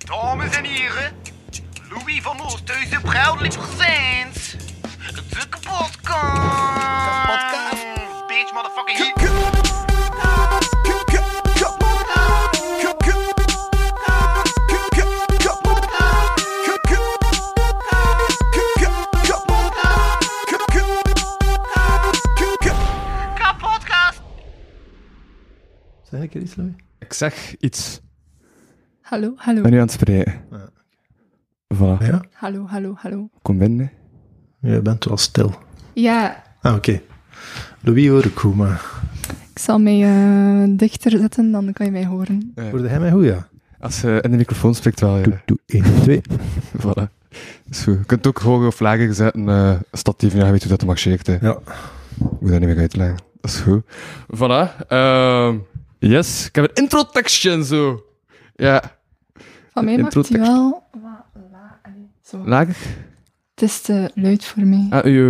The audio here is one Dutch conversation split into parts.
Dames en heren, Louis van Oosthuizen proudly presents de kapotkast. Bitch, motherfucking hit. Kapotkast. Zeg ik er iets, Louis? Ik zeg iets. Hallo. Ik ben nu aan het spreken. Ja. Voilà. Ja? Hallo. Kom binnen. Je bent wel stil. Ja, Oké. Louis hoor ik goed, maar... ik zal mij dichter zetten, dan kan je mij horen. Hoorde hij mij goed, ja? Als je in de microfoon spreekt wel, ja. Doe 1, 2. Voilà. Dat is goed. Je kunt ook hoger of lager zetten, statief, ja, je weet hoe dat marcheert, hè. Ja. Ik moet dat niet meer uitleggen. Dat is goed. Voilà. Yes. Ik heb een intro-tekstje en zo. Ja. Van mij maakt hij wel... Zo. Lager? Het is te luid voor mij,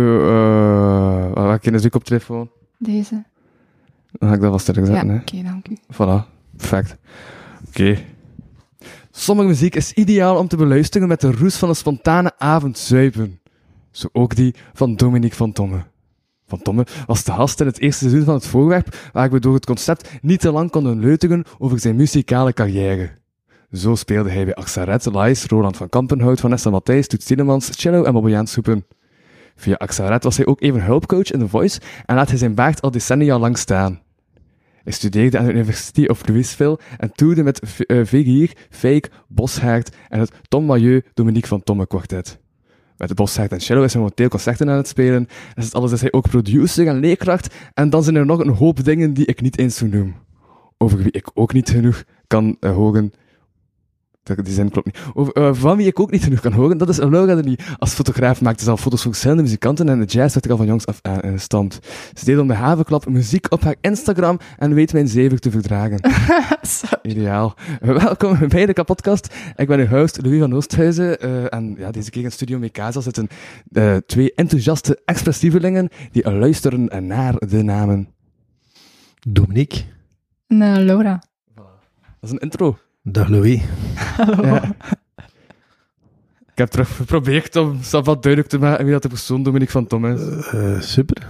Welke is uw koptelefoon? deze. Dan ga ik dat vast sterk Ja, zetten, hè. oké, dank u. Voilà, perfect. Oké. Sommige muziek is ideaal om te beluisteren met de roes van een spontane avond zuipen. Zo ook die van Dominique van Tomme. Van Tomme was de gast in het eerste seizoen van het voorwerp, waar we door het concept niet te lang konden leuteren over zijn muzikale carrière. Zo speelde hij bij Axaret, Lies, Roland van Kampenhout, Vanessa Matthijs, Toets Tielemans, Cello en Bobbejaan Soepen. Via Axaret was hij ook even hulpcoach in The Voice en laat hij zijn baard al decennia lang staan. Hij studeerde aan de University of Louisville en toerde met Vegier, Fake, Boshaert en het Tom Mailleu Dominique van Tomme kwartet. Met Boshaert en cello is hij momenteel concerten aan het spelen. En is alles is hij ook producer en leerkracht. En dan zijn er nog een hoop dingen die ik niet eens zo noem. Over wie ik ook niet genoeg kan horen. Die zin klopt niet. Van wie ik ook niet genoeg kan horen, dat is Laura Denis. Als fotograaf maakte ze al foto's voor verschillende muzikanten en de jazz werd er al van jongs af aan ingestampt. Ze deed om de havenklap muziek op haar Instagram en weet mijn zever te verdragen. Ideaal. Welkom bij de kapotkast. Ik ben uw host Louis van Oosthuizen en ja, deze keer in Studio Mikasa zitten twee enthousiaste expressievelingen die luisteren naar de namen. Dominique. Laura. Dat is een intro. Dag Louis. Hallo. Ja. Ik heb terug geprobeerd om wat duidelijk te maken wie dat de persoon Dominique van Tomme is. Super.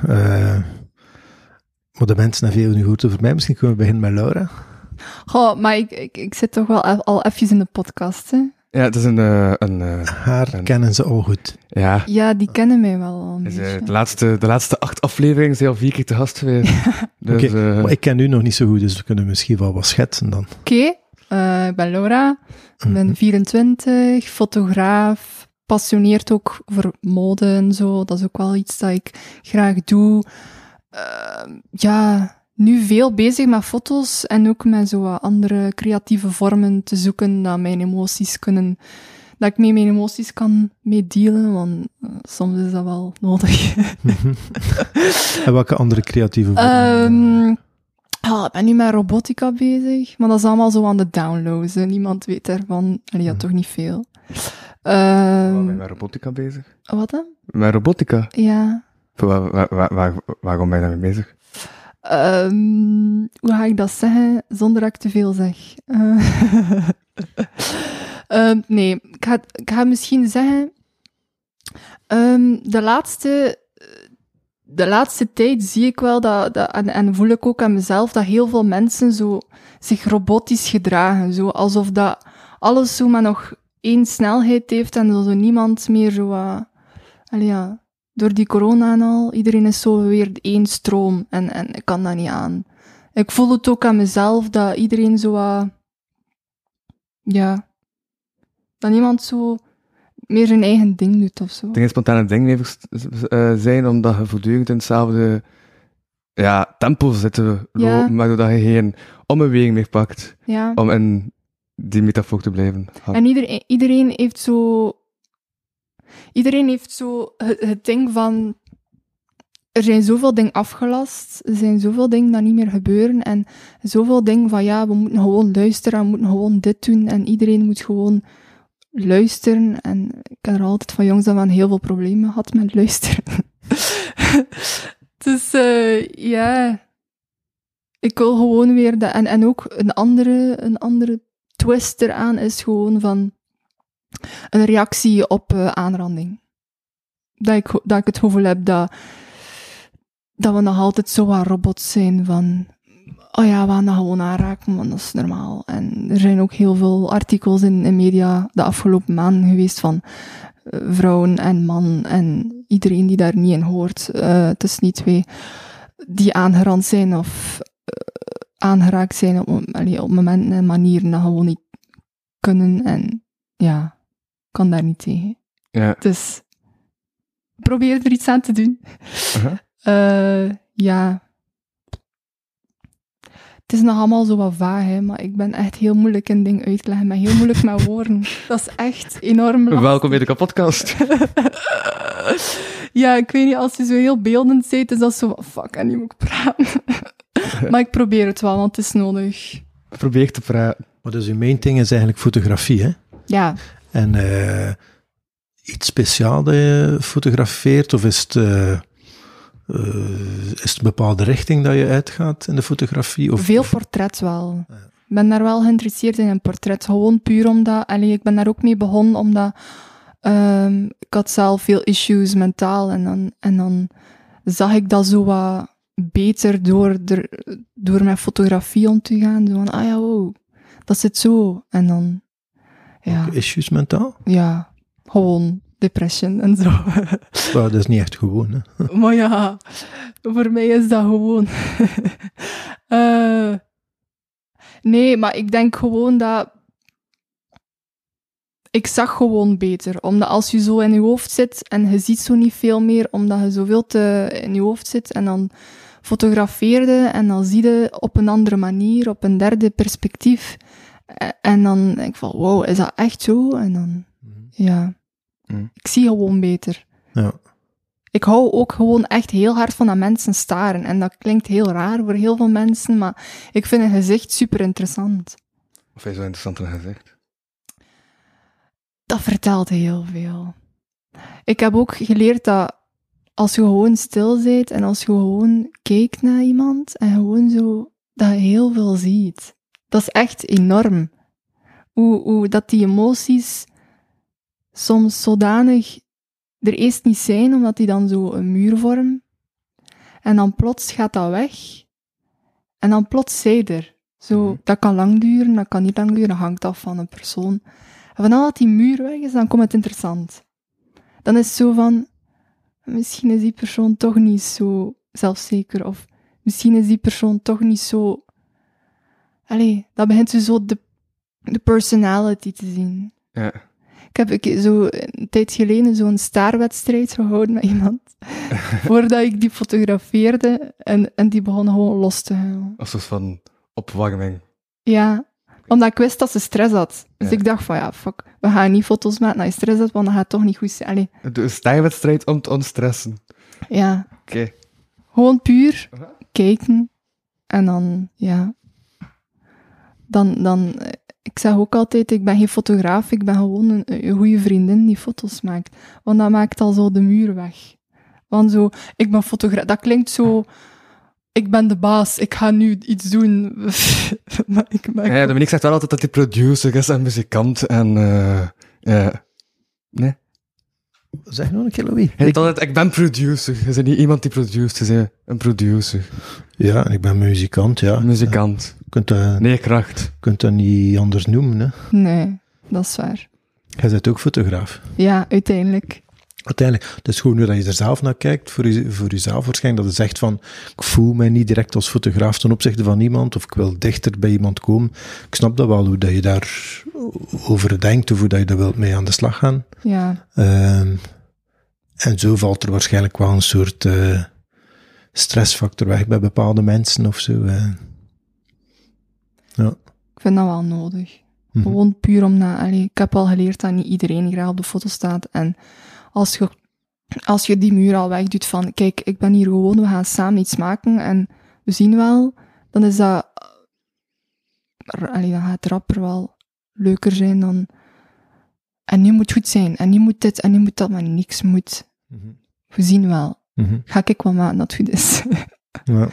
Maar de mensen hebben veel nu goed over mij. Misschien kunnen we beginnen met Laura. Goh, maar ik zit toch wel al even in de podcast, hè? Ja, het is Haar kennen ze al goed. Ja. Ja, die kennen mij wel al een Is, beetje. de laatste 8 afleveringen zijn al 4 keer te gast geweest. Dus, Oké, maar ik ken u nog niet zo goed, dus we kunnen misschien wel wat schetsen dan. Oké, ik ben Laura, ik ben 24, fotograaf, passioneerd ook voor mode en zo. Dat is ook wel iets dat ik graag doe. Ja, nu veel bezig met foto's en ook met zo wat andere creatieve vormen te zoeken dat mijn emoties kunnen... Dat ik mee mijn emoties kan meedealen, want soms is dat wel nodig. En welke andere creatieve vormen? Ik ben nu met robotica bezig, maar dat is allemaal zo aan de downloads. Hè. Niemand weet daarvan. Ja, toch niet veel. Waar ben je met robotica bezig? Wat dan? Met robotica? Ja. Waarom ben je daarmee bezig? Hoe ga ik dat zeggen zonder dat ik te veel zeg? Nee, ik ga misschien zeggen... De laatste tijd zie ik wel en voel ik ook aan mezelf dat heel veel mensen zo zich robotisch gedragen. Zo, alsof dat alles zo maar nog één snelheid heeft en zo niemand meer zo... door die corona en al, iedereen is zo weer één stroom en ik kan dat niet aan. Ik voel het ook aan mezelf dat iedereen zo... dat niemand zo meer zijn eigen ding doet of zo. Het geen spontane dinglevers zijn, omdat je voortdurend in hetzelfde tempo zit te lopen, maar doordat je geen ombeweging meer pakt, om in die metafoor te blijven gaan. En iedereen heeft zo... Iedereen heeft zo het ding van... Er zijn zoveel dingen afgelast, er zijn zoveel dingen dat niet meer gebeuren, en zoveel dingen van, we moeten gewoon luisteren, we moeten gewoon dit doen, en iedereen moet gewoon luisteren. En ik heb er altijd van jongs af aan heel veel problemen gehad met luisteren. Dus, ik wil gewoon weer... En ook een andere twist eraan is gewoon van... een reactie op aanranding. Dat ik het gevoel heb dat we nog altijd zo wat robots zijn van... Oh ja, we gaan dat gewoon aanraken, want dat is normaal. En er zijn ook heel veel artikels in media de afgelopen maanden geweest van vrouwen en man en iedereen die daar niet in hoort, tussen die twee, die aangerand zijn of aangeraakt zijn op momenten en manieren dat gewoon niet kunnen. En ja, kan daar niet tegen. Ja. Dus probeer er iets aan te doen. Ja... Het is nog allemaal zo wat vaag, hè, maar ik ben echt heel moeilijk in dingen uit te leggen, maar heel moeilijk met woorden. Dat is echt enorm lastig. Welkom bij de podcast. Ja, ik weet niet, als je zo heel beeldend bent, is dat zo van, fuck, en nu moet ik praten. Maar ik probeer het wel, want het is nodig. Probeer te praten. Maar dus uw main ding is eigenlijk fotografie, hè? Ja. En iets speciaals dat je fotografeert, of is het een bepaalde richting dat je uitgaat in de fotografie? Veel portret wel. Ja. Ik ben daar wel geïnteresseerd in een portret. Gewoon puur omdat... ik ben daar ook mee begonnen omdat... ik had zelf veel issues mentaal. En dan zag ik dat zo wat beter door met fotografie om te gaan. Zo van, ah ja, wow. Dat zit zo. En dan... Ja. Ook issues mentaal? Ja. Gewoon... depression en zo. Maar dat is niet echt gewoon, hè? Maar ja, voor mij is dat gewoon. Nee, maar ik denk gewoon dat... Ik zag gewoon beter. Omdat als je zo in je hoofd zit en je ziet zo niet veel meer, omdat je zoveel te in je hoofd zit en dan fotografeerde en dan zie je op een andere manier, op een derde perspectief. En dan denk ik van, wow, is dat echt zo? En dan, ja... Ik zie gewoon beter. Ja. Ik hou ook gewoon echt heel hard van dat mensen staren. En dat klinkt heel raar voor heel veel mensen, maar ik vind een gezicht super interessant. Of is zo interessant een gezicht? Dat vertelt heel veel. Ik heb ook geleerd dat als je gewoon stil bent en als je gewoon kijkt naar iemand en gewoon zo, dat je heel veel ziet. Dat is echt enorm. Hoe dat die emoties soms zodanig er eerst niet zijn, omdat die dan zo een muur vormen. En dan plots gaat dat weg. En dan plots zij er. Zo, dat kan lang duren, dat kan niet lang duren, dat hangt af van een persoon. En vanaf dat die muur weg is, dan komt het interessant. Dan is het zo van, misschien is die persoon toch niet zo zelfzeker, of misschien is die persoon toch niet zo... Dan begint je zo de personality te zien. Ja. Ik heb zo een tijd geleden zo'n staarwedstrijd gehouden met iemand, voordat ik die fotografeerde, en die begon gewoon los te huilen. Als soort van opwarming. Ja, omdat ik wist dat ze stress had. Dus ik dacht van, ja, fuck, we gaan niet foto's maken als je stress had, want dat gaat toch niet goed zijn. De staarwedstrijd om te ontstressen. Ja. Oké. Gewoon puur kijken, en dan, ja... Dan ik zeg ook altijd, ik ben geen fotograaf, ik ben gewoon een goede vriendin die foto's maakt. Want dat maakt al zo de muur weg. Want zo, ik ben fotograaf, dat klinkt zo, ik ben de baas, ik ga nu iets doen. Ja, Dominique zegt wel altijd dat hij producer is en muzikant en, nee? Zeg nog een keer, Louis. Hij zegt altijd, ik ben producer. Je bent niet iemand die produceert, je bent een producer. Ja, en ik ben muzikant, ja. Muzikant. Je kunt dat niet anders noemen, hè. Nee, dat is waar. Jij bent ook fotograaf. Ja, uiteindelijk. Uiteindelijk, het is gewoon nu dat je er zelf naar kijkt, voor jezelf waarschijnlijk, dat je zegt van, ik voel mij niet direct als fotograaf ten opzichte van iemand, of ik wil dichter bij iemand komen. Ik snap dat wel, hoe dat je daar over denkt, of hoe dat je daar wilt mee aan de slag gaan. Ja. En zo valt er waarschijnlijk wel een soort stressfactor weg bij bepaalde mensen, of zo. Ja. Ik vind dat wel nodig. Gewoon puur ik heb al geleerd dat niet iedereen graag op de foto staat, en als je die muur al wegdoet van, kijk, ik ben hier gewoon, we gaan samen iets maken en we zien wel, dan is dat, dan gaat het rapper wel leuker zijn dan, en nu moet goed zijn, en nu moet dit, en nu moet dat, maar niks moet. We zien wel. Ga ik wel maken dat het goed is.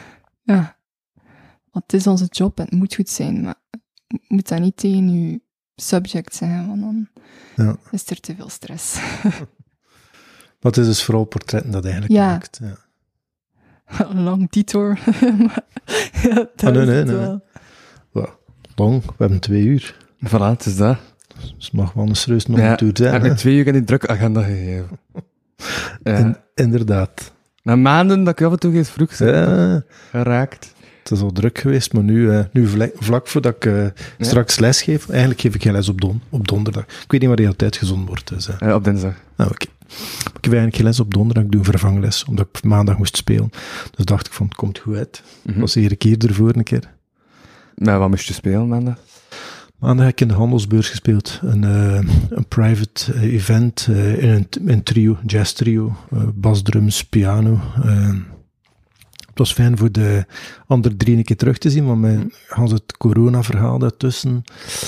Ja. Want het is onze job en het moet goed zijn, maar je moet dat niet tegen je subject zijn, want dan is er te veel stress. Maar het is dus vooral portretten dat eigenlijk maakt. Ja. Long detour. Nee. Long, we hebben 2 uur. Voilà, het is dat. Dus het mag wel een serieus nog een tour zijn. Heb je 2 uur in die drukke agenda gegeven. Inderdaad. Na maanden dat ik af en toe eens vroeg geraakt. Het is al druk geweest, maar nu vlak voordat ik straks les geef, eigenlijk geef ik geen les op donderdag. Ik weet niet waar die altijd gezonden wordt. Dus, op dinsdag. Oké. Ik heb eigenlijk geen les op donderdag, ik doe een vervangles, omdat ik maandag moest spelen. Dus dacht ik van, het komt goed uit. Was hier een keer ervoor een keer. Maar wat moest je spelen maandag? Maandag heb ik in de Handelsbeurs gespeeld. Een private event in een trio, jazz trio. Basdrums, piano. Het was fijn voor de andere 3 een keer terug te zien, want met het corona-verhaal daartussen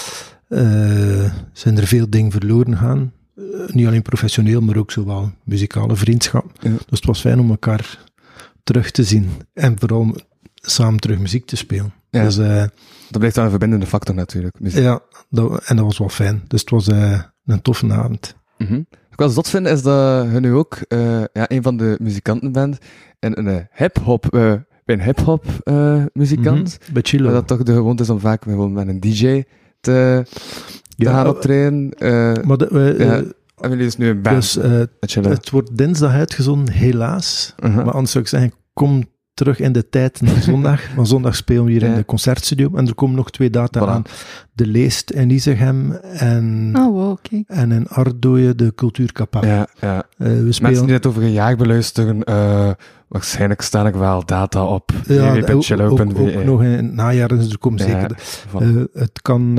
zijn er veel dingen verloren gegaan. Niet alleen professioneel, maar ook zowel muzikale vriendschap. Ja. Dus het was fijn om elkaar terug te zien. En vooral om samen terug muziek te spelen. Ja. Dus, dat blijft dan een verbindende factor natuurlijk. Muziek. Ja, en dat was wel fijn. Dus het was een toffe avond. Wat ik wel zot vind, is dat je nu ook een van de muzikanten bent en een hip-hop muzikant. Bij Chilo. Dat toch de gewoonte is om vaak gewoon met een DJ te gaan optreden. Maar hebben jullie dus nu een band? Dus, het wordt dinsdag uitgezonden, helaas. Maar anders zou ik zeggen, kom terug in de tijd naar zondag. Maar zondag spelen we hier in de concertstudio. En er komen nog 2 data aan. De Leest in Isegem en in Ardooien de Cultuurkapel. We spelen... Mensen die het over een jaar beluisteren, waarschijnlijk staan er wel data op. Ook nog in het najaar, dus er komen zeker... het kan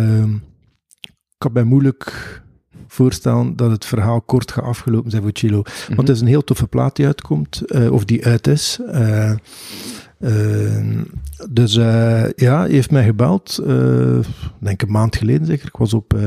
mij moeilijk voorstellen dat het verhaal kort gaat afgelopen zijn voor Chilo. Want het is een heel toffe plaat die uitkomt, of die uit is. Dus hij heeft mij gebeld, denk een maand geleden zeker. Ik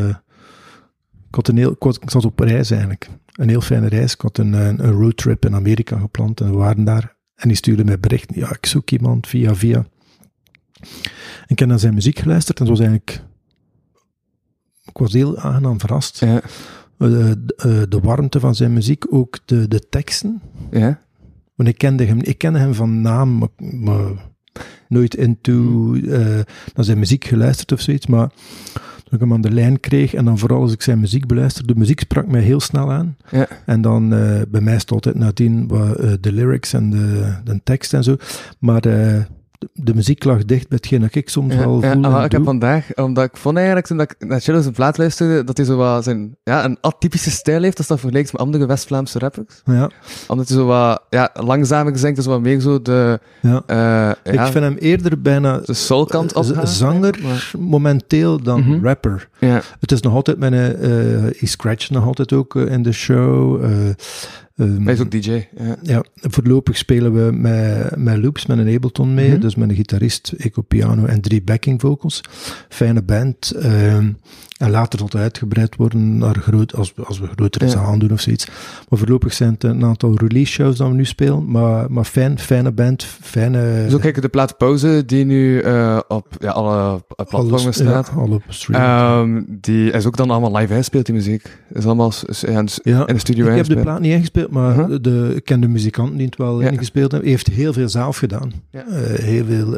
zat op reis eigenlijk. Een heel fijne reis. Ik had een roadtrip in Amerika gepland en we waren daar. En die stuurde mij berichten. Ja, ik zoek iemand via. En ik heb naar zijn muziek geluisterd en het was eigenlijk... Ik was heel aangenaam verrast. Ja. De warmte van zijn muziek, ook de teksten. Ja. Want ik kende hem van naam, maar nooit naar zijn muziek geluisterd of zoiets. Maar toen ik hem aan de lijn kreeg, en dan vooral als ik zijn muziek beluisterde, de muziek sprak mij heel snel aan. Ja. En dan, bij mij is het altijd nadien de lyrics en de tekst en zo. Maar de muziek lag dicht bij hetgeen dat ik soms wel voel. Ik heb vandaag, omdat ik vond eigenlijk, toen ik naar Chilo zijn plaat luisterde, dat hij zo wat een atypische stijl heeft, als dat vergelijkt met andere West-Vlaamse rappers. Ja. Omdat hij zo wat, langzamer zingt, dus wat meer zo de... ik vind hem eerder bijna... De soulkant opgaan. Zanger, momenteel, dan rapper. Ja. Het is nog altijd hij scratcht nog altijd ook in de show. Hij is ook DJ. Ja, voorlopig spelen we met loops, met een Ableton mee, dus met een gitarist, eco-piano en 3 backing vocals. Fijne band. En later zal het uitgebreid worden naar als we grotere zalen doen of zoiets. Maar voorlopig zijn het een aantal release shows dat we nu spelen, maar fijne band, fijne... Zo kijk de plaat Pauze, die nu op alle platformen staat. Ja, alle streaming. Die is ook dan allemaal live ingespeeld, die muziek. Is allemaal in de studio ik heb de plaat niet ingespeeld, maar ik ken de muzikanten die het wel ingespeeld hebben. Hij heeft heel veel zelf gedaan. Ja. Heel veel...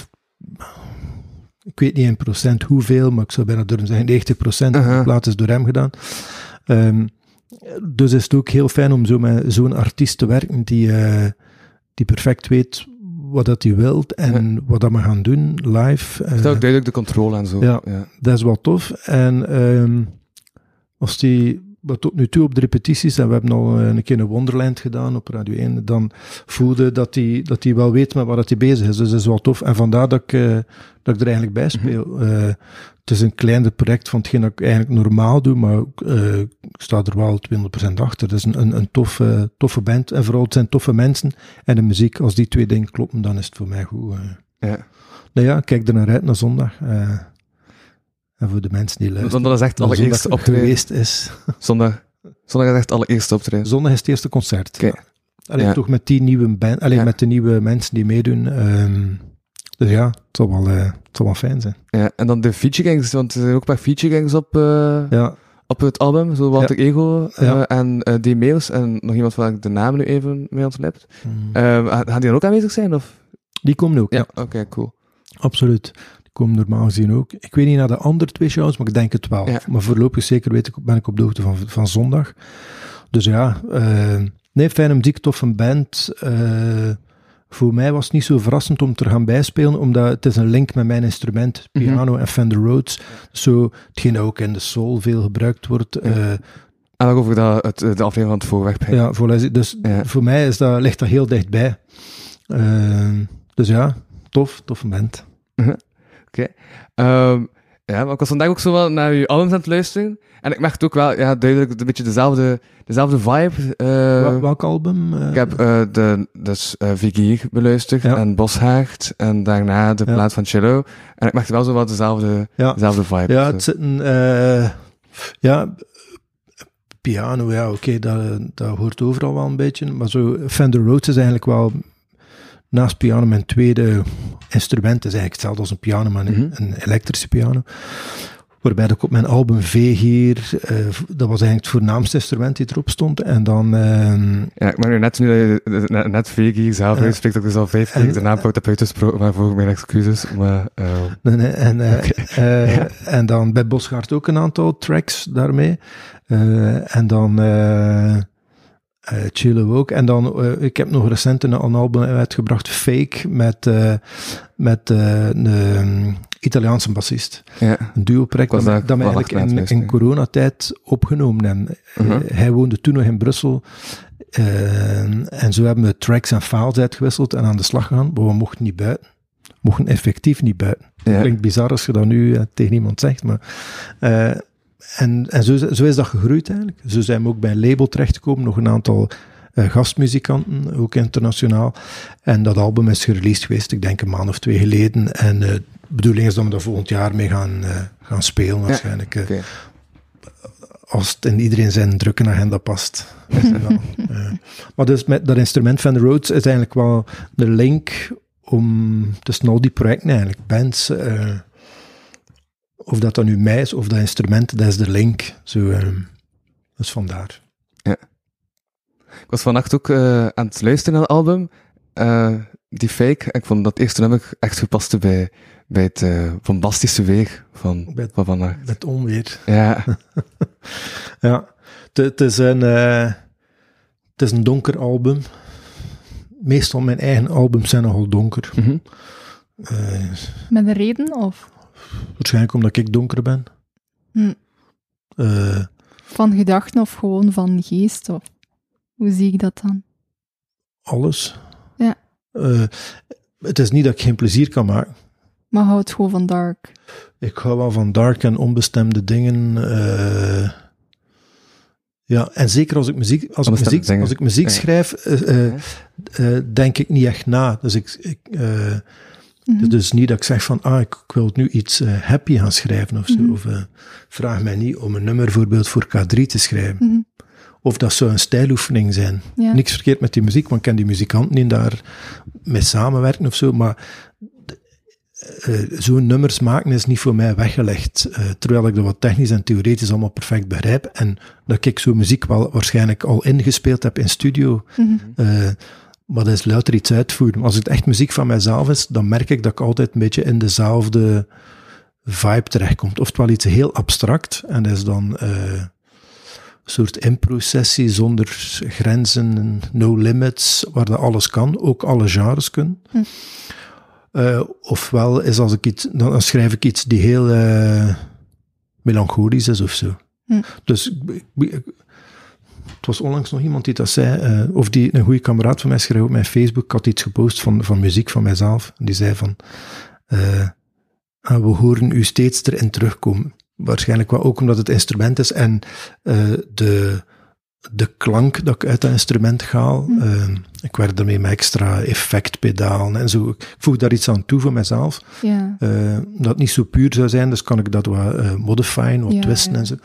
ik weet niet in procent hoeveel, maar ik zou bijna durven zeggen 90% van de plaat is door hem gedaan. Dus is het ook heel fijn om zo met zo'n artiest te werken die perfect weet wat dat hij wilt en wat dat we gaan doen live. Dat is ook duidelijk de controle en zo. Ja, dat is wel tof. En als die... Maar tot nu toe op de repetities, en we hebben al een keer een Wonderland gedaan op Radio 1, dan voelde dat hij wel weet met waar hij bezig is. Dus dat is wel tof. En vandaar dat ik er eigenlijk bij speel. Het is een kleiner project van hetgeen dat ik eigenlijk normaal doe, maar ik sta er wel 200% achter. Het is een toffe band. En vooral het zijn toffe mensen en de muziek. Als die 2 dingen kloppen, dan is het voor mij goed. Nou ja, kijk er naar uit naar zondag. En voor de mensen die luisteren. Zondag is echt het allereerste optreden. Geweest is. Zondag is echt het allereerste optreden. Zondag is het eerste concert. Okay. Alleen toch met die nieuwe band, met de nieuwe mensen die meedoen. Dus ja, het zal wel fijn zijn. Ja, en dan de featuregangs, want er zijn ook een paar featuregangs op het album, zo Walter Ego en D-Mails en nog iemand waar ik de naam nu even mee ontglipt. Gaan die dan ook aanwezig zijn? Of? Die komen ook, ja. Oké, cool. Absoluut. Die komen normaal gezien ook. Ik weet niet naar de andere 2 shows, maar ik denk het wel. Ja. Maar voorlopig zeker ben ik op de hoogte van zondag. Dus ja, fijne muziek, toffe band. Voor mij was het niet zo verrassend om te gaan bijspelen, omdat het is een link met mijn instrument, piano en Fender Rhodes. Zo, hetgeen ook in de soul veel gebruikt wordt. En ook over de aflevering van het voorwerp. Ja, dus voor mij ligt dat heel dichtbij. Dus ja, toffe band. Oké. Maar ik was vandaag ook zo wel naar je albums aan het luisteren. En ik merkte ook wel, duidelijk een beetje dezelfde vibe. Welk album? Ik heb Vigier beluisterd en Boshaard. En daarna de plaat van Cello. En ik merkte wel zo wat dezelfde vibe. Ja, het zit piano, oké, dat hoort overal wel een beetje. Maar zo, Fender Rhodes is eigenlijk wel... Naast piano, mijn tweede instrument is eigenlijk hetzelfde als een piano, maar een elektrische piano. Waarbij ik op mijn album Vigier, dat was eigenlijk het voornaamste instrument die erop stond. En dan... ik ben nu net Vigier zelf uitspreekt, dat ik dus al 5 keer de naam fout heb uitgesproken, waarvoor mijn excuses. Maar, en dan bij Bosgaard ook een aantal tracks daarmee. En dan... chillen we ook. En dan, ik heb nog recent een album uitgebracht, Fake, met een Italiaanse bassist. Ja. Een duo-project dat we eigenlijk in coronatijd opgenomen hebben. Hij woonde toen nog in Brussel. En zo hebben we tracks en files uitgewisseld en aan de slag gegaan, maar we mochten niet buiten. We mochten effectief niet buiten. Ja. Klinkt bizar als je dat nu tegen iemand zegt, maar... En zo is dat gegroeid eigenlijk. Zo zijn we ook bij een label terechtgekomen, nog een aantal gastmuzikanten, ook internationaal. En dat album is gereleased geweest, ik denk een maand of 2 geleden. En de bedoeling is dat we daar volgend jaar mee gaan spelen waarschijnlijk. Okay. Als het in iedereen zijn drukke agenda past. Maar dus met dat instrument van de Rhodes is eigenlijk wel de link tussen al die projecten eigenlijk. Bands... of dat dan nu mij is, of dat instrument, dat is de link. Zo, dus vandaar. Ja. Ik was vannacht ook aan het luisteren naar het album. Die Fake. Ik vond dat eerste nummer echt gepast bij het bombastische weer van vannacht. Met onweer. Ja. Ja. Het is een donker album. Meestal mijn eigen albums zijn nogal donker. Met een reden, of... Waarschijnlijk omdat ik donker ben. Van gedachten of gewoon van geest? Of hoe zie ik dat dan? Alles. Ja. Het is niet dat ik geen plezier kan maken. Maar hou het gewoon van dark? Ik hou wel van dark en onbestemde dingen. Ja, en zeker als ik muziek schrijf, denk ik niet echt na. Dus Dus niet dat ik zeg van, ik wil nu iets happy gaan schrijven of zo. Of vraag mij niet om een nummer bijvoorbeeld voor K3 te schrijven. Of dat zou een stijloefening zijn. Ja. Niks verkeerd met die muziek, want ik ken die muzikanten die daar mee samenwerken of zo, maar zo'n nummers maken is niet voor mij weggelegd. Terwijl ik dat wat technisch en theoretisch allemaal perfect begrijp en dat ik zo'n muziek wel waarschijnlijk al ingespeeld heb in studio. Maar dat is louter iets uitvoeren. Als het echt muziek van mijzelf is, dan merk ik dat ik altijd een beetje in dezelfde vibe terechtkomt. Oftewel iets heel abstract, en dat is dan een soort impro-sessie zonder grenzen, no limits, waar dat alles kan, ook alle genres kunnen. Ofwel is als ik dan schrijf ik iets die heel melancholisch is of zo. Dus het was onlangs nog iemand die dat zei, of die een goede kameraad van mij schreef op mijn Facebook, ik had iets gepost van muziek van mijzelf, en die zei van, we horen u steeds erin terugkomen. Waarschijnlijk wel ook omdat het instrument is en de klank dat ik uit dat instrument haal. Ik werk daarmee met extra effectpedalen en zo. Ik voeg daar iets aan toe voor mezelf. Ja. Dat het niet zo puur zou zijn, dus kan ik dat wat modifieren, wat twisten en zo.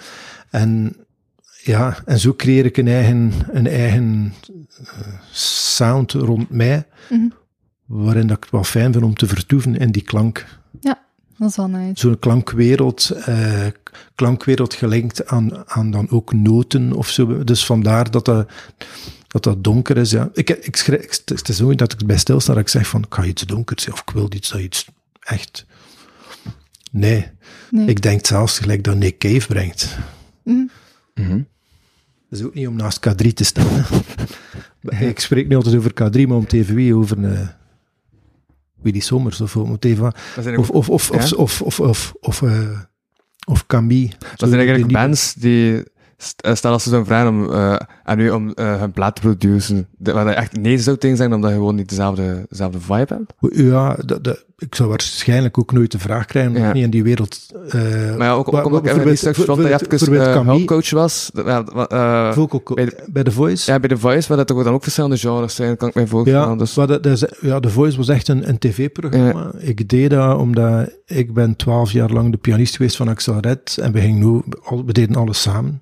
En zo creëer ik een eigen sound rond mij, waarin dat ik het wel fijn vind om te vertoeven in die klank. Ja, dat is wel nice. Zo'n klankwereld gelinkt aan dan ook noten of zo. Dus vandaar dat donker is. Ja. Het is nooit dat ik bij stilsta dat ik zeg van, ik ga iets donkers, of ik wil iets echt... Nee. Ik denk zelfs gelijk dat Nick Cave brengt. Dat is ook niet om naast K3 te staan. Ik spreek nu altijd over K3, maar om TVW over Willy Sommers of om TV. Of Camille. Dat zijn eigenlijk bands die... Stel als ze zo'n vragen aan u om hun plaat te produceren, waar je echt nee zou tegen zeggen, omdat je gewoon niet dezelfde vibe hebt? Ja, ik zou waarschijnlijk ook nooit de vraag krijgen, omdat ik niet in die wereld... maar ja, ook omdat ik even niet stuk vond dat je even hulpcoach was. Bij The Voice? Ja, bij The Voice, waar dat toch dan ook verschillende genres zijn, kan ik mij voorstellen. The Voice was echt een tv-programma. Ja. Ik deed dat omdat ik ben 12 jaar lang de pianist geweest van Axel Red, en we deden alles samen.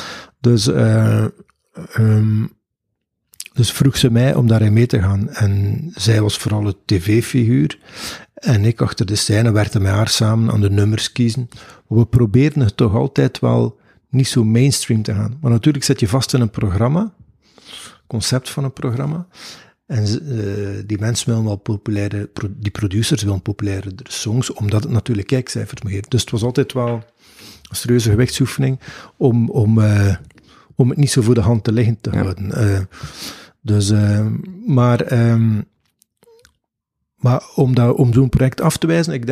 Dus vroeg ze mij om daarin mee te gaan. En zij was vooral het tv-figuur. En ik achter de scène werkte met haar samen aan de nummers kiezen. We probeerden het toch altijd wel niet zo mainstream te gaan. Maar natuurlijk zit je vast in een programma. Concept van een programma. En die mensen willen wel die producers willen populaire songs, omdat het natuurlijk kijkcijfers geeft. Dus het was altijd wel een serieuze gewichtsoefening om het niet zo voor de hand te liggen te houden. Maar om zo'n project af te wijzen, ik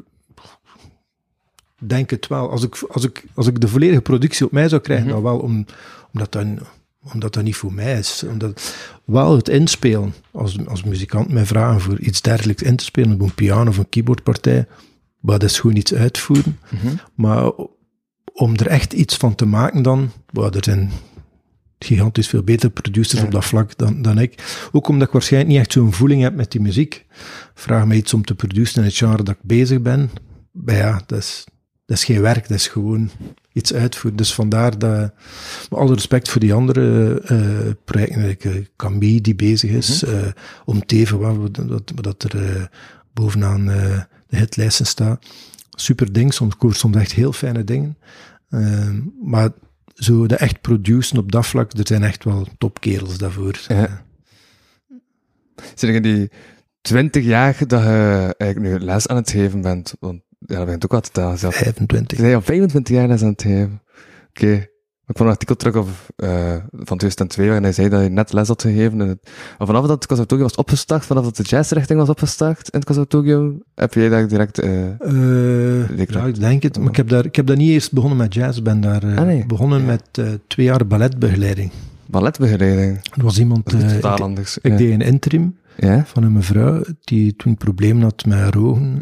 denk het wel. Als ik de volledige productie op mij zou krijgen, dan wel omdat dat niet voor mij is. Omdat wel het inspelen, als muzikant mij vragen voor iets dergelijks in te spelen, op een piano of een keyboardpartij, maar dat is gewoon iets uitvoeren. Maar om er echt iets van te maken dan, er zijn gigantisch veel betere producers op dat vlak dan ik. Ook omdat ik waarschijnlijk niet echt zo'n voeling heb met die muziek. Vraag me iets om te produceren in het genre dat ik bezig ben. Maar ja, dat is geen werk, dat is gewoon iets uitvoeren. Dus vandaar dat... Met alle respect voor die andere projecten, Camille die bezig is, om Teven, dat er bovenaan de hitlijsten staat. Super ding, soms echt heel fijne dingen. Maar zo de echt produceren op dat vlak, er zijn echt wel topkerels daarvoor. Ja. Zit ik in die 20 jaar dat je eigenlijk nu les aan het geven bent? Want ja, dat begint ook wat te tellen zelf. 25. Je bent al 25 jaar les aan het geven. Oké. Ik vond een artikel terug van 2002, waarin hij zei dat hij net les had gegeven. Maar vanaf dat het conservatorium was opgestart, vanaf dat de jazzrichting was opgestart in het conservatorium, heb jij daar direct... ja, ik denk het. Maar ik heb daar niet eerst begonnen met jazz. Ik ben daar begonnen met 2 jaar balletbegeleiding. Balletbegeleiding? Er was iemand... totaal anders. Ik deed een interim van een mevrouw die toen problemen had met haar ogen.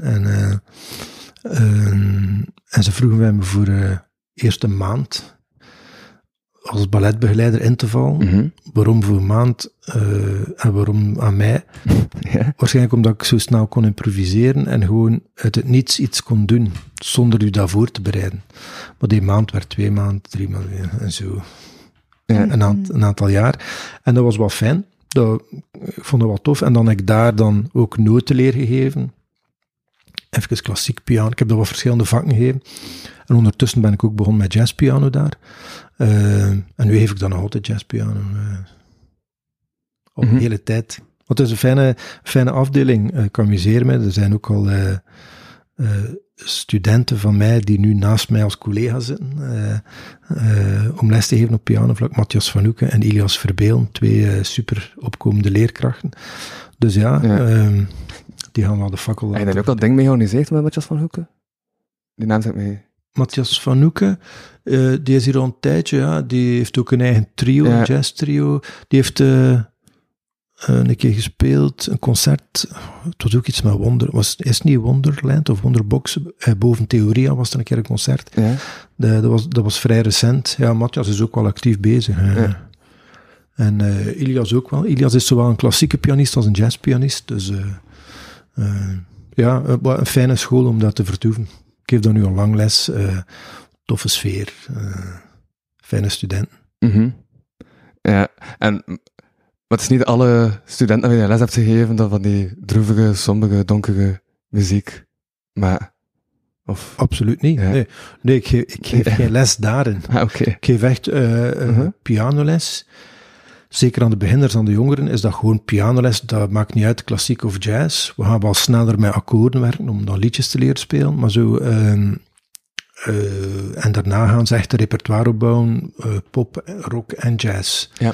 En ze vroegen me voor eerst een maand als balletbegeleider in te vallen. Waarom voor een maand en waarom aan mij? Waarschijnlijk omdat ik zo snel kon improviseren en gewoon uit het niets iets kon doen, zonder u daarvoor te bereiden. Maar die maand werd 2 maanden, 3 maanden en zo. Een aantal jaar. En dat was wel fijn. Ik vond dat wel tof. En dan heb ik daar dan ook notenleer gegeven. Even klassiek piano. Ik heb daar wat verschillende vakken gegeven. En ondertussen ben ik ook begonnen met jazzpiano daar. En nu geef ik dan nog altijd jazzpiano. Al de hele tijd. Want het is een fijne afdeling. Ik amuseer me. Er zijn ook al studenten van mij die nu naast mij als collega zitten. Om les te geven op pianovlak. Matthias van Hoeken en Ilias Verbeelen. 2 super opkomende leerkrachten. Dus die gaan wel de fakkel laten. Heb je ook dat ding mee georganiseerd met Matthias van Hoeken? Die naam zegt mee. Matthias van Hoeken, die is hier al een tijdje, ja. Die heeft ook een eigen trio, een jazztrio. Die heeft een keer gespeeld, een concert. Het was ook iets met is het niet Wonderland of Wonderbox? Boven Theoria was er een keer een concert. Ja. Dat was vrij recent. Ja, Matthias is ook wel actief bezig. Ja. En Ilias ook wel. Ilias is zowel een klassieke pianist als een jazzpianist. Dus een fijne school om dat te vertoeven. Ik geef dan nu al lang les. Toffe sfeer. Fijne studenten. Ja, en Maar het is niet alle studenten die je les hebt gegeven dat van die droevige, sombere, donkere muziek. Maar, of... Absoluut niet. Ja. Nee, ik geef geen les daarin. Oké. Ik geef echt pianoles. Zeker aan de beginners, aan de jongeren, is dat gewoon pianoles. Dat maakt niet uit, klassiek of jazz. We gaan wel sneller met akkoorden werken om dan liedjes te leren spelen. Maar zo... en daarna gaan ze echt een repertoire opbouwen, pop, rock en jazz. Ja.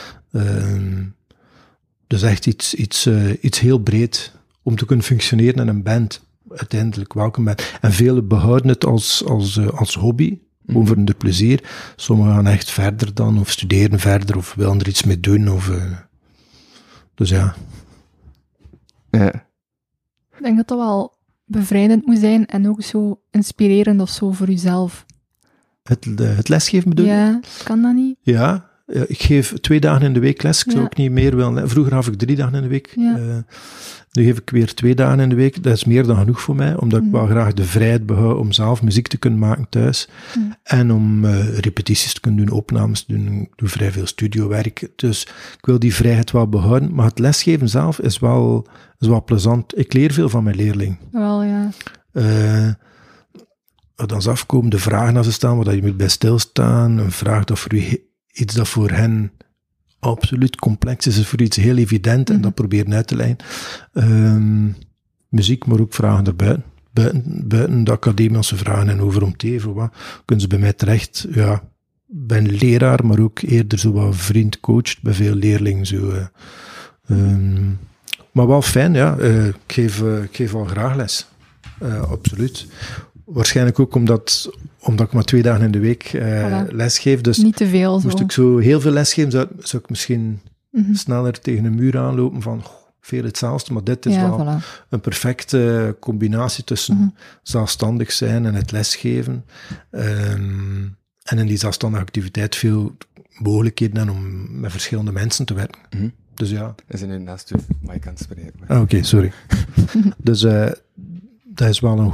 Dus echt iets heel breed om te kunnen functioneren in een band. Uiteindelijk, welke band. En velen behouden het als hobby, gewoon voor hun plezier. Sommigen gaan echt verder dan, of studeren verder, of willen er iets mee doen. Dus ja. Ja. Ik denk dat dat wel bevrijdend moet zijn en ook zo inspirerend of zo voor jezelf. Het lesgeven bedoel je? Ja, kan dat niet? Ja, ik geef 2 dagen in de week les. Ik zou ook niet meer willen. Vroeger gaf ik 3 dagen in de week. Ja. Nu geef ik weer 2 dagen in de week. Dat is meer dan genoeg voor mij, omdat ik wel graag de vrijheid behoud om zelf muziek te kunnen maken thuis. En om repetities te kunnen doen, opnames te doen. Ik doe vrij veel studiowerk. Dus ik wil die vrijheid wel behouden. Maar het lesgeven zelf is wel plezant. Ik leer veel van mijn leerling. Wel, ja. Dan is afkomen, de vragen als ze staan, waar je moet bij stilstaan. Een vraag dat voor u iets dat voor hen absoluut complex is voor iets heel evident en dat proberen uit te leggen. Muziek, maar ook vragen daarbuiten. Buiten de academische vragen en over om thee, voor wat, kunnen ze bij mij terecht. Ja, ik ben leraar, maar ook eerder zo wat vriend, coach bij veel leerlingen. Zo, maar wel fijn, ja. Ik geef wel graag les. Absoluut. Waarschijnlijk ook omdat ik maar 2 dagen in de week les geef. Dus niet te veel. Moest ik zo heel veel les geven, zou ik misschien sneller tegen een muur aanlopen van veel hetzelfde. Maar dit is wel een perfecte combinatie tussen zelfstandig zijn en het lesgeven. En in die zelfstandige activiteit veel mogelijkheden en om met verschillende mensen te werken. Dus ja. We zijn nu naast u Mike aan het spreken. Oké, sorry. Dus dat is wel een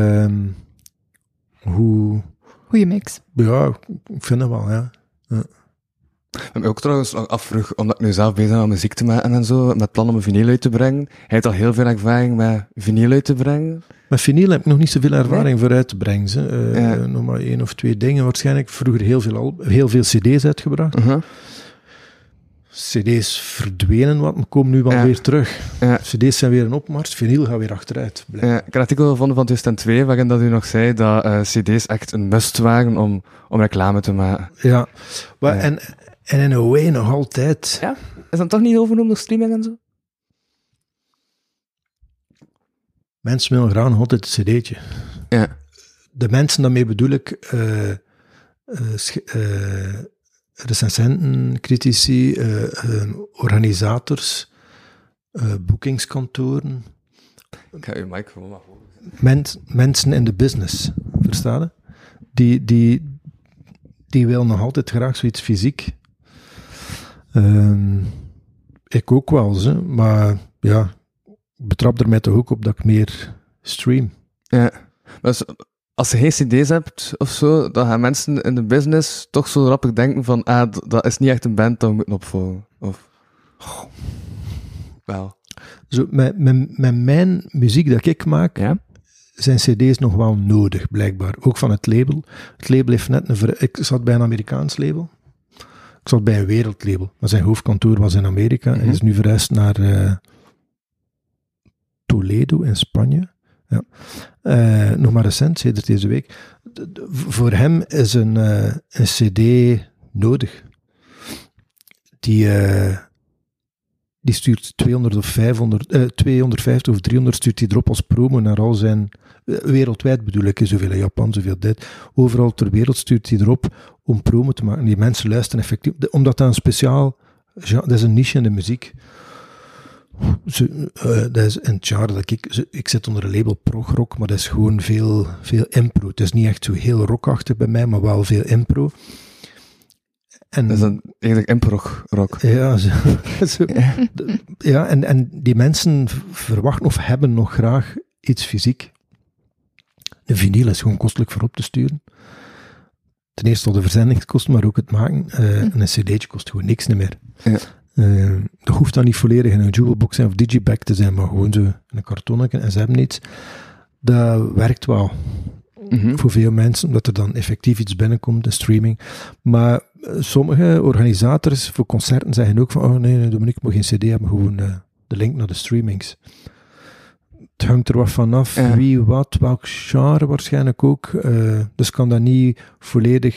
goede mix. Ja, ik vind het wel, ja. Wat me ook trouwens afvroeg, omdat ik nu zelf bezig ben om muziek te maken en zo, met plan om een vinyl uit te brengen. Hij heeft al heel veel ervaring met vinyl uit te brengen. Met vinyl heb ik nog niet zoveel ervaring voor uit te brengen. Nog maar 1 of 2 dingen waarschijnlijk. Vroeger heel veel cd's uitgebracht. CD's verdwenen wat, maar komen nu wel weer terug. Ja. CD's zijn weer een opmars, vinyl gaat weer achteruit. Ik heb een artikel gevonden van 2002, waarin dat u nog zei dat CD's echt een must waren om reclame te maken. Ja, maar, en in a way nog altijd. Ja? Is dat toch niet overgenomen door streaming en zo? Mensen willen graag nog altijd een cd'tje. Ja. De mensen, daarmee bedoel ik... recensenten, critici, organisators, boekingskantoren. Ik ga uw mic gewoon maar horen. Mensen in de business, verstaan je? Die willen nog altijd graag zoiets fysiek. Ik ook wel, maar ja, ik betrap er mij toch ook op dat ik meer stream. Ja, maar als je geen cd's hebt of zo, dan gaan mensen in de business toch zo rappig denken van, dat is niet echt een band dat we moeten opvolgen. Of... Wel. Zo, met mijn muziek dat ik maak, zijn cd's nog wel nodig, blijkbaar. Ook van het label. Het label heeft net ik zat bij een Amerikaans label. Ik zat bij een wereldlabel. Maar zijn hoofdkantoor was in Amerika. Hij is nu verhuisd naar Toledo in Spanje. Ja. Nog maar recent, sedert deze week. Voor hem is een cd nodig. Die stuurt 200 of 500, 250 of 300 stuurt hij erop als promo naar al zijn... wereldwijd bedoel ik, zoveel in Japan, zoveel dit. Overal ter wereld stuurt hij erop om promo te maken. Die mensen luisteren effectief. Omdat dat een speciaal... dat is een niche in de muziek. Dat is een genre dat ik zit onder een label prog-rock, maar dat is gewoon veel impro. Het is niet echt zo heel rockachtig bij mij, maar wel veel impro. En, dat is dan eigenlijk impro-rock. Ja, ja en die mensen verwachten of hebben nog graag iets fysiek. Een vinyl is gewoon kostelijk voor op te sturen. Ten eerste al de verzendingskosten, maar ook het maken. En een cd'tje kost gewoon niks meer. Ja. Dat hoeft dan niet volledig in een jewelbox of digibag te zijn, maar gewoon zo in een kartonnetje en ze hebben iets. Dat werkt wel. Voor veel mensen, omdat er dan effectief iets binnenkomt, de streaming. Maar sommige organisators voor concerten zeggen ook van, oh nee, Dominique moet geen cd hebben, gewoon de link naar de streamings. Het hangt er wat vanaf, wie, wat, welk genre waarschijnlijk ook. Dus kan dat niet volledig...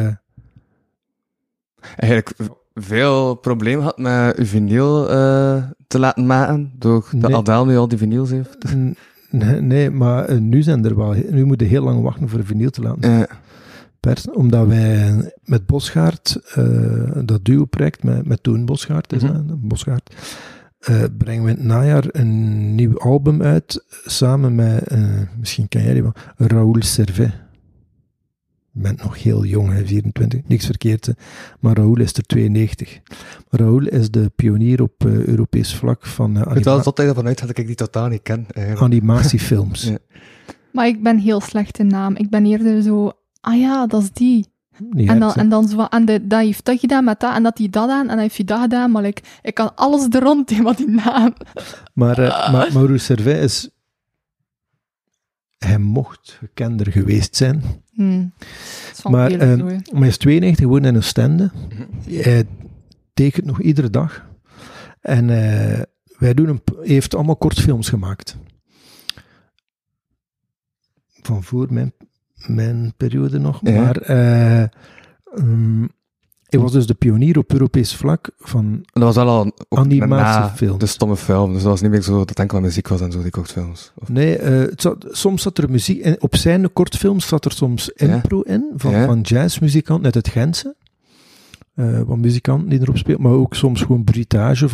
Eigenlijk veel problemen had met uw vinyl te laten maken, door dat Adele nu al die vinyls heeft. Nee, maar nu zijn er wel... Nu moet je heel lang wachten voor een vinyl te laten persen, omdat wij met Bosschaert, dat duo-project met Toon Bosschaert, Bosschaert, brengen we in het najaar een nieuw album uit, samen met, misschien ken jij die wel, Raoul Servet. Je bent nog heel jong, hè, 24, niks verkeerd, hè. Maar Raoul is er 92. Raoul is de pionier op Europees vlak van Ik had altijd ervan uit dat ik die totaal niet ken. Animatiefilms. Ja. Maar ik ben heel slecht in naam. Ik ben eerder zo, dat is die. En dan zo, dat heeft dat gedaan met dat, en dat hij dat aan, en dan heeft hij dat gedaan, maar ik kan alles er rond in wat die naam. Maar Raoul Servet is... Hij mocht gekender geweest zijn. Maar hij is 92, woont in Oostende. Hij tekent nog iedere dag. En hij heeft allemaal kortfilms gemaakt. Van voor mijn periode nog. Ja. Maar hij was dus de pionier op Europees vlak van dat was al animatiefilms. De stomme film, dus dat was niet meer zo dat enkel muziek was en zo, die kortfilms. Of... Nee, soms zat er muziek... Op zijn kortfilms zat er soms impro in, van jazzmuzikanten uit het Gentse. Van muzikanten die erop spelen, maar ook soms gewoon bruitage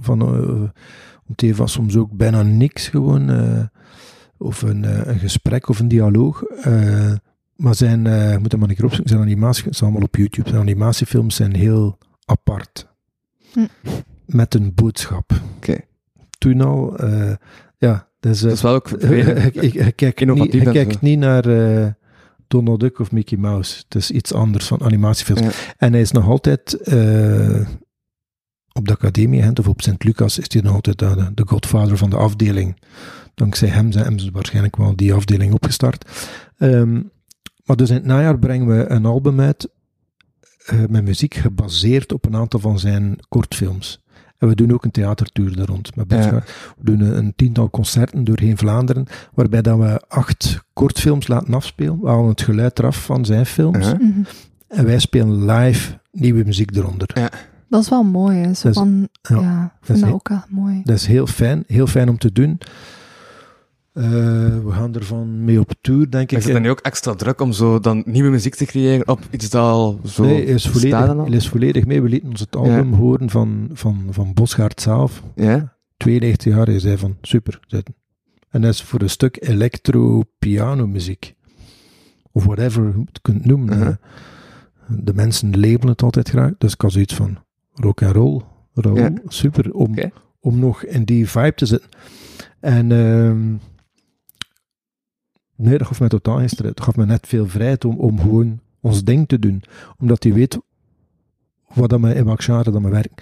van soms ook bijna niks gewoon, of een gesprek of een dialoog. Maar je moet hem maar niet opzoeken, zijn animatiefilms, zijn allemaal op YouTube. Zijn animatiefilms zijn heel apart. Met een boodschap. Oké. Toen al, dus, dat is wel ook ik kijk niet naar Donald Duck of Mickey Mouse. Het is iets anders van animatiefilms. Ja. En hij is nog altijd op de academie, of op Sint Lucas, is hij nog altijd de godvader van de afdeling. Dankzij hem hebben ze waarschijnlijk wel die afdeling opgestart. Maar dus in het najaar brengen we een album uit met muziek gebaseerd op een aantal van zijn kortfilms. En we doen ook een theatertour daar rond. Met we doen een 10-tal concerten doorheen Vlaanderen, waarbij dat we 8 kortfilms laten afspelen. We halen het geluid eraf van zijn films. En wij spelen live nieuwe muziek eronder. Ja. Dat is wel mooi, hè? Ik vind dat ook wel mooi. Dat is heel fijn om te doen. We gaan ervan mee op tour, denk ik. Is het dan nu ook extra druk om zo dan nieuwe muziek te creëren op iets dat al zo hij is volledig mee. We lieten ons het album horen van Bosschaert zelf. Ja. 92 jaar, hij zei van, super, zitten. En dat is voor een stuk electro-piano-muziek. Of whatever je het kunt noemen. De mensen labelen het altijd graag. Dus ik had zoiets van, rock and roll, super, om nog in die vibe te zitten. En... nee, dat gaf mij totaal geen strijd. Dat gaf mij net veel vrijheid om gewoon ons ding te doen. Omdat hij weet in welk genre dat we werken.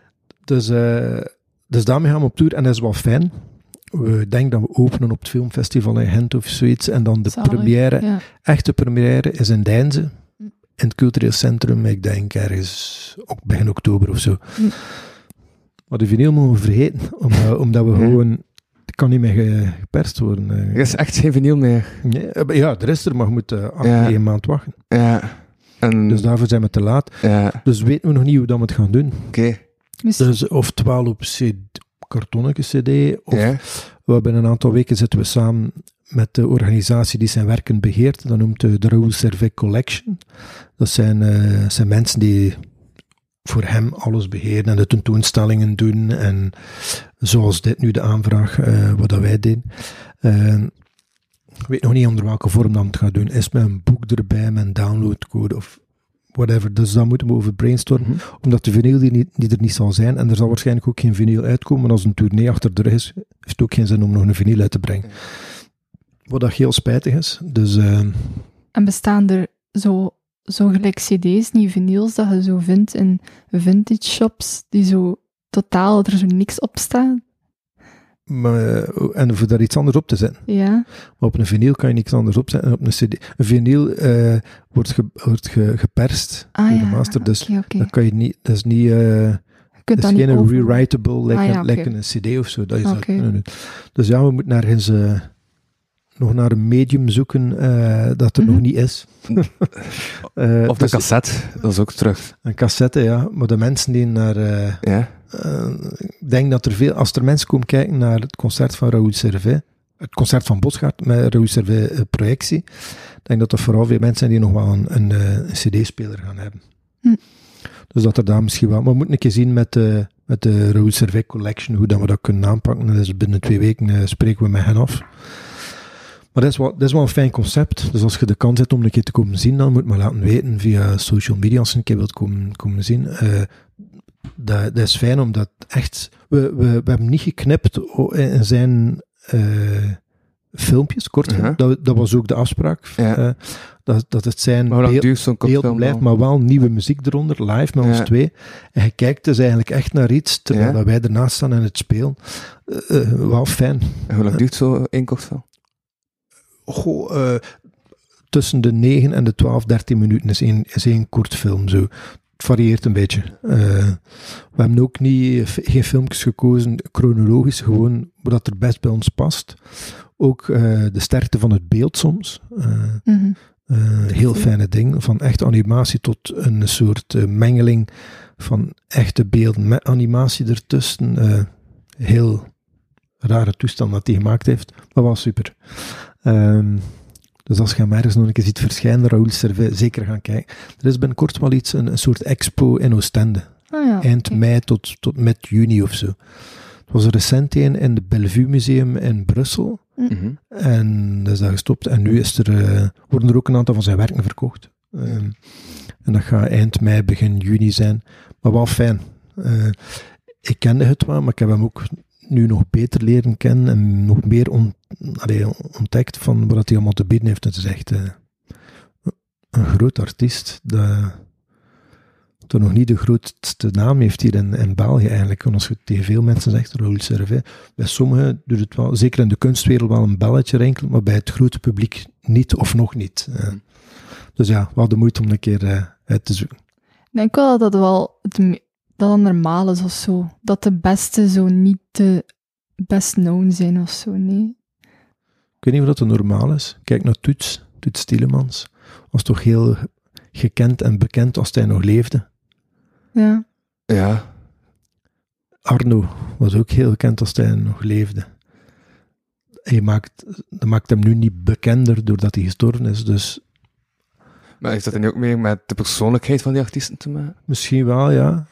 Dus daarmee gaan we op tour. En dat is wel fijn. We denken dat we openen op het filmfestival in Gent of zoiets. En dan de première, echte première, is in Deinze. In het cultureel centrum. Ik denk ergens begin oktober of zo. Maar de vinyl moeten we vergeten. Omdat we gewoon... Het kan niet meer geperst worden. Er is echt geen vinyl meer. Nee, er is er, maar je moet 8-9 maand wachten. Ja. Dus daarvoor zijn we te laat. Ja. Dus weten we nog niet hoe dat we het gaan doen. Oké. Dus oftewel op kartonnetje cd, of binnen een aantal weken zitten we samen met de organisatie die zijn werken beheert. Dat noemt de Raoul Servet Collection. Dat zijn mensen die... voor hem alles beheren en de tentoonstellingen doen en zoals dit nu de aanvraag, wat dat wij deden. Ik weet nog niet onder welke vorm dat het gaat doen. Is met een boek erbij, met een downloadcode of whatever. Dus daar moeten we over brainstormen, omdat de vinyl die er niet zal zijn, en er zal waarschijnlijk ook geen vinyl uitkomen, als een tournee achter de rug is, heeft het ook geen zin om nog een vinyl uit te brengen. Wat dat heel spijtig is. Dus, en bestaan er zo gelijk cd's, niet vinyls, dat je zo vindt in vintage shops, die zo totaal, dat er zo niks op staat. Maar, en voor daar iets anders op te zetten. Ja. Maar op een vinyl kan je niks anders opzetten. Op een cd. Een vinyl wordt geperst door de master, dus oké. dat kan je niet, dat is niet, Je kunt dat is dat niet geen over... rewritable, like een cd of zo, dat je zou kunnen doen. Dus ja, we moeten ergens nog naar een medium zoeken dat er nog niet is. Of een cassette, dat is ook terug. Een cassette, ja. Maar de mensen die naar... ik denk dat er veel... Als er mensen komen kijken naar het concert van Raoul Servet, het concert van Bosschaert met Raoul Servet projectie, ik denk dat er vooral veel mensen zijn die nog wel een cd-speler gaan hebben. Dus dat er daar misschien wel... Maar we moeten een keer zien met de Raoul Servet Collection, hoe dat we dat kunnen aanpakken. Dus binnen 2 weken spreken we met hen af. Maar dat is wel een fijn concept. Dus als je de kans hebt om een keer te komen zien, dan moet je maar laten weten via social media als je een keer wilt komen zien. Dat is fijn, omdat echt... We hebben niet geknipt in zijn filmpjes, kort. Dat was ook de afspraak. Ja. Dat het zijn beeld blijft, maar wel nieuwe muziek eronder, live met ons twee. En je kijkt dus eigenlijk echt naar iets, terwijl wij ernaast staan en het spelen. Wel fijn. En hoe lang duurt zo één kortfilm? Tussen de 9 en de 12, 13 minuten is één kortfilm zo. Het varieert een beetje. We hebben ook geen filmpjes gekozen, chronologisch, gewoon wat er best bij ons past. Ook de sterkte van het beeld soms. Heel fijne ding. Van echte animatie tot een soort mengeling van echte beelden met animatie ertussen. Heel rare toestand dat hij gemaakt heeft, maar wel super. Dus als je hem ergens nog een keer ziet verschijnen, Raoul Servet, zeker gaan kijken. Er is binnenkort wel iets, een soort expo in Oostende. Eind mei tot met juni of zo. Het was er recent een in het Bellevue Museum in Brussel. En dat is daar gestopt. En nu worden er ook een aantal van zijn werken verkocht. En dat gaat eind mei, begin juni zijn. Maar wel fijn. Ik kende het wel, maar ik heb hem ook nu nog beter leren kennen en nog meer ontdekt van wat hij allemaal te bieden heeft. Het is echt een groot artiest dat nog niet de grootste naam heeft hier in België eigenlijk. Want als je tegen veel mensen zegt, Raoul Servet, bij sommigen doet het wel, zeker in de kunstwereld, wel een belletje rinkelen, maar bij het grote publiek niet of nog niet. Dus ja, wel de moeite om een keer uit te zoeken. Ik denk wel dat wel dat normaal is of zo. Dat de beste zo niet de best known zijn of zo, nee. Ik weet niet of dat normaal is. Kijk naar Toets Tielemans. Was toch heel gekend en bekend als hij nog leefde. Ja. Arno was ook heel bekend als hij nog leefde. Dat maakt hem nu niet bekender doordat hij gestorven is, dus... Maar is dat dan ook meer met de persoonlijkheid van die artiesten te maken? Misschien wel, ja.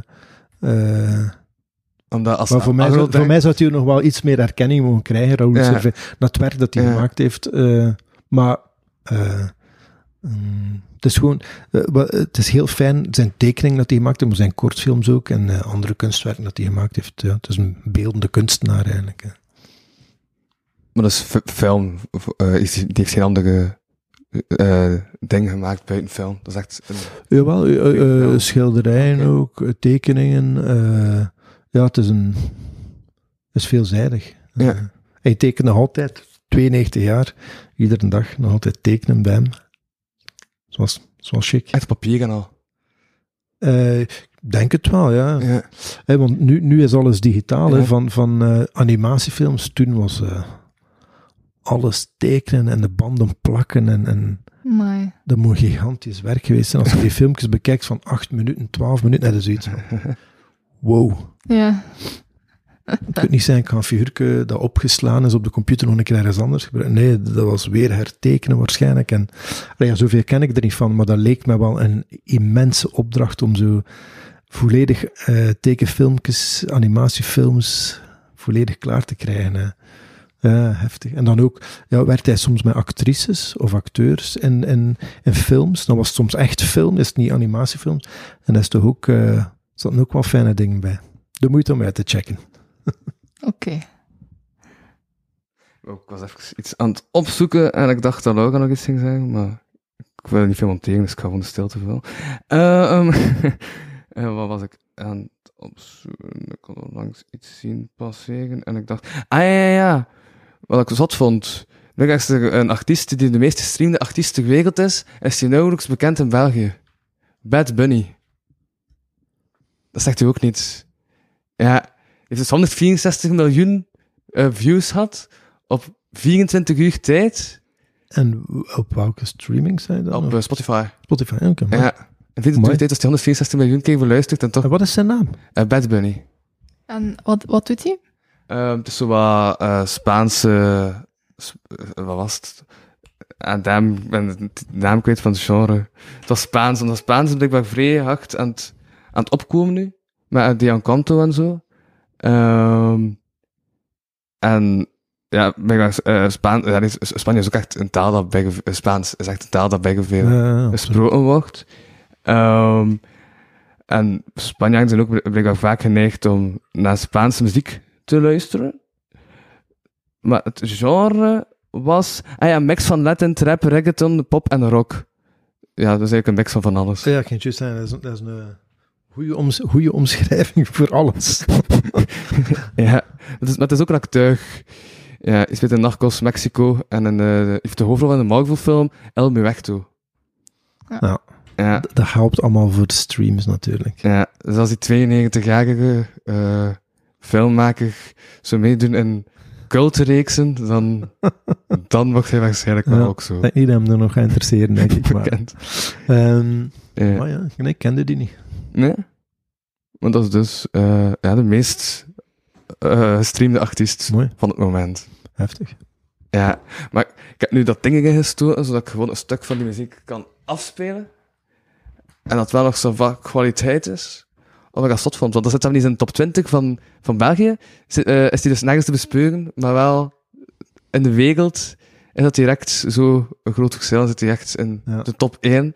Omdat als maar voor mij zou hij nog wel iets meer erkenning mogen krijgen, Raoul Servet, dat werk dat hij gemaakt heeft. Maar het is gewoon... het is heel fijn, zijn tekening dat hij gemaakt heeft, maar zijn kortfilms ook, en andere kunstwerken dat hij gemaakt heeft. Ja, het is een beeldende kunstenaar eigenlijk. Maar dat is film. Die heeft geen andere... dingen gemaakt buiten film. Dat is echt... Jawel, schilderijen ook, tekeningen. Ja, het is veelzijdig. Hij tekent nog altijd, 92 jaar, iedere dag nog altijd tekenen bij hem. Dat was chic. Echt papier en al? Ik denk het wel, ja. Want nu is alles digitaal, van animatiefilms. Toen was... alles tekenen en de banden plakken en dat moet gigantisch werk geweest zijn. Als je die filmpjes bekijkt van 8 minuten, 12 minuten, dat is zoiets van, wow. Ja. Het kan niet zijn, ik ga een figuurtje dat opgeslaan is op de computer nog een keer ergens anders gebruiken. Nee, dat was weer hertekenen waarschijnlijk. En zoveel ken ik er niet van, maar dat leek me wel een immense opdracht om zo volledig tekenfilmpjes, animatiefilms, volledig klaar te krijgen. Ja, heftig. En dan ook werkt hij soms met actrices of acteurs in films. Dan was het soms echt film, is het niet animatiefilms. En daar is toch ook, zaten ook wel fijne dingen bij. De moeite om uit te checken. Oké. Ik was even iets aan het opzoeken en ik dacht dat Laura nog iets ging zeggen, maar ik wil niet veel monteren, dus ik ga gewoon de stilte vullen. Wat was ik? aan het opzoeken. Ik kon onlangs iets zien passeren. En ik dacht... ja. Wat ik zot vond. Nu is er een artiest die de meest gestreamde artiest ter wereld is die nauwelijks bekend in België. Bad Bunny. Dat zegt u ook niet. Ja, hij heeft dus 164 miljoen views gehad op 24 uur tijd. En op welke streaming zijn dan? Op Spotify. Spotify, oké. Ja. In 24 uur tijd is hij 164 miljoen keer beluisterd en toch... En wat is zijn naam? Bad Bunny. En wat doet hij? Het is zo wat Spaanse... wat was het? Ik ben de naam kwijt van het genre. Het was Spaans, omdat Spaans is blijkbaar vrij hard aan het opkomen nu. Met die Encanto en zo. En ja, Spanje is ook echt een taal dat Spaans is echt een taal dat bij veel gesproken wordt. En Spanjaarden zijn ook blijkbaar vaak geneigd om naar Spaanse muziek te luisteren. Maar het genre was een mix van Latin, trap, reggaeton, pop en rock. Ja, dat is eigenlijk een mix van alles. Ja, ik kan het juist zeggen, dat is een goede omschrijving voor alles. Ja, maar het is ook een acteur. Ja, hij speelt in Narcos Mexico en heeft de hoofdrol in de Marvel-film El Muerto. Ja. Dat helpt allemaal voor de streams natuurlijk. Ja, dus als die 92-jarige filmmaker zou meedoen in cultreeksen, dan wordt hij waarschijnlijk wel ook zo. Ik denk niet dat hem er nog gaat interesseren, denk ik. Maar. Maar ja, ik kende die niet. Nee? Want dat is dus de meest gestreamde artiest van het moment. Heftig. Ja, maar ik heb nu dat ding ingestoten, zodat ik gewoon een stuk van die muziek kan afspelen. En dat wel nog zo wat kwaliteit is. Wat ik dat zot vond, want dat zit dan niet in de top 20 van België. Is die dus nergens te bespeuren, maar wel in de wereld is dat direct zo een groot verschil. Zit hij echt in de top 1.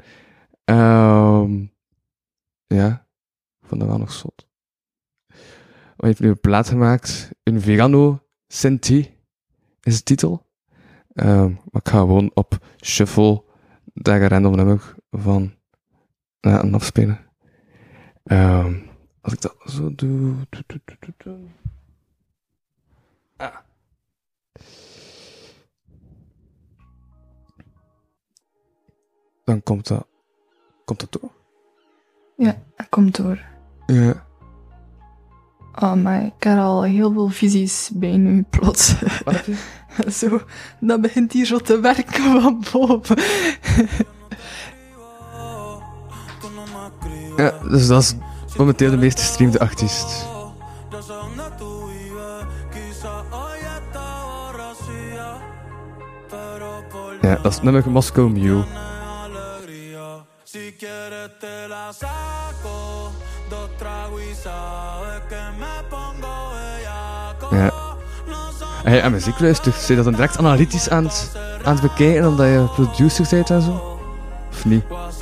Ja, ik vond dat wel nog zot. Hij heeft nu een plaat gemaakt. Un Verano Senti is de titel. Maar ik ga gewoon op shuffle daar een random nummer van aan afspelen. Als ik dat zo doe... Dan komt dat door. Ja, dat komt door. Ja. Oh, maar ik heb al heel veel visies bij nu, plots. Wat heb je? Zo, dat begint hier zo te werken van boven. Ja, dus dat is momenteel de meest gestreamde artiest. Ja, dat is het nummer Moscow Mule. Ja. Hey, en muziek luistert, zie je dat dan direct analytisch aan het bekijken, omdat je producer bent en zo? Of niet?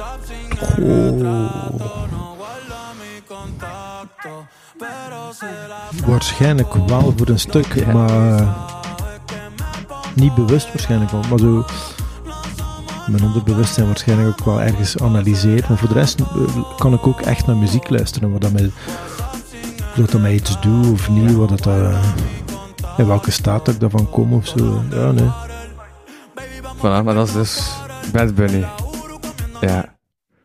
Waarschijnlijk wel voor een stuk, maar niet bewust waarschijnlijk wel. Maar zo, mijn onderbewustzijn waarschijnlijk ook wel ergens analyseren. Maar voor de rest kan ik ook echt naar muziek luisteren. Wat dat mij iets doet of niet, wat dat, in welke staat ik daarvan kom of zo. Ja, nee. Voilà, maar dat is dus Bad Bunny. Ja.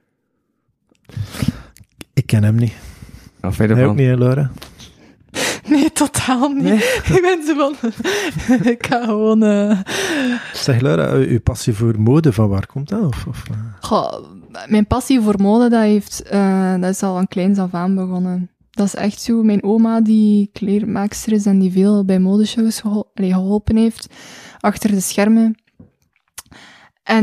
Ik ken hem niet. Of weet je Hij van? ook niet, hè, Laura? Nee, totaal niet. Nee? Ik ben zo van... ik ga gewoon... Zeg Laura, uw passie voor mode, van waar komt dat? Goh, mijn passie voor mode, dat is al van kleins af aan begonnen. Dat is echt zo. Mijn oma, die kleermaakster is en die veel bij modeshows geholpen heeft, achter de schermen. En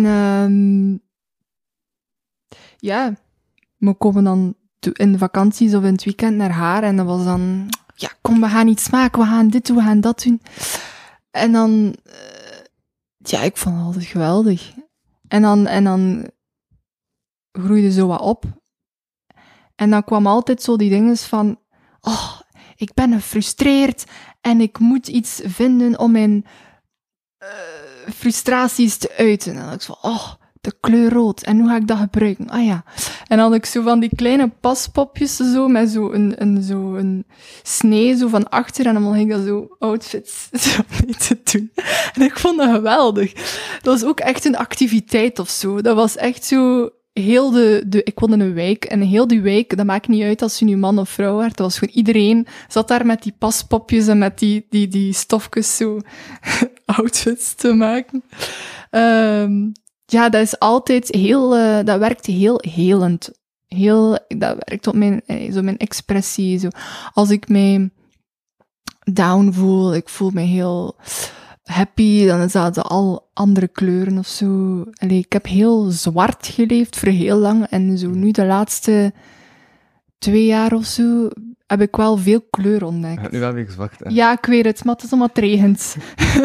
we komen dan in de vakanties of in het weekend naar haar en dat was dan... Ja, kom, we gaan iets maken, we gaan dit doen, we gaan dat doen. En dan... ik vond het altijd geweldig. En dan groeide zo wat op. En dan kwam altijd zo die dingen van... Oh, ik ben gefrustreerd en ik moet iets vinden om mijn frustraties te uiten. En dan dacht ik van... Oh, de kleur rood. En hoe ga ik dat gebruiken? Ah ja. En dan had ik zo van die kleine paspopjes zo, met zo een snee zo van achter. En dan ging ik dat zo outfits zo mee te doen. En ik vond dat geweldig. Dat was ook echt een activiteit of zo. Dat was echt zo... ik woonde in een wijk, en heel die wijk, dat maakt niet uit als je nu man of vrouw werd, dat was gewoon iedereen zat daar met die paspopjes en met die stofjes zo outfits te maken. Ja, dat is altijd heel, dat werkt heel helend. Dat werkt op mijn expressie, zo. Als ik mij down voel, ik voel me heel happy, dan is dat al andere kleuren of zo. Allee, ik heb heel zwart geleefd voor heel lang en zo nu de laatste 2 jaar of zo heb ik wel veel kleur ontdekt. Ja, nu wel weer zwart, hè? Ja, ik weet het, maar het is allemaal regent.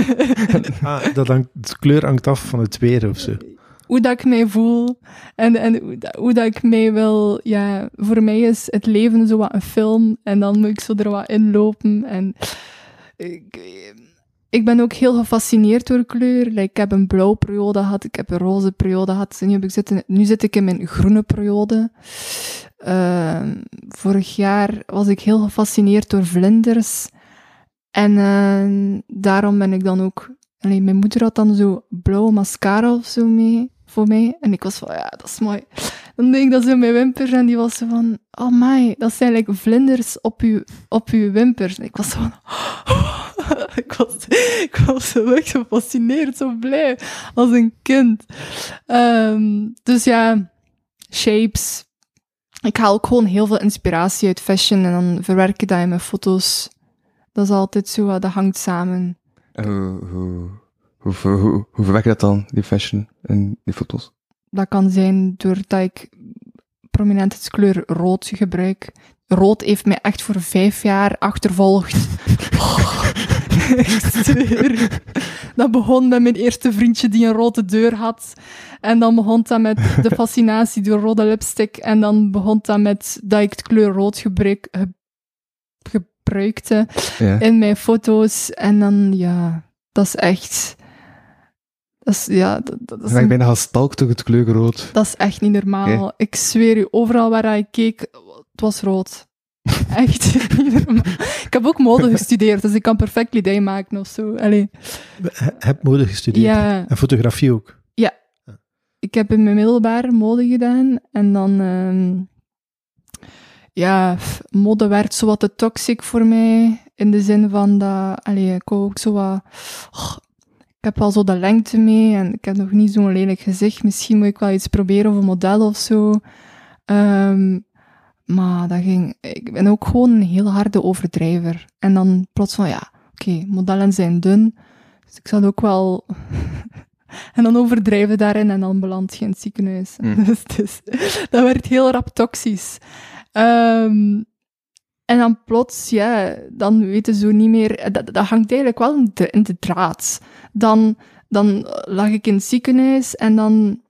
De kleur hangt af van het weer of zo. Hoe dat ik mij voel en hoe dat ik mij wil... Ja, voor mij is het leven zo wat een film en dan moet ik zo er wat in lopen en... Ik ben ook heel gefascineerd door kleur. Like, ik heb een blauwe periode gehad, ik heb een roze periode gehad. Nu zit ik in mijn groene periode. Vorig jaar was ik heel gefascineerd door vlinders. En daarom ben ik dan ook... mijn moeder had dan zo blauwe mascara of zo mee voor mij. En ik was van, ja, dat is mooi. Dan deed ik dat zo in mijn wimpers en die was zo van... Oh my, dat zijn like vlinders op uw wimpers. En ik was zo van... Ik was zo echt gefascineerd, zo blij, als een kind. Dus ja, shapes. Ik haal ook gewoon heel veel inspiratie uit fashion en dan verwerk ik dat in mijn foto's. Dat is altijd zo, dat hangt samen. Hoe verwerk je dat dan, die fashion en die foto's? Dat kan zijn doordat ik prominentheidskleur rood gebruik. Rood heeft mij echt voor 5 jaar achtervolgd. Ik zweer. Dat begon met mijn eerste vriendje die een rode deur had. En dan begon dat met de fascinatie door rode lipstick. En dan begon dat met dat ik de kleur rood gebruikte in mijn foto's. En dan, ja, dat is echt... Dat is ik bijna gestalkt door het kleur rood. Dat is echt niet normaal. Okay. Ik zweer u, overal waar ik keek, het was rood. Echt niet normaal. Ik heb ook mode gestudeerd, dus ik kan perfect kledij maken of zo. Allee. Heb mode gestudeerd? Ja. En fotografie ook? Ja. Ik heb in mijn middelbaar mode gedaan en dan... mode werd zo wat te toxic voor mij, in de zin van dat... ik wou ook zo wat... ik heb al zo de lengte mee en ik heb nog niet zo'n lelijk gezicht. Misschien moet ik wel iets proberen of een model of zo. Maar dat ging... Ik ben ook gewoon een heel harde overdrijver. En dan plots van, oké, modellen zijn dun. Dus ik zat ook wel... en dan overdrijven daarin en dan beland je in het ziekenhuis. Dus dat werd heel rap toxisch. En dan plots, dan weten ze zo niet meer... Dat hangt eigenlijk wel in de draad. Dan lag ik in het ziekenhuis en dan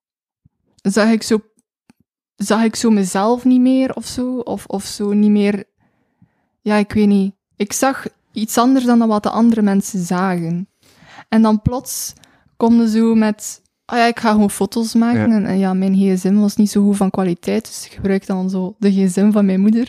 zag ik zo mezelf niet meer of zo. Of zo niet meer... Ja, ik weet niet. Ik zag iets anders dan wat de andere mensen zagen. En dan plots komde zo met... ik ga gewoon foto's maken. Ja. En mijn gsm was niet zo goed van kwaliteit, dus ik gebruikte dan zo de gsm van mijn moeder.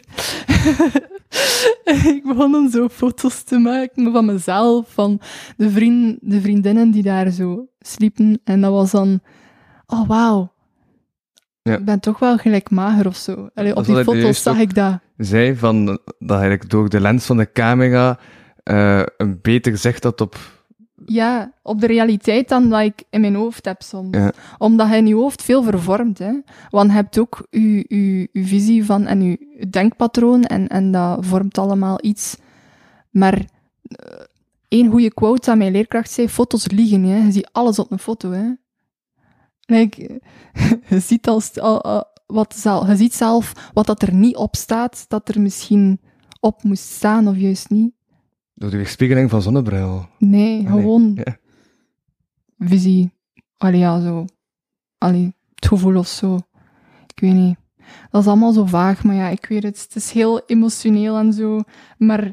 Ik begon dan zo foto's te maken van mezelf, van de vriendinnen die daar zo sliepen. En dat was dan... Oh, wauw. Ja. Ik ben toch wel gelijk mager of zo. Op die foto's zag ik dat. Zij van dat eigenlijk door de lens van de camera een beter zicht had op de realiteit dan dat ik in mijn hoofd heb soms. Ja. Omdat hij in je hoofd veel vervormt. Hè. Want je hebt ook je visie van en je denkpatroon en dat vormt allemaal iets. Maar één goede quote aan mijn leerkracht zei, foto's liegen. Hè. Je ziet alles op een foto. Hè. Je ziet zelf wat dat er niet op staat, dat er misschien op moest staan of juist niet. Door de weerspiegeling van zonnebril? Nee, gewoon visie. Zo. Het gevoel of zo. Ik weet niet. Dat is allemaal zo vaag, maar ik weet het. Het is heel emotioneel en zo. Maar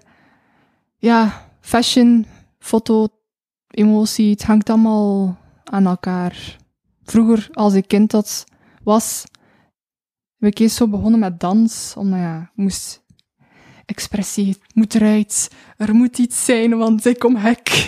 fashion, foto, emotie, het hangt allemaal aan elkaar. Vroeger, als ik kind was, heb ik eerst zo begonnen met dans, omdat ja, moest expressie, het moet eruit, er moet iets zijn, want ik kom hek.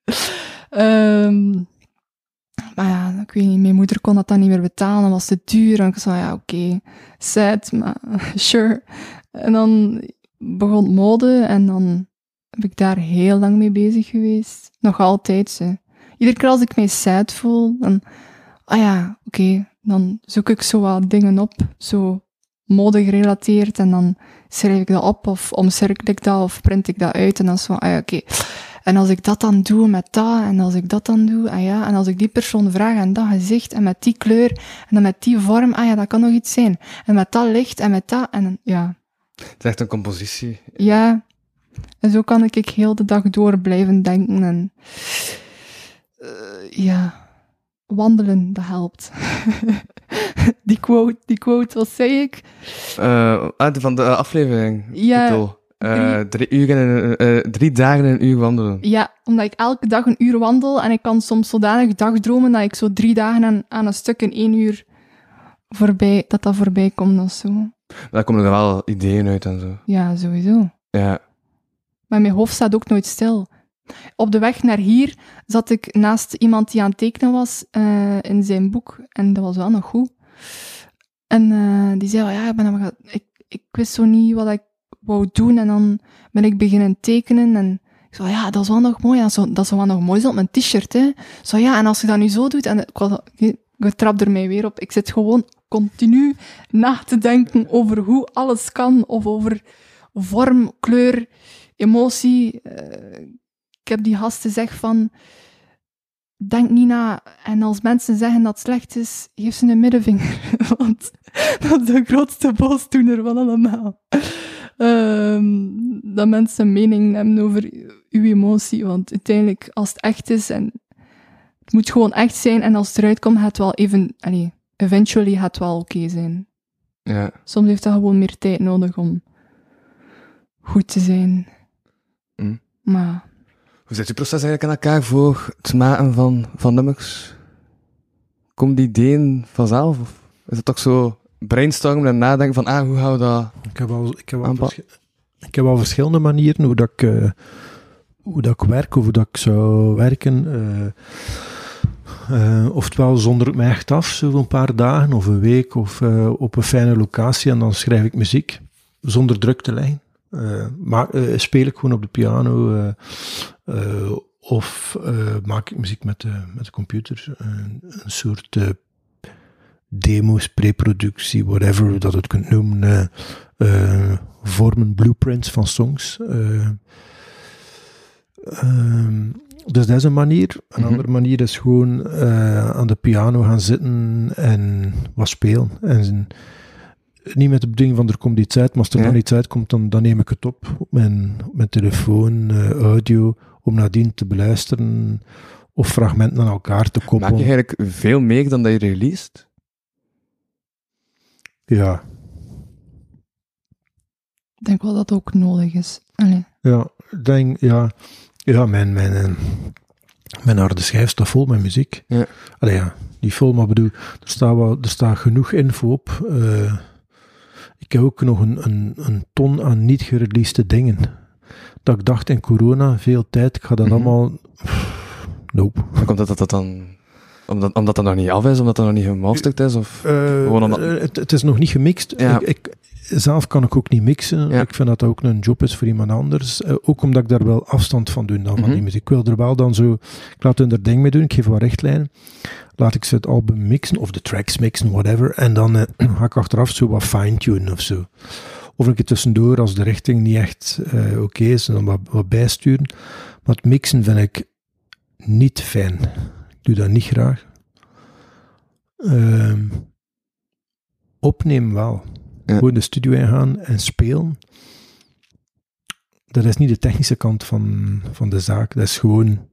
Maar ja, ik weet niet, mijn moeder kon dat dan niet meer betalen, dat was te duur. En ik zei, ja, oké, sad, maar sure. En dan begon mode en dan heb ik daar heel lang mee bezig geweest. Nog altijd, hè. Iedere keer als ik mij sad voel, dan, oké, dan zoek ik zo wat dingen op, zo mode gerelateerd, en dan schrijf ik dat op, of omcirkel ik dat, of print ik dat uit, en dan zo, oké. En als ik dat dan doe met dat, en als ik dat dan doe, en als ik die persoon vraag, en dat gezicht, en met die kleur, en dan met die vorm, dat kan nog iets zijn. En met dat licht, en met dat, en ja. Het is echt een compositie. Ja. En zo kan ik heel de dag door blijven denken, en wandelen, dat helpt. Die quote, wat zei ik? Van de aflevering. Ja. Titel. 3 dagen en een uur wandelen. Ja, omdat ik elke dag een uur wandel en ik kan soms zodanig dagdromen dat ik zo 3 dagen aan een stuk in 1 uur voorbij komt of zo. Daar komen er wel ideeën uit en zo. Ja, sowieso. Ja. Maar mijn hoofd staat ook nooit stil. Op de weg naar hier zat ik naast iemand die aan het tekenen was in zijn boek. En dat was wel nog goed. En die zei, ik wist zo niet wat ik wou doen. En dan ben ik beginnen tekenen. En ik zei, ja, dat is wel nog mooi. Dat zou wel nog mooi zijn op mijn t-shirt, hè. Zo, ja, en als je dat nu zo doet... En ik trap er mij weer op. Ik zit gewoon continu na te denken over hoe alles kan. Of over vorm, kleur, emotie. Ik heb die gasten gezegd van... Denk niet na. En als mensen zeggen dat het slecht is, geef ze een middenvinger. Want dat is de grootste boosdoener van allemaal. Dat mensen een mening hebben over uw emotie. Want uiteindelijk, als het echt is, en het moet gewoon echt zijn, en als het eruit komt, gaat het wel eventually gaat het wel oké zijn. Ja. Soms heeft dat gewoon meer tijd nodig om goed te zijn. Maar... Hoe zit je proces eigenlijk in elkaar voor het maken van nummers? Komen die ideeën vanzelf? Of is het toch zo brainstormen en nadenken van, hoe gaan we dat Ik heb al verschillende manieren hoe dat ik werk, of hoe dat ik zou werken. Oftewel zonder het mij echt af, zo een paar dagen of een week, of op een fijne locatie, en dan schrijf ik muziek, zonder druk te leggen. Speel ik gewoon op de piano, of maak ik muziek met de computer. Een soort demo's, preproductie, whatever je dat kunt noemen. Vormen, blueprints van songs. Dus dat is een manier. Een andere manier is gewoon aan de piano gaan zitten en wat spelen. En niet met de bedoeling van er komt iets uit, maar als er dan iets uitkomt, dan neem ik het op mijn telefoon, audio, om nadien te beluisteren of fragmenten aan elkaar te koppelen. Maak je eigenlijk veel meer dan dat je released? Ja. Ik denk wel dat het ook nodig is. Allee. Ja, mijn harde schijf staat vol met muziek. Ja. Allee, ja, niet vol, maar bedoel, er staat genoeg info op. Ik heb ook nog een ton aan niet gereleasede dingen. Dat ik dacht in corona, veel tijd, ik ga dat allemaal... Nope. Maar komt dat dan... Omdat dat nog niet af is, omdat dat nog niet gemasterd is? Of gewoon omdat... Het is nog niet gemixt. Ja. Zelf kan ik ook niet mixen. Ja. Ik vind dat ook een job is voor iemand anders. Ook omdat ik daar wel afstand van doe, van die muziek. Ik wil er wel dan zo... Ik laat hun er ding mee doen, ik geef wat richtlijnen. Laat ik ze het album mixen, of de tracks mixen, whatever. En dan ga ik achteraf zo wat fine-tunen of zo. Of een keer tussendoor, als de richting niet echt oké is, dan wat bijsturen. Maar het mixen vind ik niet fijn. Ik doe dat niet graag. Opnemen wel. Ja. Gewoon de studio ingaan en spelen. Dat is niet de technische kant van de zaak. Dat is gewoon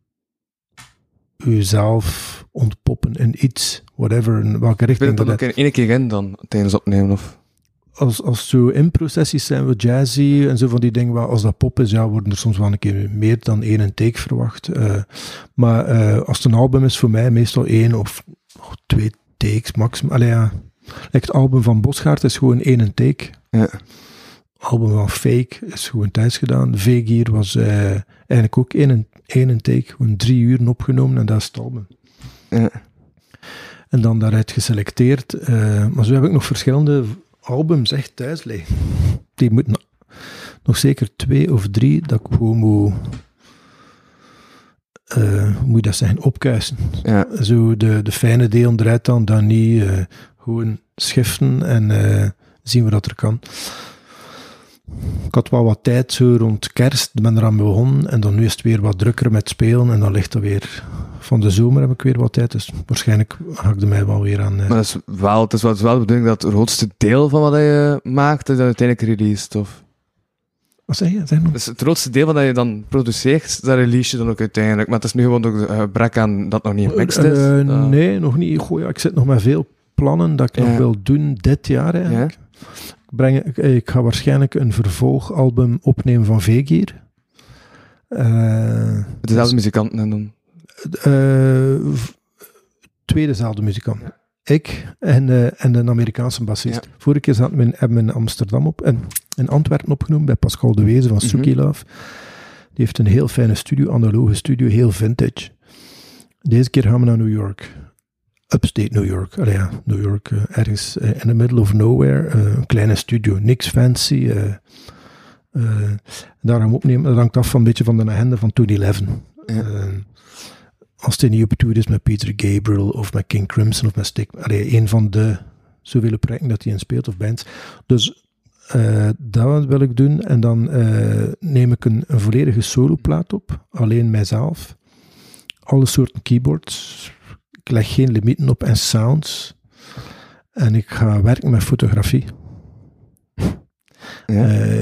jezelf ontpoppen in iets, whatever, in welke richting. Speel het dan ook één keer in dan, tijdens opnemen? Of? Als zo in-processies zijn we jazzy en zo van die dingen, waar als dat pop is, ja, worden er soms wel een keer meer dan 1 take verwacht. Maar als het een album is, voor mij meestal 1 of 2 takes maximum. Allee, ja. Het album van Bosgaard is gewoon 1 take. Ja. Het album van Fake is gewoon thuis gedaan. Vegier was eigenlijk ook 1 take. Gewoon 3 uur opgenomen en dat is het album. Ja. En dan daaruit geselecteerd. Maar zo heb ik nog verschillende albums echt thuis liggen. Die moeten nog zeker 2 of 3 dat ik gewoon moet... hoe moet je dat zeggen? Opkuisen. Ja. Zo de fijne delen eruit dan niet gewoon schiften en zien wat er kan. Ik had wel wat tijd zo rond kerst, ben eraan begonnen en dan nu is het weer wat drukker met spelen en dan ligt het weer... Van de zomer heb ik weer wat tijd, dus waarschijnlijk ga ik er mij wel weer aan... Maar het is wel de bedoeling dat het grootste deel van wat je maakt, is dan uiteindelijk released, of? Wat zeg je? Zeg nog? Dus het grootste deel wat je dan produceert, dat release je dan ook uiteindelijk. Maar het is nu gewoon ook een gebrek aan dat nog niet gemixt is. Nee, nog niet. Goh, ja, ik zit nog met veel plannen dat ik nog wil doen dit jaar eigenlijk. Ja? Ik ga waarschijnlijk een vervolgalbum opnemen van Vegier. Dezelfde muzikanten en dan? Tweedezelfde muzikant. Ja. Ik en een Amerikaanse bassist. Ja. Vorige keer hebben we in Amsterdam in Antwerpen opgenomen, bij Pascal de Wezen van Suki Love. Die heeft een heel fijne studio, analoge studio, heel vintage. Deze keer gaan we naar New York. Upstate New York. Allee, ja, New York, ergens in the middle of nowhere. Een kleine studio, niks fancy. Daar gaan we opnemen. Dat hangt af van een beetje van de agenda van 2011. Ja. Als hij niet op tour is met Peter Gabriel of met King Crimson of met Stick. Een van de zoveel projecten dat hij in speelt of bands. Dus dat wil ik doen. En dan neem ik een volledige soloplaat op. Alleen mijzelf. Alle soorten keyboards. Ik leg geen limieten op en sounds. En ik ga werken met fotografie. Ja.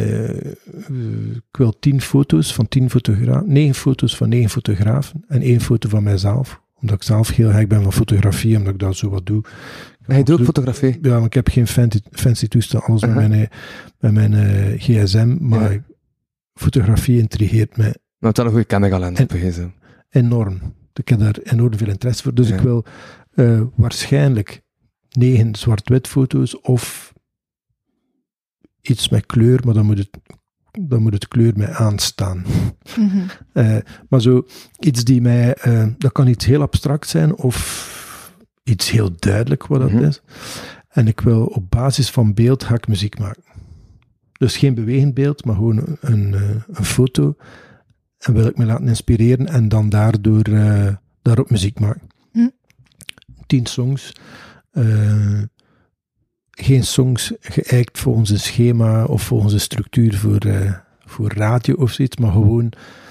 Ik wil 10 foto's van 10 fotografen, 9 foto's van 9 fotografen en 1 foto van mijzelf. Omdat ik zelf heel gek ben van fotografie, omdat ik dat zo wat doe. Hij doet ook fotografie? Ja, maar ik heb geen fancy toestel, alles met mijn gsm, maar fotografie intrigeert mij. Maar het is wel een goede camera-lens op gsm. Enorm. Ik heb daar enorm veel interesse voor. Dus ik wil waarschijnlijk 9 zwart-wit foto's of iets met kleur, maar dan moet het kleur mij aanstaan. Mm-hmm. Maar zo iets die mij... dat kan iets heel abstract zijn of iets heel duidelijk wat dat is. En ik wil op basis van beeld ga ik muziek maken. Dus geen bewegend beeld, maar gewoon een foto. En wil ik me laten inspireren en dan daarop muziek maken. 10 songs. Geen songs geëikt volgens een schema of volgens een structuur voor radio of zoiets, maar gewoon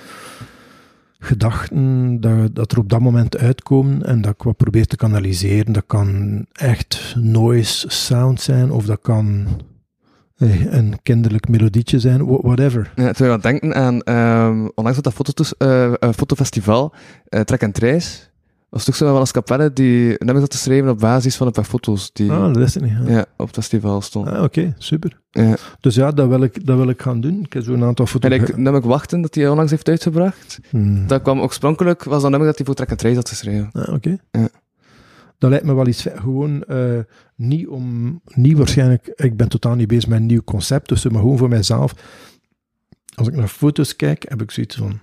gedachten dat er op dat moment uitkomen en dat ik wat probeer te kanaliseren. Dat kan echt noise sound zijn of dat kan een kinderlijk melodietje zijn, whatever. Ja, toen we aan het denken aan, onlangs dat fotofestival, Trek en Trace, was toch zo wel eens Capelle die nummers had geschreven op basis van een paar foto's die dat is het niet. Ja, op het festival stonden. Oké, super. Ja. Dus ja, dat wil ik gaan doen. Ik heb zo'n aantal foto's. En ik namelijk Wachten, dat hij onlangs heeft uitgebracht. Dat kwam oorspronkelijk, was dat nummer dat hij voor Trek en Trace had geschreven. Oké. Ja. Dat lijkt me wel iets... Gewoon niet waarschijnlijk... Ik ben totaal niet bezig met een nieuw concept, dus maar gewoon voor mijzelf. Als ik naar foto's kijk, heb ik zoiets van...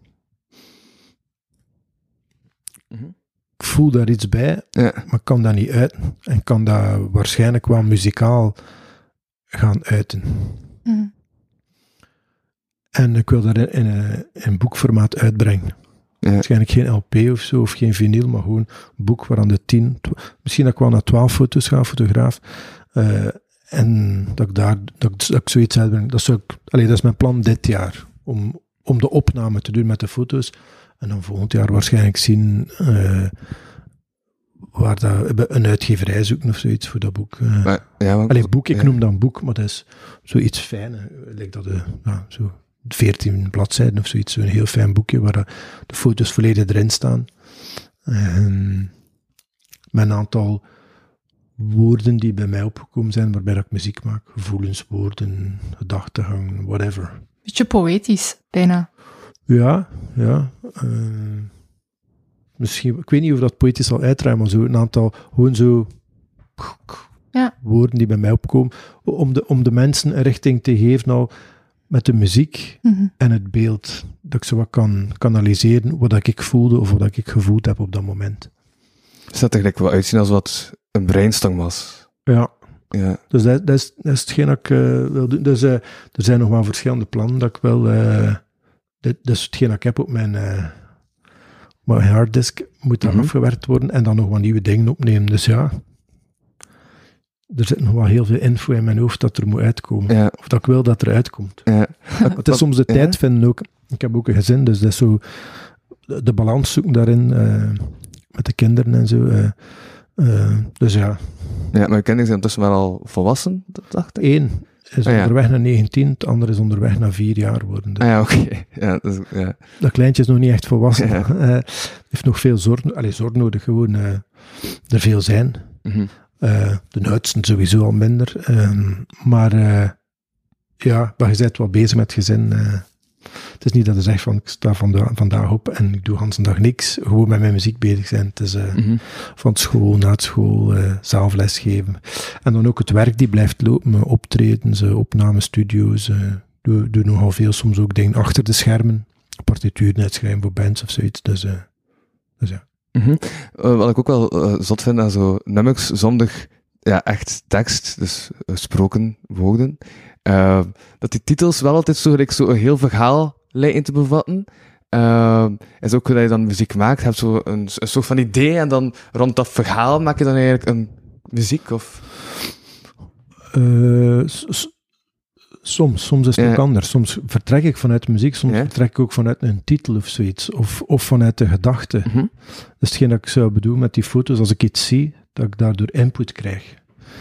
Ik voel daar iets bij, maar kan dat niet uiten. En kan dat waarschijnlijk wel muzikaal gaan uiten. En ik wil dat in boekformaat uitbrengen. Ja. Waarschijnlijk geen LP of zo, of geen vinyl, maar gewoon een boek waaraan de 10... Misschien dat ik wel naar 12 foto's ga, fotograaf. En dat ik zoiets uitbreng. Dat is mijn plan dit jaar. Om de opname te doen met de foto's. En dan volgend jaar waarschijnlijk zien waar een uitgeverij zoeken of zoiets voor dat boek. Ik noem dat een boek, maar dat is zoiets fijn. Lijkt dat zo 14 bladzijden of zoiets. Zo'n heel fijn boekje waar de foto's volledig erin staan. Met een aantal woorden die bij mij opgekomen zijn, waarbij ik muziek maak. Gevoelenswoorden, gedachtegang, whatever. Beetje poëtisch, bijna. Ja. misschien, ik weet niet of dat poëtisch zal uitdraaien, maar zo een aantal gewoon zo woorden die bij mij opkomen, om de mensen een richting te geven nou, met de muziek en het beeld. Dat ik zo wat kan kanaliseren wat ik voelde of wat ik gevoeld heb op dat moment. Dus dat er gelijk wel uitzien als wat een brainstorm was. Ja. Ja. Dus dat is hetgeen dat ik wil doen. Dus er zijn nog wel verschillende plannen dat ik wel... dat is hetgeen dat ik heb op mijn harddisk. Moet dan afgewerkt worden en dan nog wat nieuwe dingen opnemen. Dus ja, er zit nog wel heel veel info in mijn hoofd dat er moet uitkomen. Ja. Of dat ik wil dat er uitkomt. Ja. Het is soms de tijd vinden ook. Ik heb ook een gezin, dus dat is zo... De balans zoeken daarin, met de kinderen en zo. Dus ja. Ja, maar je kinderen zijn intussen wel al volwassen, dacht ik? 1 is onderweg naar 19, het andere is onderweg naar 4 jaar worden. Dus. Oké. Ja, dus, ja. Dat kleintje is nog niet echt volwassen. Heeft nog veel zorg nodig, gewoon er veel zijn. De oudsten sowieso al minder. Maar je bent wel bezig met het gezin. Het is niet dat je zegt van ik sta vandaag op en ik doe de hele dag niks, gewoon met mijn muziek bezig zijn. Het is van school, na school, zelf lesgeven. En dan ook het werk die blijft lopen, optredens, opnamestudio's. Doe nogal veel, soms ook dingen achter de schermen, partituren uitschrijven voor bands of zoiets. Dus ja. Wat ik ook wel zot vind aan zo nummers zonder echt tekst, dus gesproken woorden, dat die titels wel altijd zo een heel verhaal lijken te bevatten. Is ook hoe dat je dan muziek maakt, heb zo een soort van idee en dan rond dat verhaal maak je dan eigenlijk een muziek, of? Soms is het ook anders. Soms vertrek ik vanuit muziek, soms vertrek ik ook vanuit een titel of zoiets, of vanuit de gedachte. Dat is hetgeen dat ik zou bedoelen met die foto's, als ik iets zie, dat ik daardoor input krijg.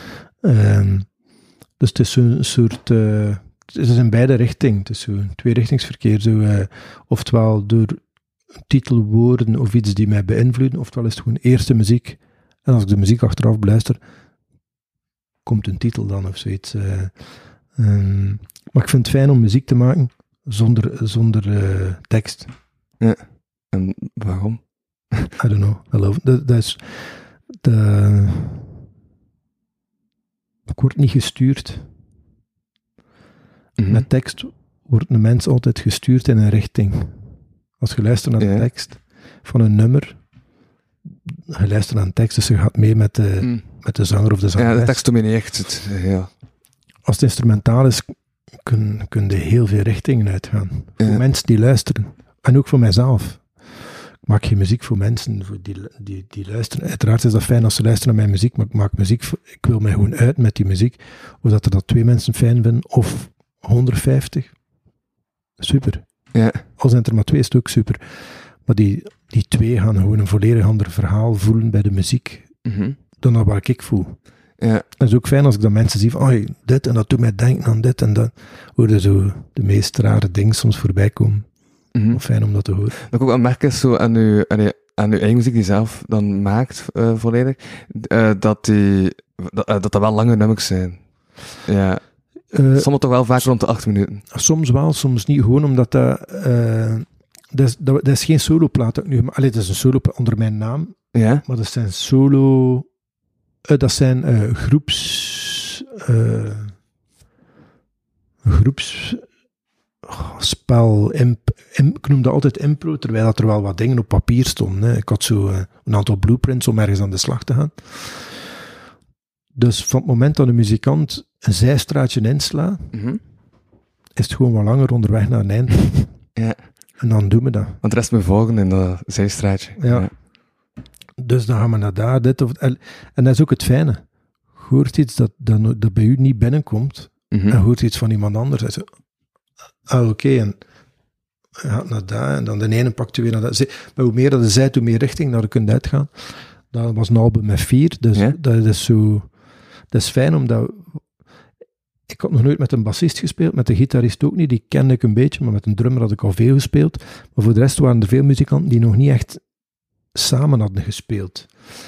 Dus het is zo'n soort... het is in beide richtingen. Het is zo'n tweerichtingsverkeer. Oftewel door titelwoorden of iets die mij beïnvloeden, oftewel is het gewoon eerst de muziek. En als ik de muziek achteraf beluister, komt een titel dan of zoiets. Maar ik vind het fijn om muziek te maken zonder tekst. Ja. En waarom? I don't know. Dat is... Ik word niet gestuurd. Met tekst wordt een mens altijd gestuurd in een richting. Als je luistert naar de tekst van een nummer, je luistert naar een tekst, dus je gaat mee met de zanger of de zangeres. Ja, de tekst domineert het. Ja. Als het instrumentaal is, kun je heel veel richtingen uitgaan. Voor mensen die luisteren. En ook voor mijzelf. Ik maak geen muziek voor mensen die luisteren. Uiteraard is dat fijn als ze luisteren naar mijn muziek, maar ik maak muziek, ik wil mij gewoon uit met die muziek. Of dat 2 mensen fijn vinden, of 150. Super. Ja. Al zijn er maar 2, is het ook super. Maar die 2 gaan gewoon een volledig ander verhaal voelen bij de muziek, dan wat ik voel. Ja. Het is ook fijn als ik dan mensen zie van, dit en dat doet mij denken aan dit en dat. Hoor zo de meest rare dingen soms voorbij komen. Fijn om dat te horen. Wat ik ook wel merk is zo aan uw eigen muziek die je zelf dan maakt, volledig, dat wel lange nummers zijn. Ja. Soms toch wel vaak rond de 8 minuten. Soms wel, soms niet. Gewoon omdat dat is geen soloplaat dat ik nu... dat is een soloplaat onder mijn naam. Ja. Maar dat zijn solo... dat zijn groepsspel, ik noem dat altijd impro, terwijl dat er wel wat dingen op papier stonden. Hè. Ik had zo een aantal blueprints om ergens aan de slag te gaan. Dus van het moment dat een muzikant een zijstraatje inslaat, is het gewoon wat langer onderweg naar een eind. Ja. En dan doen we dat. Want de rest moet volgen in dat zijstraatje. Ja. Dus dan gaan we naar daar, dit of... En dat is ook het fijne. Je hoort iets dat bij u niet binnenkomt, en hoort iets van iemand anders. En zo, oké, en je gaat naar daar, en dan de ene pakt u weer naar dat. Maar hoe meer dat je zijt, hoe meer richting dat je kunt uitgaan. Dat was een album met 4, dus dat is zo... Dat is fijn, omdat... Ik had nog nooit met een bassist gespeeld, met een gitarist ook niet, die kende ik een beetje, maar met een drummer had ik al veel gespeeld. Maar voor de rest waren er veel muzikanten die nog niet echt samen hadden gespeeld.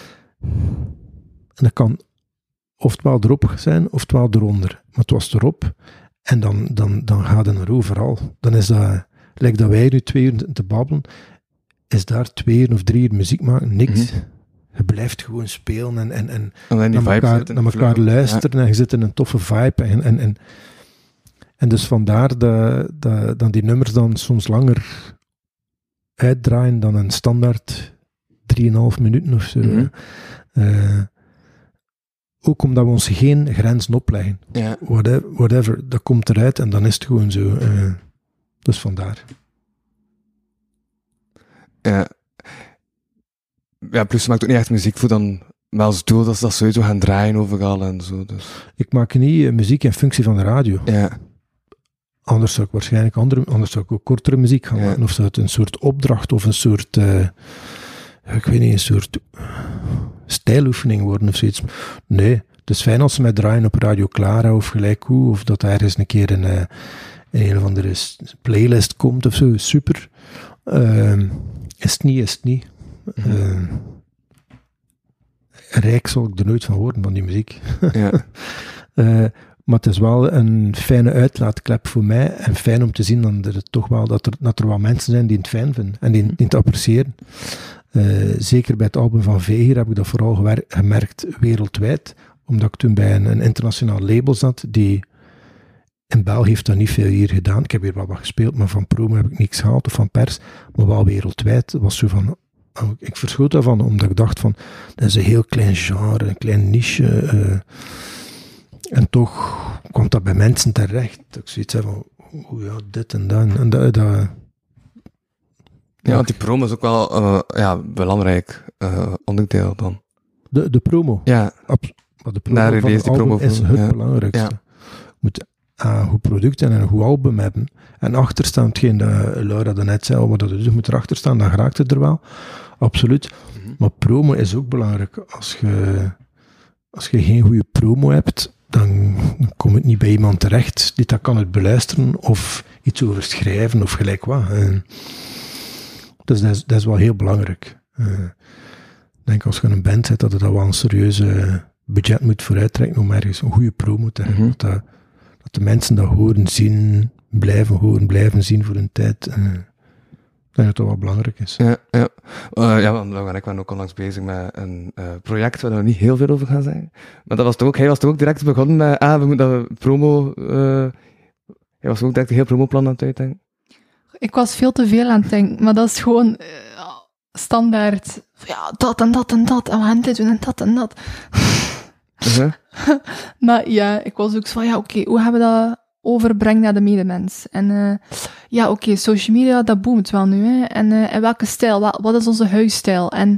En dat kan oftewel erop zijn, oftewel eronder. Maar het was erop, en dan gaat het er overal. Dan is dat, lijkt dat wij nu 2 uur te babbelen, is daar 2 uur of 3 uur muziek maken, niks. Je blijft gewoon spelen en dan die naar elkaar luisteren en je zit in een toffe vibe. En dus vandaar dat die nummers dan soms langer uitdraaien dan een standaard 3,5 minuten of zo. Ook omdat we ons geen grenzen opleggen. Ja. Whatever, dat komt eruit en dan is het gewoon zo. Dus vandaar. Ja, plus je maakt ook niet echt muziek voor dan wel als doel dat ze dat sowieso gaan draaien overal en zo. Dus. Ik maak niet muziek in functie van de radio. Ja. Anders zou ik waarschijnlijk anders zou ik ook kortere muziek gaan maken. Of zou het een soort opdracht of een soort, ik weet niet, een soort stijloefening worden of zoiets. Nee, het is fijn als ze mij draaien op Radio Clara of gelijk hoe, of dat ergens een keer in een of andere playlist komt of zo. Super. Is het niet. Rijk zal ik er nooit van horen, van die muziek. Ja. Maar het is wel een fijne uitlaatklep voor mij en fijn om te zien dat er wel mensen zijn die het fijn vinden en die het appreciëren. Zeker bij het album van Veger heb ik dat vooral gemerkt wereldwijd, omdat ik toen bij een internationaal label zat die in België heeft dat niet veel hier gedaan. Ik heb hier wel wat gespeeld, maar van promo heb ik niks gehaald of van pers, maar wel wereldwijd. Het was zo van, ik verschoot daarvan, omdat ik dacht van, dat is een heel klein genre, een klein niche. En toch kwam dat bij mensen terecht. Dat ik zoiets heb van, dit en dat. En dat ja, want die promo is ook wel belangrijk onderdeel dan. De promo? Ja. De promo van het album is het belangrijkste. Ja. Je moet een goed product en een goed album hebben. En achter staan, hetgeen dat Laura daarnet zei, wat dat doet, je moet erachter staan, dan raakt het er wel. Absoluut. Maar promo is ook belangrijk. Als je geen goede promo hebt, dan komt het niet bij iemand terecht die dat kan het beluisteren of iets over schrijven of gelijk wat. Dus dat is wel heel belangrijk. Ik denk als je een band zet, dat het wel een serieuze budget moet vooruittrekken om ergens een goede promo te hebben. Dat de mensen dat horen, zien, blijven zien voor een tijd. Ik denk dat dat wel belangrijk is. Want Laura en ik waren ook onlangs bezig met een project waar we niet heel veel over gaan zeggen. Maar dat was toch ook, hij was toch ook direct begonnen met, we moeten promo, hij was ook direct een heel promoplan aan het uitdenken. Ik was veel te veel aan het denken, maar dat is gewoon standaard, ja, dat en dat en dat, en we gaan dit doen en dat en dat. Maar ja, ik was ook zo van, hoe gaan we dat overbrengen naar de medemens? En social media, dat boomt wel nu, hè. En welke stijl, wat is onze huisstijl? En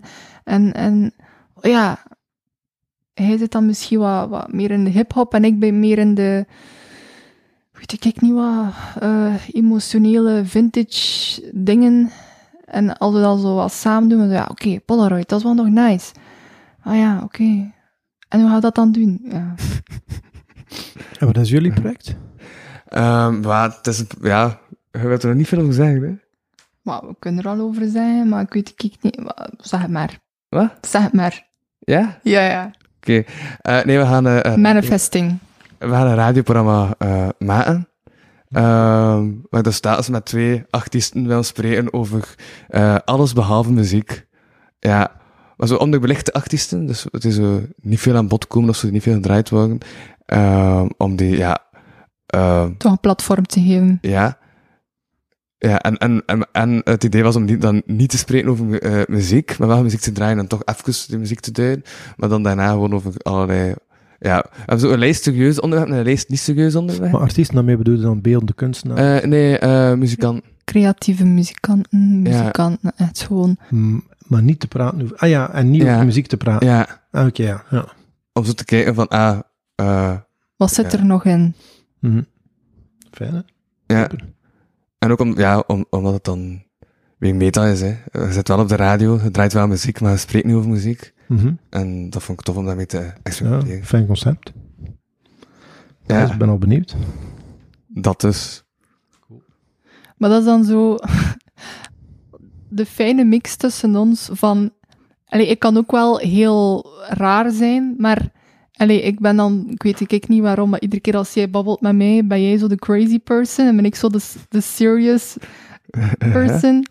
hij zit dan misschien wat meer in de hip-hop en ik ben meer in de, weet ik niet wat, emotionele vintage dingen. En als we dat zo wat samen doen, dan Polaroid, dat is wel nog nice. En hoe gaan we dat dan doen? Ja. En wat is jullie project? Het is, je wilt er nog niet veel over zeggen, hè? Maar we kunnen er al over zeggen, maar ik weet niet. Zeg het maar. Wat? Zeg het maar. Ja? Ja. Oké. Nee, we gaan... Manifesting. We gaan een radioprogramma maken. Waar de staat met 2 artiesten wil spreken over alles behalve muziek. Ja, maar zo onderbelichte artiesten, dus het is niet veel aan bod komen of ze niet veel gedraaid worden. Om die, toch een platform te geven. Ja. Ja, en het idee was om dan niet te spreken over muziek, maar wel muziek te draaien en toch even de muziek te duiden, maar dan daarna gewoon over allerlei... Ja, we hebben zo een lijst serieus onderwerp en een lijst niet serieus onderwerp. Maar artiesten daarmee bedoel je dan beeldende kunstenaar? Nee, muzikant. Creatieve muzikanten, echt gewoon... Maar niet te praten over... en niet over muziek te praten. Ja. Oké. Om zo te kijken van, wat zit er nog in? Mm-hmm. Fijn, hè? Ja. Super. En ook omdat het dan weer meta is, hè. Je zit wel op de radio, je draait wel muziek, maar je spreekt niet over muziek. Mm-hmm. En dat vond ik tof om daarmee te experimenteren. Ja, fijn concept. Ja. Dus ik ben al benieuwd. Dat dus. Cool. Maar dat is dan zo... de fijne mix tussen ons van... ik kan ook wel heel raar zijn, maar... ik ben dan... Ik weet niet waarom, maar iedere keer als jij babbelt met mij, ben jij zo de crazy person en ben ik zo de serious person.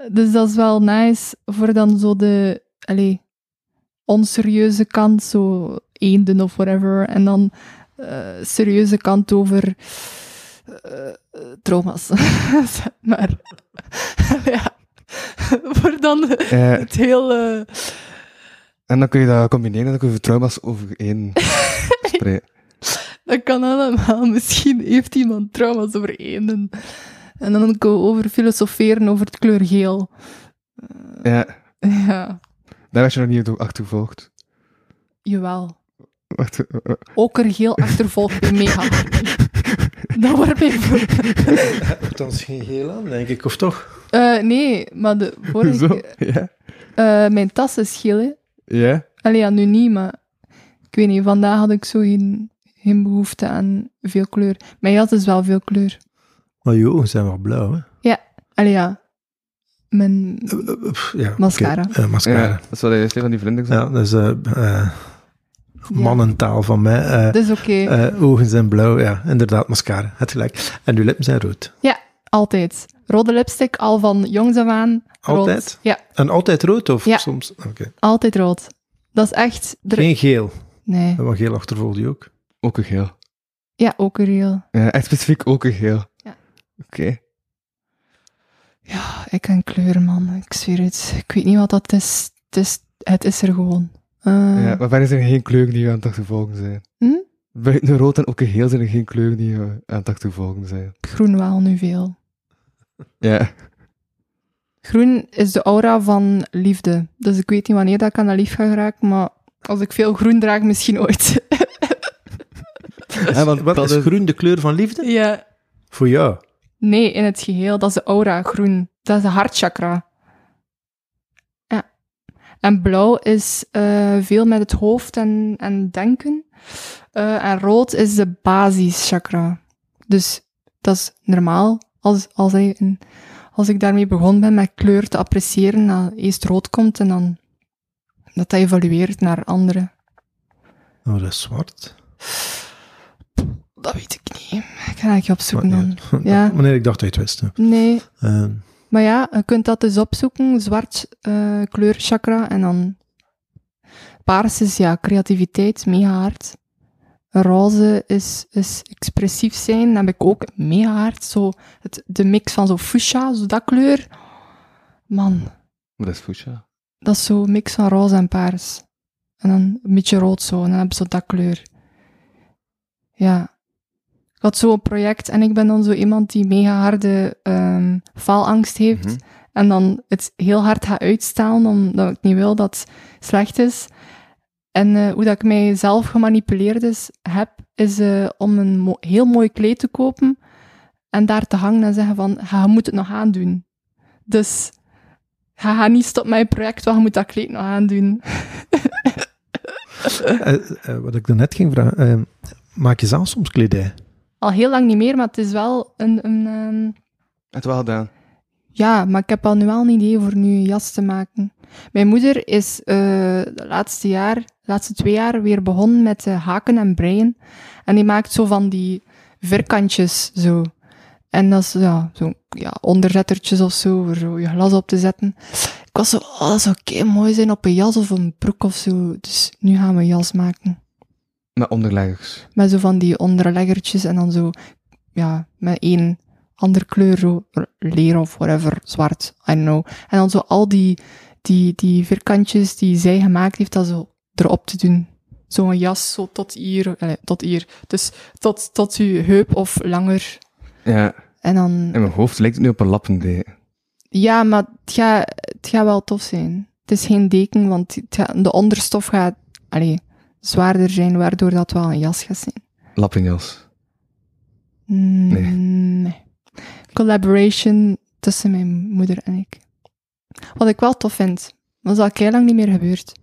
Dus dat is wel nice voor dan zo de onserieuze kant, zo eenden of whatever. En dan serieuze kant over trauma's. Maar ja, voor dan het heel... En dan kun je dat combineren, dan kun je trauma's over één spreken. Dat kan allemaal. Misschien heeft iemand trauma's over eenden. En dan kunnen we over filosoferen over het kleur geel. Ja, Ja, daar was je nog niet achtervolgd. jawel. Wacht, Okergeel achtervolgt me mega. Dat wordt mij voor... Althans geen geel aan, denk ik, of toch? Nee, maar de Hoezo? vorige... Ja? Mijn tas is geel, hè. Ja? Allee, ja, nu niet, maar... Ik weet niet, vandaag had ik zo geen behoefte aan veel kleur. Mijn jas is wel veel kleur. Maar je ogen zijn wel blauw, hè? Allee, ja. Mijn Ja, mascara. oké. Mascara. Ja, dat is wat je zei van die vlinders. Ja, dat is mannentaal van mij. Dat is oké. Ogen zijn blauw, ja, inderdaad, mascara. Het gelijk. En uw lippen zijn rood. Altijd. Rode lipstick, al van jongs af aan. Rood. Altijd? Ja, En altijd rood, of Ja. soms? Oké. altijd rood. Dat is echt... Geen geel. Nee. Want geel achtervolgt je ook. Ook een geel. Ja, ook een real. Ja, echt specifiek ook een geel. Ja. Oké. Ja, ik ken kleuren, man. Ik zweer het. Ik weet niet wat dat is. Het is er gewoon. Ja, maar verder zijn er geen kleuren die je aan het achtervolgen zijn. Buiten rood en ook een geel zijn er geen kleuren die je aan het achtervolgen zijn. Groen wel nu veel. Ja. Groen is de aura van liefde. Dus ik weet niet wanneer dat ik aan de lief ga geraken, maar als ik veel groen draag, misschien ooit. Ja, want Wat dat is groen de kleur van liefde? Ja. Voor jou. Nee, in het geheel. Dat is de aura, groen. Dat is de hartchakra. Ja. En blauw is veel met het hoofd en denken. En rood is de basischakra. Dus dat is normaal. Als ik daarmee begonnen ben met kleur te appreciëren, dat eerst rood komt en dan dat evolueert naar andere. Oh, dat is zwart. Dat weet ik niet. Ik ga het opzoeken Maar dan. nee, Ja. Wanneer ik dacht dat je het wist. Hè. Nee. Ehm, Maar ja, je kunt dat dus opzoeken. Zwart kleurchakra en dan paars is ja, creativiteit, mega hard. Roze is expressief zijn, dat heb ik ook mega hard. Zo de mix van zo fuchsia, zo dat kleur. Man, Maar dat is fuchsia. dat is zo een mix van roze en paars. En dan een beetje rood zo, en dan heb je zo dat kleur. Ja. Ik had zo een project en ik ben dan zo iemand die mega harde faalangst heeft. Mhm. En dan het heel hard ga uitstellen, omdat ik niet wil dat het slecht is. En hoe dat ik mijzelf gemanipuleerd heb, is om een heel mooi kleed te kopen en daar te hangen en zeggen van, je moet het nog aandoen. Dus, ga niet stoppen met je project, want je moet dat kleed nog aandoen. wat ik daarnet ging vragen. Maak je zelf soms kledij? Al heel lang niet meer, maar het is wel een Het wel gedaan. ja, maar ik heb al nu wel een idee voor nu een jas te maken. Mijn moeder is de laatste 2 jaar weer begonnen met haken en breien. En die maakt zo van die vierkantjes zo. En dat is zo onderzettertjes of zo, voor zo je glas op te zetten. Ik was zo, dat zou mooi zijn op een jas of een broek of zo. Dus nu gaan we een jas maken. Met onderleggers. Met zo van die onderleggertjes en dan zo, ja, met één andere kleur, zo leer of whatever, zwart, I don't know. En dan zo al die vierkantjes die zij gemaakt heeft, dat zo erop te doen. Zo'n jas, zo tot hier. Dus tot uw heup of langer. Ja. En dan... In mijn hoofd lijkt het nu op een lappendeken. Ja, maar het gaat wel tof zijn. Het is geen deken, want de onderstof gaat zwaarder zijn, waardoor dat wel een jas gaat zijn. Lappenjas. Nee. Collaboration tussen mijn moeder en ik. Wat ik wel tof vind. Dat is al heel lang niet meer gebeurd.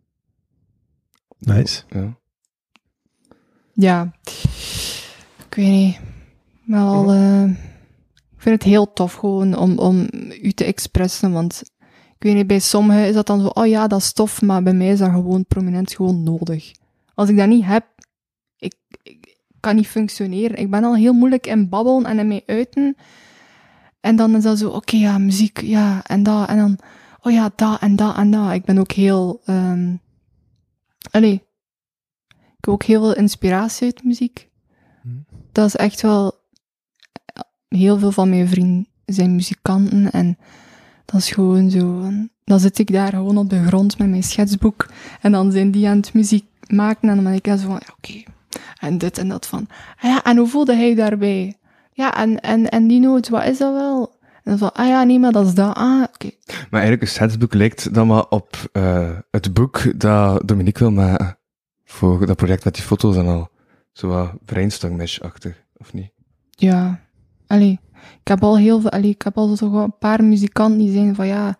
Nice. Ja. Ja. Ik weet niet. Wel, ik vind het heel tof gewoon om u te expressen, want ik weet niet, bij sommigen is dat dan zo, oh ja, dat is tof, maar bij mij is dat gewoon prominent gewoon nodig. Als ik dat niet heb, ik kan niet functioneren. Ik ben al heel moeilijk in babbelen en in mij uiten. En dan is dat zo, oké, ja, muziek, ja, en dat, en dan, oh ja, dat en dat en dat. Ik ben ook heel, ik heb ook heel veel inspiratie uit muziek. Dat is echt wel, heel veel van mijn vrienden zijn muzikanten en dat is gewoon zo, dan zit ik daar gewoon op de grond met mijn schetsboek en dan zijn die aan het muziek maken en dan ben ik zo van, ja, oké, en dit en dat van, ja, en hoe voelde hij daarbij? Ja, en die noot, wat is dat wel? En dan van, ja, nee, maar dat is dat, oké. Maar eigenlijk, een schetsboek lijkt dan maar op het boek dat Dominique wil maken. Voor dat project met die foto's en al. Zo wat brainstorm-mesh-achtig, of niet? Ja, ik heb al heel veel, ik heb al toch wel een paar muzikanten die zeggen van, ja,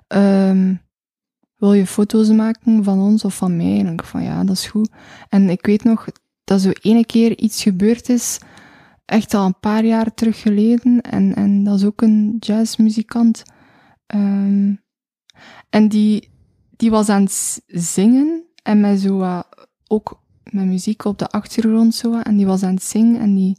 wil je foto's maken van ons of van mij? En dan denk ik van, ja, dat is goed. En ik weet nog dat zo ene keer iets gebeurd is, echt al een paar jaar terug geleden, en dat is ook een jazzmuzikant. En die was aan het zingen, en met zo ook met muziek op de achtergrond zo, en die was aan het zingen,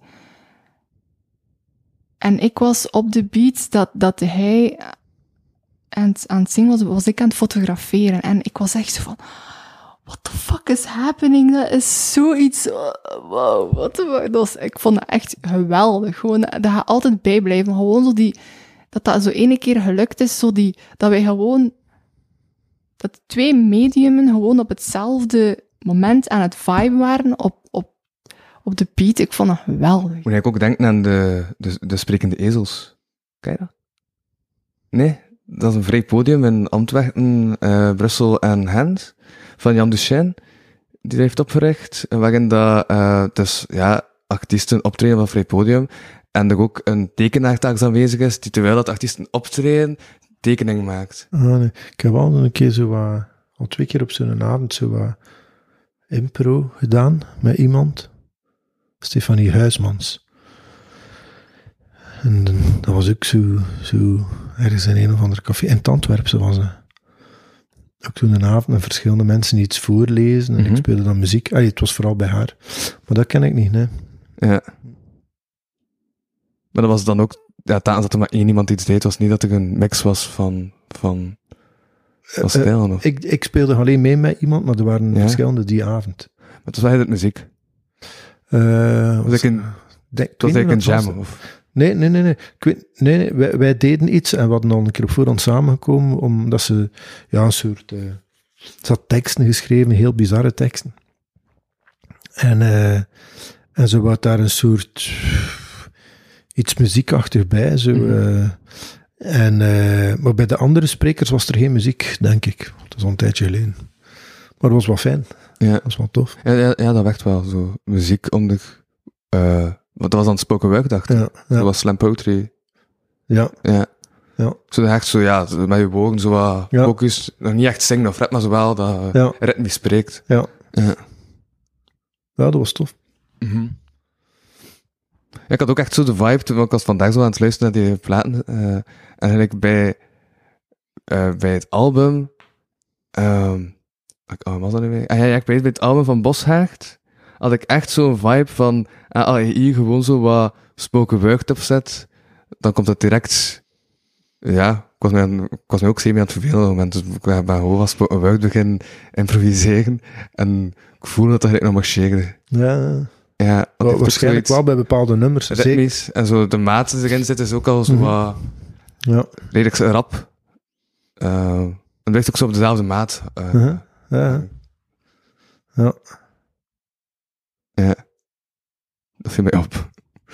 en ik was op de beat dat hij aan het zingen was ik aan het fotograferen, en ik was echt zo van, what the fuck is happening? Dat is zoiets, wow, what the fuck. Ik vond dat echt geweldig, gewoon, dat gaat altijd bijblijven, gewoon zo dat zo ene keer gelukt is, dat wij gewoon, dat 2 mediumen gewoon op hetzelfde moment aan het vibe waren, op de beat. Ik vond dat geweldig. Moet ik ook denken aan de sprekende ezels. Ken je dat? Nee? Dat is een vrij podium in Antwerpen, Brussel en Gent, van Jan Duchesne, die dat heeft opgericht, waarin dus, ja, artiesten optreden van vrij podium, en er ook een tekenaar telkens aanwezig is, die terwijl dat artiesten optreden, tekening maakt. Nee. Ik heb al een keer al 2 keer op zo'n avond impro gedaan met iemand. Stefanie Huismans. En dat was ook zo ergens in een of ander café. In het Antwerpse was het. Ook toen een avond met verschillende mensen iets voorlezen. En ik speelde dan muziek. Het was vooral bij haar. Maar dat ken ik niet, nee. Ja. Maar dat was dan ook, ja, dat er maar 1 iemand iets deed, was niet dat er een mix was van stijlen, of? Ik speelde alleen mee met iemand, maar er waren verschillende die avond. Maar het was eigenlijk muziek. Was ik een jam, of? Nee. Wij deden iets en we hadden al een keer op voorhand samengekomen, omdat ze, ja, een soort, ze had teksten geschreven, heel bizarre teksten. En ze had daar een soort, iets muziekachtig bij, zo, maar bij de andere sprekers was er geen muziek, denk ik. Dat was al een tijdje geleden. Maar het was wel fijn. Ja. Dat was wel tof. Ja, dat werd wel zo. Muziek onder... wat dat was dan spoken word, dacht ik. Ja. Dat was slam poetry. Ja. Zo echt zo, ja, met je woorden zo wat focus. Nog niet echt zingen of rap, maar zo wel dat ritmisch spreekt. Ja, dat was tof. Ja, ik had ook echt zo de vibe, toen ik was vandaag zo aan het luisteren naar die platen. En eigenlijk bij het album... wat was dat nu weer? Bij het album van Boshaert had ik echt zo'n vibe van, als je hier gewoon zo wat spoken word opzet, dan komt het direct, ja, ik was mij ook semi aan het vervelen op het moment, dus ik ben gewoon wat spoken word beginnen improviseren, en ik voelde dat eigenlijk nog marcheerde. Ja, waarschijnlijk wel bij bepaalde nummers. Ritmisch, en zo de maat die erin zit, is ook al zo wat, redelijk rap. En het ligt ook zo op dezelfde maat. Ja. Dat viel mij op.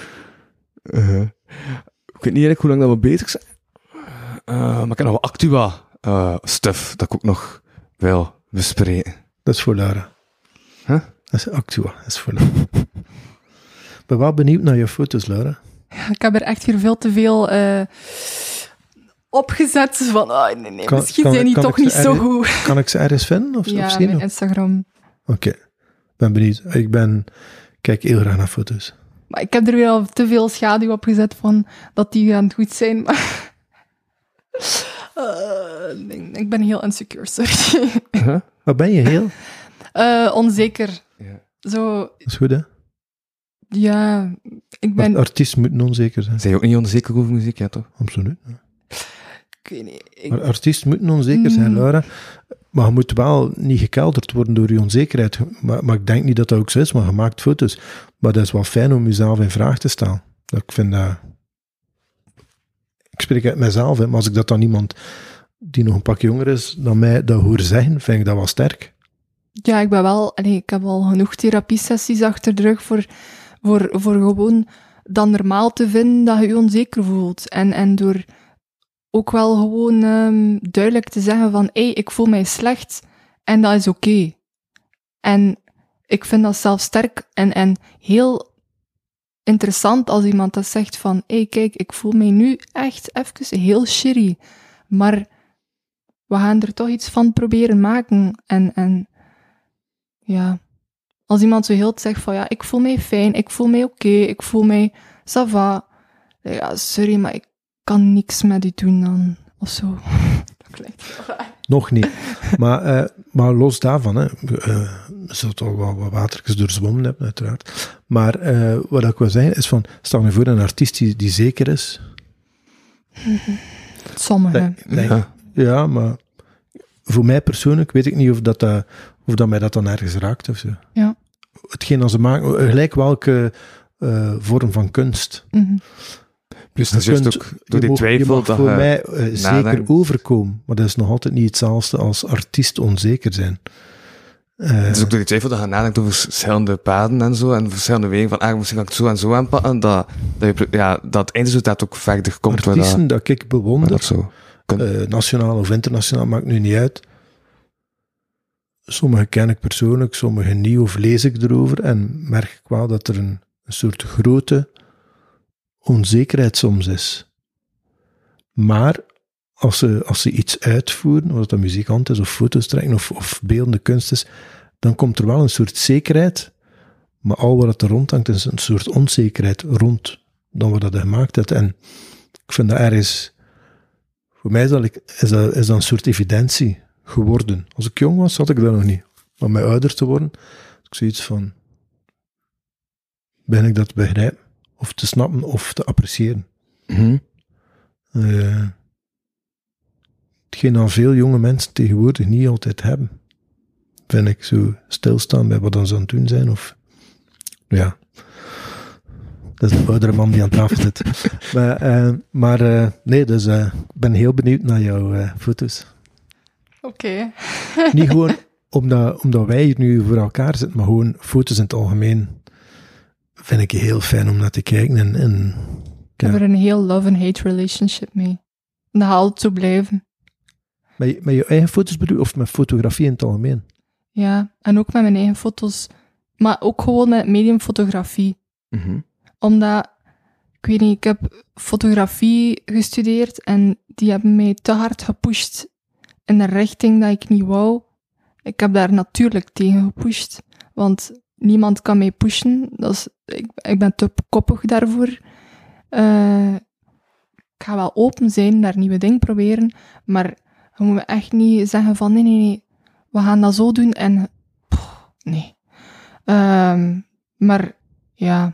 Ik weet niet eigenlijk hoe lang dat we bezig zijn. Maar ik heb nog wel Actua stuff dat ik ook nog wil bespreken. Dat is voor Lara. Huh? Dat is Actua, dat is voor Lara. Ik ben wel benieuwd naar je foto's, Lara. Ja, ik heb er echt hier veel te veel opgezet. Van, nee, misschien zijn die toch niet zo goed. Kan ik ze ergens vinden? Of ja, zien, mijn Instagram. Oké. Ben benieuwd. Kijk heel graag naar foto's. Maar ik heb er weer al te veel schaduw op gezet van dat die gaan goed zijn. Maar ik ben heel insecure, sorry. Wat ben je heel? Onzeker. Ja. Zo, Dat is goed, hè? Ja, ik ben... Artiesten moeten onzeker zijn. Zijn je ook niet onzeker over muziek, ja toch? Absoluut. Ja. Ik weet niet. Maar artiesten moeten onzeker zijn, Laura. Maar je moet wel niet gekelderd worden door je onzekerheid. Maar ik denk niet dat dat ook zo is, maar je maakt foto's. Maar dat is wel fijn om jezelf in vraag te stellen. Ik vind dat... Ik spreek uit mezelf, hè, maar als ik dat dan iemand die nog een pak jonger is dan mij dat hoor zeggen, vind ik dat wel sterk. Ja, ik heb al genoeg therapiesessies achter de rug voor gewoon dan normaal te vinden dat je je onzeker voelt. En door ook wel gewoon duidelijk te zeggen van, ik voel mij slecht en dat is oké. En ik vind dat zelf sterk en heel interessant als iemand dat zegt van, kijk, ik voel mij nu echt even heel shitty, maar we gaan er toch iets van proberen maken. En ja, als iemand zo heel zegt van, ja, ik voel mij fijn, ik voel mij oké, ik voel mij ça va. Ja, sorry, maar ik kan niks met u doen dan, of zo. Dat klinkt heel raar. Nog niet. Maar los daarvan, hè, je zult toch wel wat watertjes doorzwommen hebben, uiteraard. Maar wat ik wil zeggen is van, stel je voor een artiest die zeker is. Sommigen. Ja, maar voor mij persoonlijk weet ik niet of dat mij dat dan ergens raakt of zo. Ja. Hetgeen als ze maken, gelijk welke vorm van kunst. Mm-hmm. Dus dat is juist ook door die twijfel je mag dat voor je mij zeker nadenkt. overkomen, maar dat is nog altijd niet hetzelfde als artiest onzeker zijn. Het is ook door die twijfel dat je nadenkt over verschillende paden en zo, en verschillende wegen van, misschien kan ik het zo en zo aanpakken, dat het eindresultaat ook verder komt. Artiesten dat ik bewonder, dat zo nationaal of internationaal, maakt nu niet uit. Sommige ken ik persoonlijk, sommige niet, of lees ik erover, en merk ik wel dat er een soort grote onzekerheid soms is. Maar als ze iets uitvoeren, of dat muzikant is, of foto's trekken, of beeldende kunst is, dan komt er wel een soort zekerheid, maar al wat er rond hangt, is een soort onzekerheid rond dan wat dat gemaakt heeft. En ik vind dat ergens, voor mij is dat een soort evidentie geworden. Als ik jong was, had ik dat nog niet. Maar met ouder te worden, had ik zoiets van, ben ik dat te begrijpen, of te snappen, of te appreciëren. Mm-hmm. Hetgeen dan veel jonge mensen tegenwoordig niet altijd hebben. Vind ik, zo stilstaan bij wat ze aan het doen zijn, of... Ja. Dat is de oudere man die aan tafel zit. Nee, dus ik ben heel benieuwd naar jouw foto's. Oké. Niet gewoon omdat wij hier nu voor elkaar zitten, maar gewoon foto's in het algemeen vind ik heel fijn om naar te kijken. Ik heb er een heel love-and-hate relationship mee. En dat gaat altijd zo blijven. Met je eigen foto's bedoel je, of met fotografie in het algemeen? Ja, en ook met mijn eigen foto's. Maar ook gewoon met mediumfotografie. Mm-hmm. Omdat, ik weet niet, ik heb fotografie gestudeerd en die hebben mij te hard gepusht in een richting dat ik niet wou. Ik heb daar natuurlijk tegen gepusht, want niemand kan mij pushen. Ik ben te koppig daarvoor. Ik ga wel open zijn, naar nieuwe dingen proberen, maar je moet me echt niet zeggen van nee, we gaan dat zo doen en... nee. Maar, ja...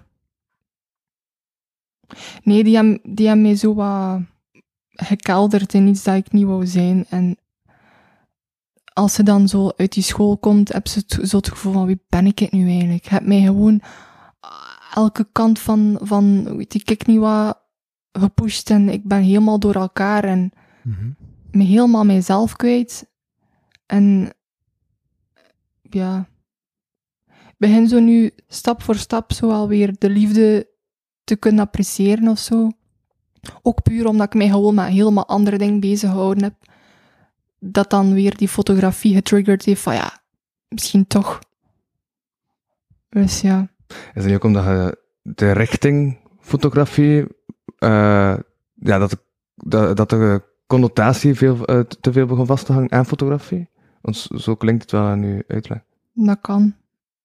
Nee, die hebben mij zo wat gekelderd in iets dat ik niet wou zijn. En als ze dan zo uit die school komt, heb ze zo het gevoel van, wie ben ik het nu eigenlijk? Ik heb mij gewoon elke kant van weet ik niet wat, gepusht en ik ben helemaal door elkaar en me helemaal mijzelf kwijt. En ja, ik begin zo nu stap voor stap zo alweer de liefde te kunnen appreciëren of zo. Ook puur omdat ik mij gewoon met helemaal andere dingen bezig gehouden heb. Dat dan weer die fotografie getriggerd heeft van ja, misschien toch. Dus ja. Is het niet ook omdat je de richting fotografie, dat de connotatie te veel begon vast te hangen aan fotografie? Want zo klinkt het wel aan uw uitleg. Dat kan.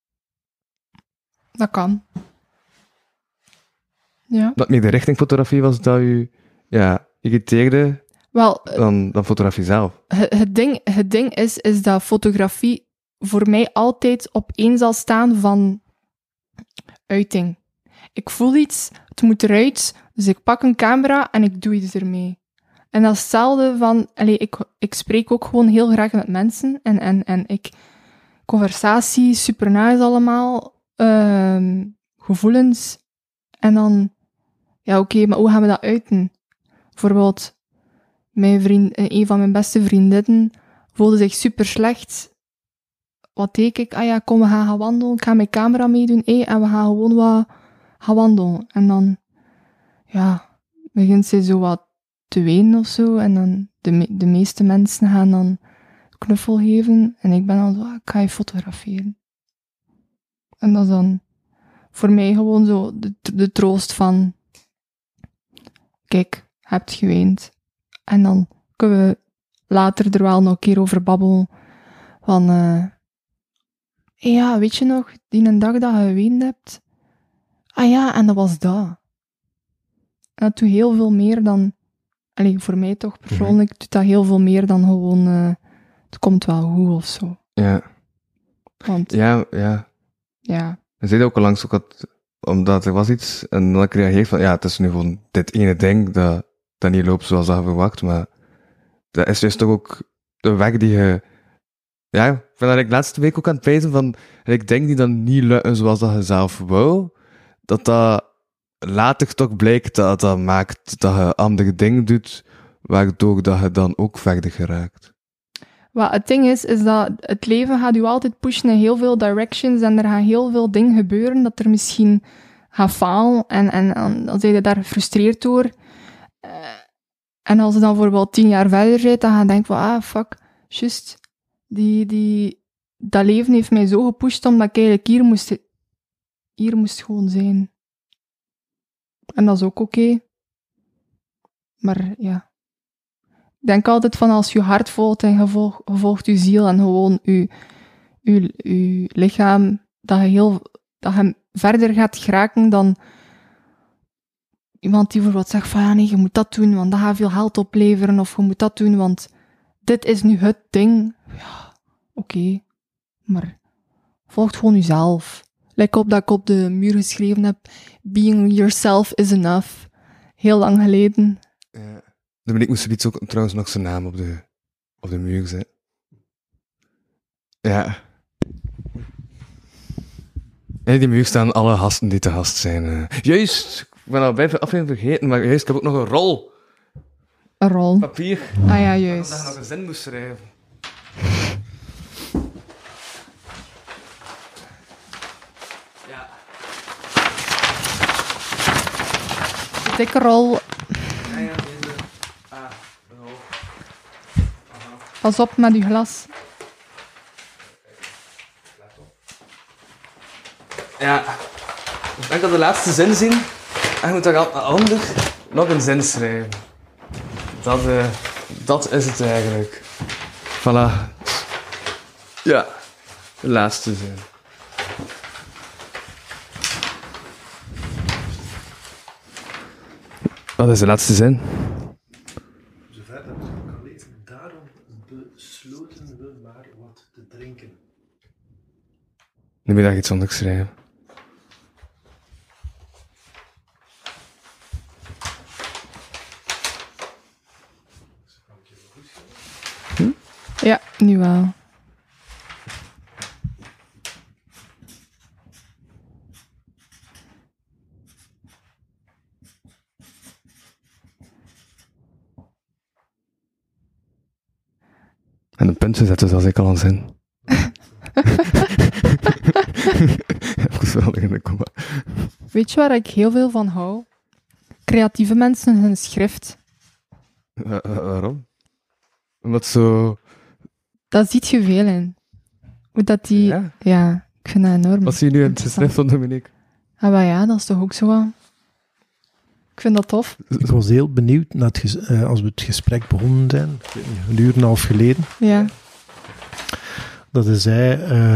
Dat kan. Ja. Dat meer de richting fotografie was dat u irriteerde Wel, dan fotografie zelf. Het ding is dat fotografie voor mij altijd op één zal staan van uiting. ik voel iets, het moet eruit, dus ik pak een camera en ik doe iets ermee. En dat is hetzelfde van... ik spreek ook gewoon heel graag met mensen. En conversatie, super nice allemaal. Gevoelens. En dan... Ja, oké, maar hoe gaan we dat uiten? Bijvoorbeeld, een van mijn beste vriendinnen voelde zich super slecht. Wat deed ik? Ah ja, kom, we gaan wandelen. Ik ga mijn camera meedoen. En we gaan gewoon wat gaan wandelen. En dan... Ja, begint ze zo wat te wenen of zo. En dan de meeste mensen gaan dan knuffel geven. En ik ben dan zo, ik ga je fotograferen. En dat is dan voor mij gewoon zo de troost van... Kijk, je hebt geweend. En dan kunnen we later er wel nog een keer over babbelen. Van... ja, weet je nog, die een dag dat je geweend hebt? Ah ja, en dat was dat. En dat doet heel veel meer dan... voor mij toch persoonlijk doet dat heel veel meer dan gewoon... het komt wel goed of zo. Ja. Want... Ja. Ja. Je zei ook al langs ook omdat er was iets, en dan had ik gereageerd van, ja, het is nu gewoon dit ene ding dat niet loopt zoals dat verwacht, maar dat is juist toch ook de weg die je... Ja, ik ben dat ik laatste week ook aan het pijzen van, ik denk die dan niet lukken zoals dat je zelf wou, dat later toch blijkt dat maakt dat je andere dingen doet, waardoor dat je dan ook verder geraakt. Wat het ding is dat het leven gaat u altijd pushen in heel veel directions en er gaan heel veel dingen gebeuren dat er misschien gaat falen en dan ben je daar gefrustreerd door. En als je dan bijvoorbeeld 10 jaar verder bent, dan ga je denken van, fuck, just, dat leven heeft mij zo gepusht omdat ik eigenlijk hier moest gewoon zijn. En dat is ook oké. Maar ja. Ik denk altijd van als je hart volgt en je volgt je ziel en gewoon je lichaam, dat je verder gaat geraken dan iemand die bijvoorbeeld zegt van ja nee, je moet dat doen, want dat gaat veel geld opleveren, of je moet dat doen, want dit is nu het ding. Ja, oké. Maar volg gewoon jezelf. Lijkt op dat ik op de muur geschreven heb, being yourself is enough. Heel lang geleden. Ja. Ik moest er iets ook trouwens nog zijn naam op de muur zetten. Ja. In die muur staan alle gasten die te gast zijn. Juist! Ik ben al bij aflevering vergeten, maar juist, ik heb ook nog een rol. Een rol? Papier. Ah ja, juist. Dat je nog een zin moest schrijven. Ja. Dikke rol. Ja, deze. Rol. Pas op met je glas. Ja. Ik denk dat de laatste zin zien. En je moet daar ander nog een zin schrijven. Dat is het eigenlijk. Voilà. Ja. De laatste zin. Wat is de laatste zin? Zover dat ik kan lezen, daarom besloten we maar wat te drinken. Nu moet je daar iets anders schrijven. Ja, nu wel. En een puntje zetten, zoals ik al aan zin. Even wel in de komma. Weet je waar ik heel veel van hou? Creatieve mensen hun schrift. Waarom? Omdat zo... Daar ziet je veel in. Hoe dat die... Ja? Ja, ik vind dat enorm. Wat zie je nu in het schrift van Dominique? Ah, maar ja, dat is toch ook zo wel. Ik vind dat tof. Ik was heel benieuwd naar als we het gesprek begonnen zijn, ik weet niet, een uur en een half geleden, Ja. dat hij zei,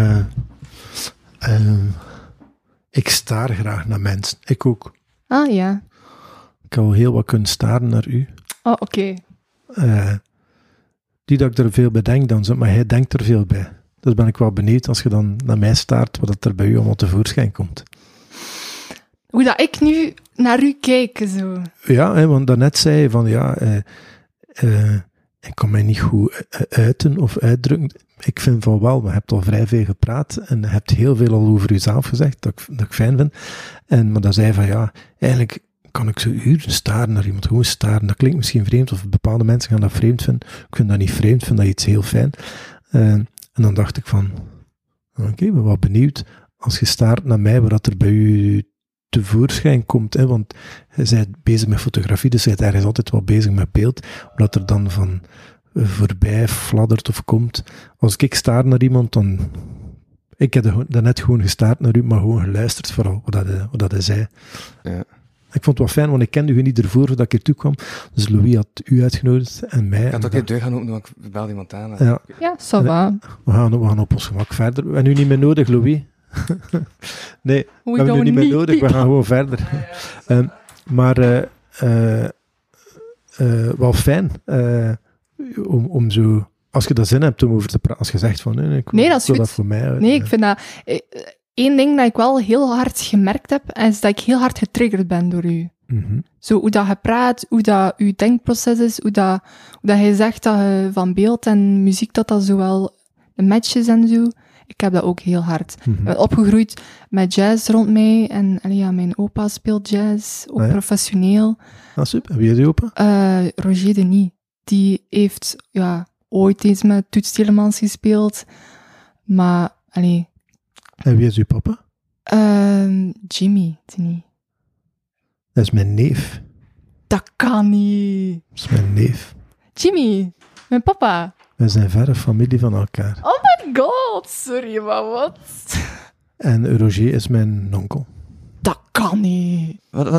ik staar graag naar mensen. Ik ook. Ah, ja. Ik had wel heel wat kunnen staren naar u. Oh, oké. Niet dat ik er veel bij denk dan, maar hij denkt er veel bij. Dus ben ik wel benieuwd als je dan naar mij staart, wat er bij u allemaal tevoorschijn komt. Hoe dat ik nu naar u kijk, zo. Ja, hè, want daarnet zei je van, ik kan mij niet goed uiten of uitdrukken. Ik vind van wel, maar je hebt al vrij veel gepraat en je hebt heel veel al over jezelf gezegd, dat ik fijn vind. Maar dan zei je van, eigenlijk kan ik zo uren staren naar iemand, gewoon staren. Dat klinkt misschien vreemd, of bepaalde mensen gaan dat vreemd vinden. Ik vind dat niet vreemd, ik vind dat iets heel fijn. En dan dacht ik van, oké, ik ben wel benieuwd, als je staart naar mij, wat er bij u tevoorschijn komt, hè, want je bent bezig met fotografie, dus je bent ergens altijd wel bezig met beeld, wat er dan van voorbij fladdert of komt. Als ik staar naar iemand, dan... Ik heb daarnet gewoon gestaard naar u, maar gewoon geluisterd vooral, wat hij zei. Ja. Ik vond het wel fijn, want ik kende u niet ervoor voordat ik hier toe kwam. Dus Louis had u uitgenodigd en mij. Ik had ook een deur gaan openen, want ik belde iemand aan. Ja. Ja, ça va. We gaan op ons gemak verder. We hebben u niet meer nodig, Louis. Nee, we hebben u don't niet meer need nodig. We people. gaan gewoon verder. Maar wel fijn om zo... Als je daar zin hebt om over te praten, als je zegt van... Nee, Nee, dat is wil goed. dat voor mij uit. Nee, ik vind dat... Eén ding dat ik wel heel hard gemerkt heb, is dat ik heel hard getriggerd ben door u. Mhm. Zo, hoe dat je praat, hoe dat je denkproces is, hoe dat je zegt dat je van beeld en muziek dat zo wel een match is en zo. Ik heb dat ook heel hard. Mhm. Ik ben opgegroeid met jazz rond mij en mijn opa speelt jazz, ook Ah, ja. professioneel. Ah, super. Wie is die opa? Roger Denis, die heeft ooit eens met Toets Tielemans gespeeld, maar En wie is uw papa? Jimmy Denis. Dat is mijn neef. Dat kan niet. Dat is mijn neef. Jimmy, mijn papa. We zijn verre familie van elkaar. Oh my god, sorry, maar wat? En Roger is mijn onkel. Dat kan niet.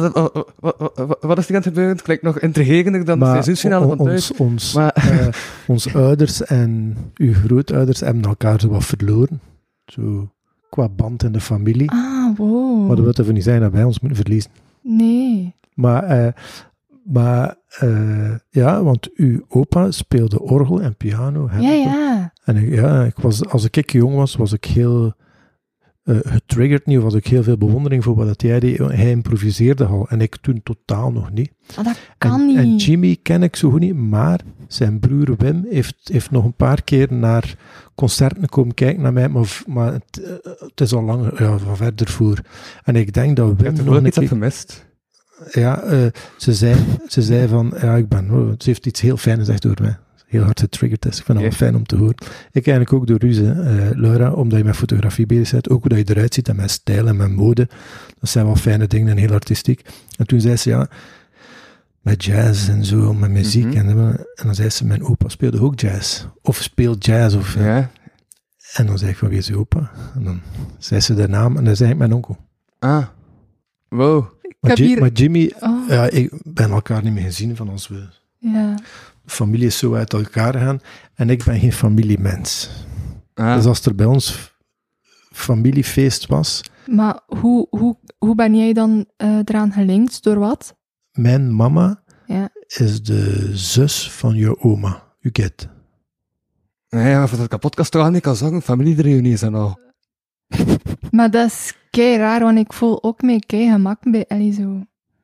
Wat is er aan het gebeuren? Het klinkt nog intrigerender dan de seizoensfinale van thuis. Ons ouders en uw grootouders hebben elkaar zo wat verloren. Zo qua band in de familie. Ah, wow. Maar dat wil ervoor niet zijn dat wij ons moeten verliezen. Nee. Maar want uw opa speelde orgel en piano. Ja. En als ik jong was ik heel getriggerd niet, of had ik heel veel bewondering voor wat hij deed. Hij improviseerde al, en ik toen totaal nog niet. Ah, dat kan niet. En Jimmy ken ik zo goed niet, maar zijn broer Wim heeft nog een paar keer naar concerten komen kijken naar mij, maar het is al lang van verder voor. En ik denk dat Ik Wim heb er nog wel een iets keer... gemist. Ja, ze zei van, ze heeft iets heel fijns gezegd door mij. Heel hard getriggerd is. Ik vind het wel fijn om te horen. Ik eigenlijk ook door u, Laura, omdat je met fotografie bezig bent, ook hoe dat je eruit ziet en met stijl en met mode. Dat zijn wel fijne dingen en heel artistiek. En toen zei ze, met jazz en zo, met muziek. En dan zei ze, mijn opa speelde ook jazz. Of speelt jazz. Of, Ja. En dan zei ik, van wie is uw opa? En dan zei ze de naam en dan zei ik mijn onkel. Ah. Wow. Maar Jimmy, Oh. ik ben elkaar niet meer gezien van als we... Ja. De familie is zo uit elkaar gegaan en ik ben geen familiemens. Ah. Dus als er bij ons familiefeest was, Maar hoe ben jij dan eraan gelinkt? Door wat? mijn mama Ja. is de zus van je oma, Huguette. Ja, voor dat kapotkast toch al niet kan zeggen, familiereunie is en al. Maar dat is kei raar, want ik voel ook mee kei gemak bij Ellie zo.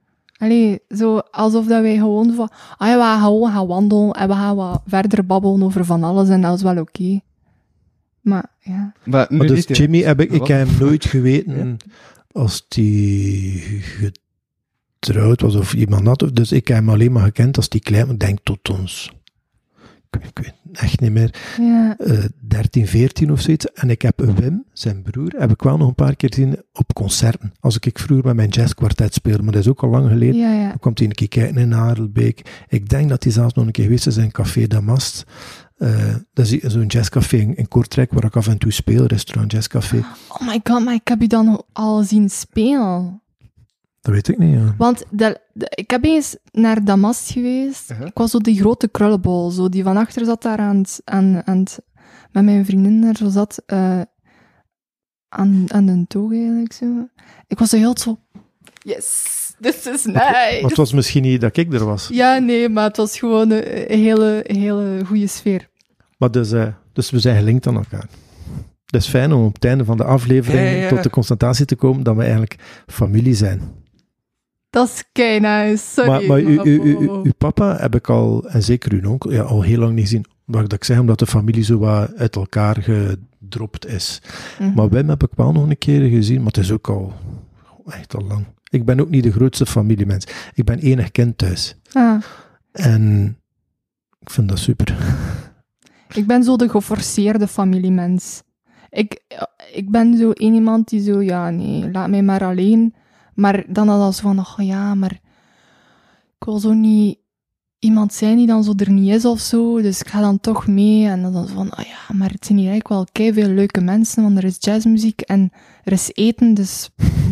Zo alsof dat wij gewoon van, we gaan gewoon gaan wandelen en we gaan wat verder babbelen over van alles en dat is wel oké. Maar ja. Maar nu Maar dus niet, Jimmy, ik Wat? heb hem nooit geweten als die getrouwd was of iemand had. Dus ik heb hem alleen maar gekend als die klein, ik denk tot ons, ik weet echt niet meer, Ja. 13, 14 of zoiets. En ik heb Wim, zijn broer, heb ik wel nog een paar keer gezien op concerten. Als ik vroeger met mijn jazzkwartet speelde, maar dat is ook al lang geleden. Ja. Dan kwam hij een keer kijken in Adelbeek. Ik denk dat hij zelfs nog een keer geweest is in Café Damast. Dat is zo'n jazzcafé in Kortrijk, waar ik af en toe speel, restaurant Jazzcafé. Oh my god, maar ik heb je dan al zien spelen. Dat weet ik niet, ja. Want ik heb eens naar Damast geweest. Ik was zo die grote krullenbol, zo die van achter zat daar met mijn vriendin daar zo zat, aan de toog eigenlijk zo. Ik was zo heel zo, yes, this is nice. Maar het was misschien niet dat ik er was. Ja, nee, maar het was gewoon een hele goede sfeer. Maar dus we zijn gelinkt aan elkaar. Het is fijn om op het einde van de aflevering Ja. tot de constatatie te komen dat we eigenlijk familie zijn. Dat is kei nice, sorry. Maar uw papa heb ik al, en zeker uw onkel, ja, al heel lang niet gezien. Mag dat ik zeg, omdat de familie zo wat uit elkaar gedropt is. Mhm. Maar Wim heb ik wel nog een keer gezien, maar het is ook al echt al lang. Ik ben ook niet de grootste familiemens. Ik ben enig kind thuis. Ah, En ik vind dat super. ik ben zo de geforceerde familiemens. Ik ben zo één iemand die zo, ja, nee, laat mij maar alleen. Maar dan als van, oh ja, maar ik wil zo niet iemand zijn die dan zo er niet is of zo, dus ik ga dan toch mee. En dan zo van, oh ja, maar het zijn hier eigenlijk wel keiveel leuke mensen, want er is jazzmuziek en er is eten, dus...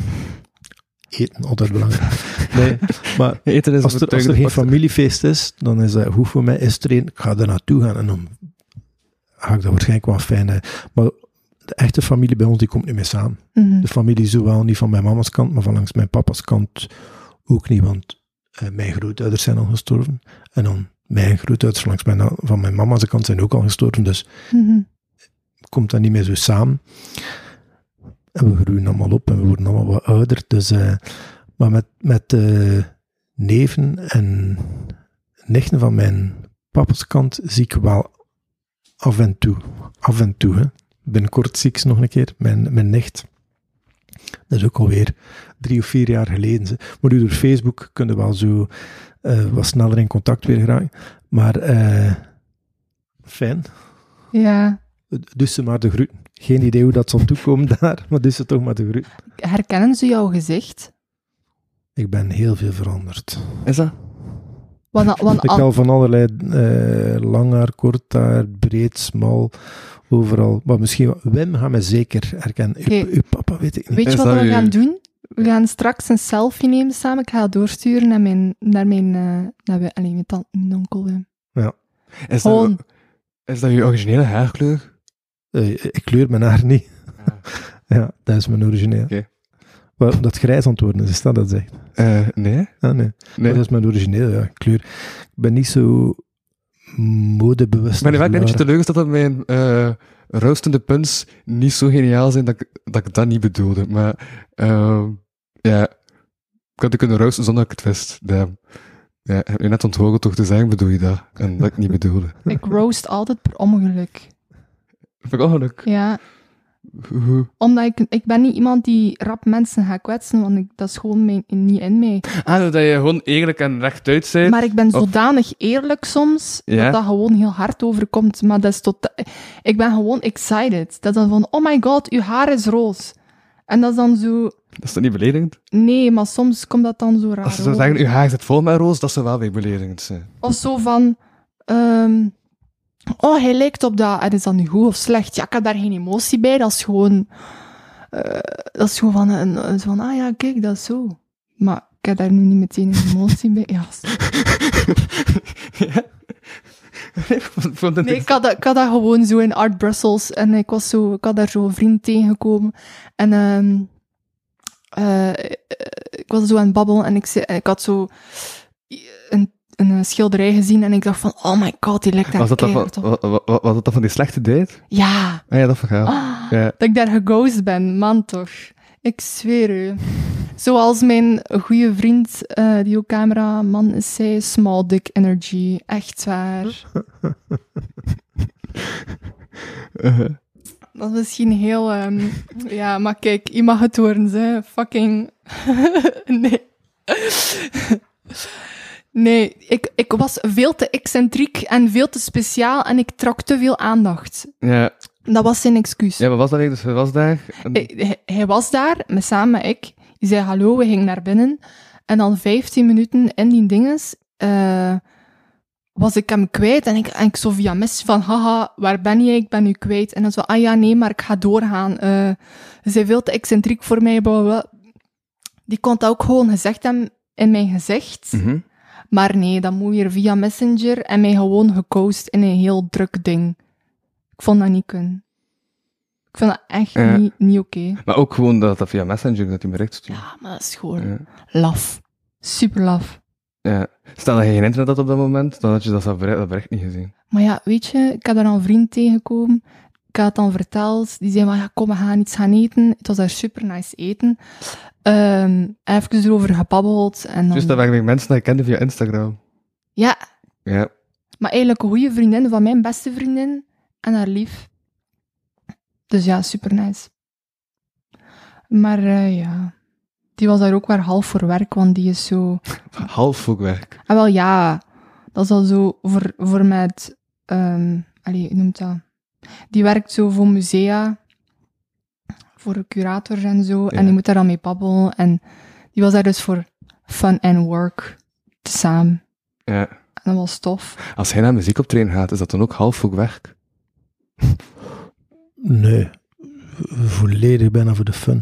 Eten, altijd belangrijk. Nee, maar Eten is als er geen familiefeest is, dan is dat goed voor mij. Is er een, ik ga er naartoe gaan en dan ga ik dat waarschijnlijk wel fijn. Maar de echte familie bij ons, die komt niet meer samen. Mhm. De familie zowel niet van mijn mama's kant, maar van langs mijn papa's kant ook niet, want mijn grootouders zijn al gestorven. En dan mijn grootouders van mijn mama's kant zijn ook al gestorven, dus Mhm. komt dat niet meer zo samen. En we groeien allemaal op en we worden allemaal wat ouder. Dus, maar met neven en nichten van mijn papa's kant zie ik wel af en toe. Af en toe, hè. Binnenkort zie ik ze nog een keer, mijn nicht. Dat is ook alweer 3 of 4 jaar geleden. Maar nu door Facebook kunnen we wel zo wat sneller in contact weer geraken. Maar fijn. Ja. Dus ze maar de groeten. Geen idee hoe dat zal toekomen daar, maar dus ze toch maar de groeten. Herkennen ze jouw gezicht? Ik ben heel veel veranderd. Is dat? Want Ik al van allerlei lang haar, kort haar, breed, smal, overal. Maar misschien, Wim gaat mij zeker herkennen. Oké. Uw papa weet ik niet. weet je Is wat dat we uw- gaan doen? We gaan straks een selfie nemen samen. Ik ga het doorsturen naar mijn tante, mijn onkel Wim. Is Gewoon. dat je originele haarkleur? Ik kleur mijn haar niet. Ja, dat is mijn origineel. Oké. Wel, omdat het grijs aan het worden is dat dat zegt? Nee. Ah, nee. Nee. Dat is mijn origineel, ja. Kleur. Ik ben niet zo modebewust. Ik ben als wel een beetje Laura. teleurgesteld dat mijn roostende punts niet zo geniaal zijn dat ik dat niet bedoelde. Maar ja, ik had het kunnen roosten zonder dat ik het wist. Ja, heb je net onthouden toch te zeggen, bedoel je dat? En dat ik niet bedoelde. Ik roast altijd per ongeluk. Per ongeluk. Ja, omdat ik ben niet iemand die rap mensen gaat kwetsen, want dat is gewoon niet in mij. Dat je gewoon eerlijk en rechtuit bent. Maar ik ben zodanig eerlijk soms, Ja? dat gewoon heel hard overkomt. Maar dat is ik ben gewoon excited. Dat is dan van, oh my god, uw haar is roos. En dat is dan zo... Dat is toch niet beledigend? Nee, maar soms komt dat dan zo raar Als ze zou over. zeggen, uw haar zit vol met roos, dat zou wel weer beledigend zijn. Of zo van... oh, hij lijkt op dat. En is dat nu goed of slecht? Ja, ik heb daar geen emotie bij. Dat is gewoon... dat is gewoon van ah ja, kijk, dat is zo. Maar ik heb daar nu niet meteen een emotie bij. Ja, Ja? Ik vond het nee, ik had dat gewoon zo in Art Brussels. En ik had daar zo een vriend tegengekomen. En ik was zo aan het babbelen. En ik had zo een schilderij gezien. En ik dacht van, oh my god, die lijkt daar was dat keihard op. was dat van die slechte date? Ja. Ah ja, dat verhaal. Ja. Dat ik daar geghost ben, man toch. Ik zweer u. Zoals mijn goede vriend, die ook cameraman is, zei, small dick energy. Echt waar. Dat is misschien heel... ja, maar kijk, je mag het horen, hè. Fucking... nee. Nee, ik was veel te excentriek en veel te speciaal en ik trok te veel aandacht. Ja. Dat was zijn excuus. Ja, wat was dat eigenlijk? Dus hij was daar. En... Hij was daar, samen met ik. Die zei hallo, we gingen naar binnen. En dan 15 minuten in die dinges was ik hem kwijt. En ik zo via mes van, haha, waar ben je? Ik ben u kwijt. En dan zo, ah ja, nee, maar ik ga doorgaan. Ze zijn veel te excentriek voor mij. Blablabla. Die kon dat ook gewoon gezegd hebben in mijn gezicht. Mhm. Maar nee, dan moet je er via Messenger en mij gewoon gecoast in een heel druk ding. Ik vond dat niet kunnen. Ik vind dat echt niet oké. Maar ook gewoon dat via Messenger, dat hij me recht stuurt. Ja, maar dat is gewoon Ja. laf. Super laf. Ja. Stel dat je geen internet had op dat moment, dan had je dat bericht niet gezien. Maar ja, weet je, ik heb daar al een vriend tegengekomen. ik had het dan verteld. Die zei van, ja, kom, we gaan iets gaan eten. Het was daar super nice eten. Even erover gebabbeld. En dan... Dus dat waren mensen die ik kende via Instagram. Ja, Ja. maar eigenlijk een goede vriendin van mijn beste vriendin en haar lief. Dus ja, super nice. Maar ja, die was daar ook weer half voor werk, want die is zo... Half voor werk. Ah, wel ja, dat is al zo voor met... hoe noemt dat? Die werkt zo voor musea, voor curators en zo, Ja. en die moet daar dan mee babbelen. En die was daar dus voor fun and work samen. Ja. En dat was tof. Als hij naar muziekoptreden gaat, is dat dan ook half voor werk? Nee, volledig bijna voor de fun.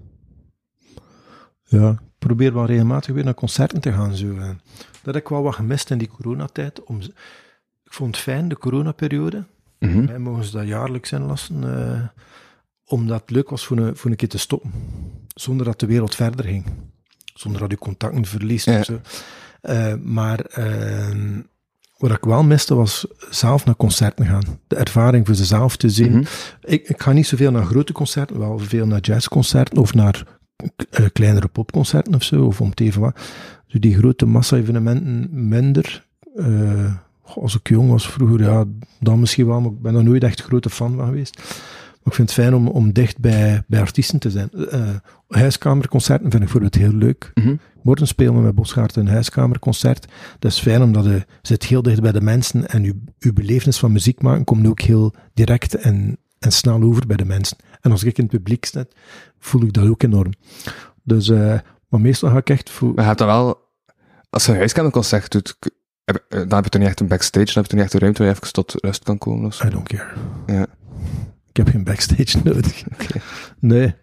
Ja, ik probeer wel regelmatig weer naar concerten te gaan. Zo. Dat heb ik wel wat gemist in die coronatijd. Ik vond het fijn, de coronaperiode. Mhm. Wij mogen ze dat jaarlijks inlassen. Omdat het leuk was voor een keer te stoppen. Zonder dat de wereld verder ging. Zonder dat je contacten verliest Ja. of zo. Maar wat ik wel miste was zelf naar concerten gaan. De ervaring voor zelf te zien. Mhm. Ik ga niet zoveel naar grote concerten, wel veel naar jazzconcerten of naar kleinere popconcerten of zo, of om te even wat. Dus die grote massa-evenementen minder. Als ik jong was vroeger, ja, dan misschien wel, maar ik ben er nooit echt grote fan van geweest. Maar ik vind het fijn om dicht bij artiesten te zijn. Huiskamerconcerten vind ik bijvoorbeeld heel leuk. Mhm. Morgen spelen we met Bosgaard een huiskamerconcert. Dat is fijn, omdat je zit heel dicht bij de mensen en je belevenis van muziek maken komt ook heel direct en snel over bij de mensen. En als ik in het publiek zit, voel ik dat ook enorm. Dus, maar meestal ga ik echt voor... Maar je hebt dan wel, als je een huiskamerconcert doet, dan heb je toch niet echt een backstage, dan heb je toch niet echt een ruimte waar je even tot rust kan komen of zo? I don't care. Ja. Ik heb geen backstage nodig. Oké. Nee.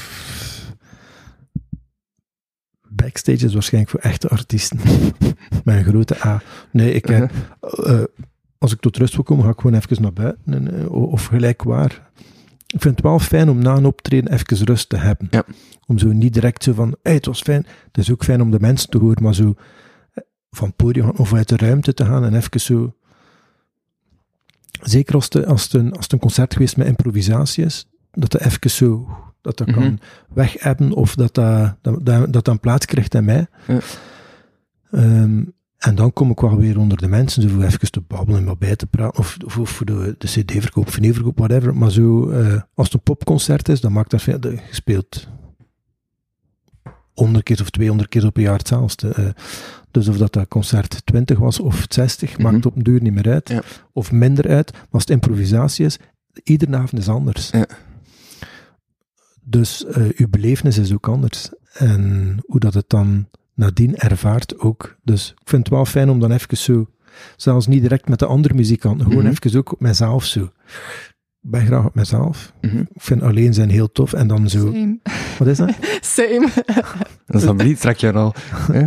Backstage is waarschijnlijk voor echte artiesten. Met een grote A. Nee, als ik tot rust wil komen, ga ik gewoon even naar buiten. Of gelijk waar. Ik vind het wel fijn om na een optreden even rust te hebben. Ja. Om zo niet direct zo van, hey, het was fijn. Het is ook fijn om de mensen te horen, maar zo van het podium gaan of uit de ruimte te gaan en even zo... Zeker als het een concert geweest met improvisatie is, dat dat even zo... Dat kan weg hebben of dat een plaats krijgt in mij. Ja. En dan kom ik wel weer onder de mensen, zo voor even te babbelen en wat bij te praten, of voor de cd-verkoop, vinyl-verkoop, whatever. Maar zo, als het een popconcert is, dan maakt dat veel... Je speelt 100 keer of 200 keer op een jaar hetzelfde. Dus of dat concert 20 was of 60, maakt op een duur niet meer uit. Ja. Of minder uit. Maar als het improvisatie is, iedere avond is anders. Ja. Dus uw belevenis is ook anders. En hoe dat het dan nadien ervaart ook. Dus ik vind het wel fijn om dan even zo, zelfs niet direct met de andere muzikanten, gewoon even ook op mezelf zo. Ik ben graag op mezelf. Mhm. Ik vind alleen zijn heel tof. En dan zo... Same. Wat is dat? Same. Dat is dan niet, trek je al. Ja?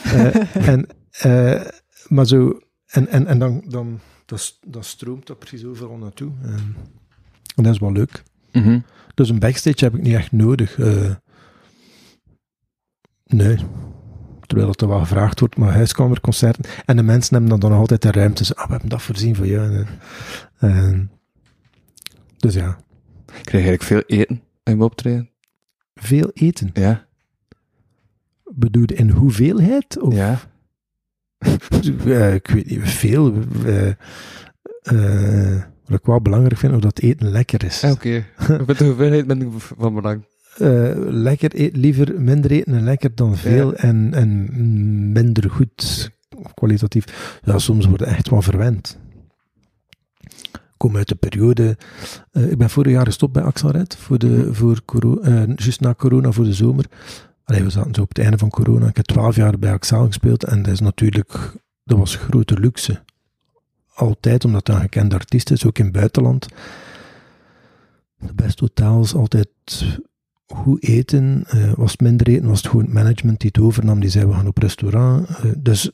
Maar zo... En dan dat stroomt dat precies overal naartoe. En dat is wel leuk. Mhm. Dus een backstage heb ik niet echt nodig. Nee. Terwijl dat er wel gevraagd wordt, maar huiskamerconcerten. En de mensen hebben dan nog altijd de ruimte. We hebben dat voorzien voor jou. Dus ja. Ik krijg eigenlijk veel eten in mijn optreden. Veel eten. Ja. Bedoel je in hoeveelheid? Of? Ja. Ik weet niet, veel. Wat ik wel belangrijk vind, is dat eten lekker is. Oké. Met de hoeveelheid ben ik van belang. Lekker eten, liever minder eten en lekker dan veel en minder goed kwalitatief. Ja, soms wordt het echt wel verwend. Ik kom uit de periode... ik ben vorig jaar gestopt bij Axelred, juist na corona, voor de zomer. Allee, we zaten zo op het einde van corona. Ik heb 12 jaar bij Axel gespeeld en dat is natuurlijk... Dat was grote luxe. Altijd, omdat dat een gekende artiest is, ook in het buitenland. De beste hotels, altijd goed eten. Was het minder eten, was het gewoon het management die het overnam. Die zei, we gaan op restaurant. Dus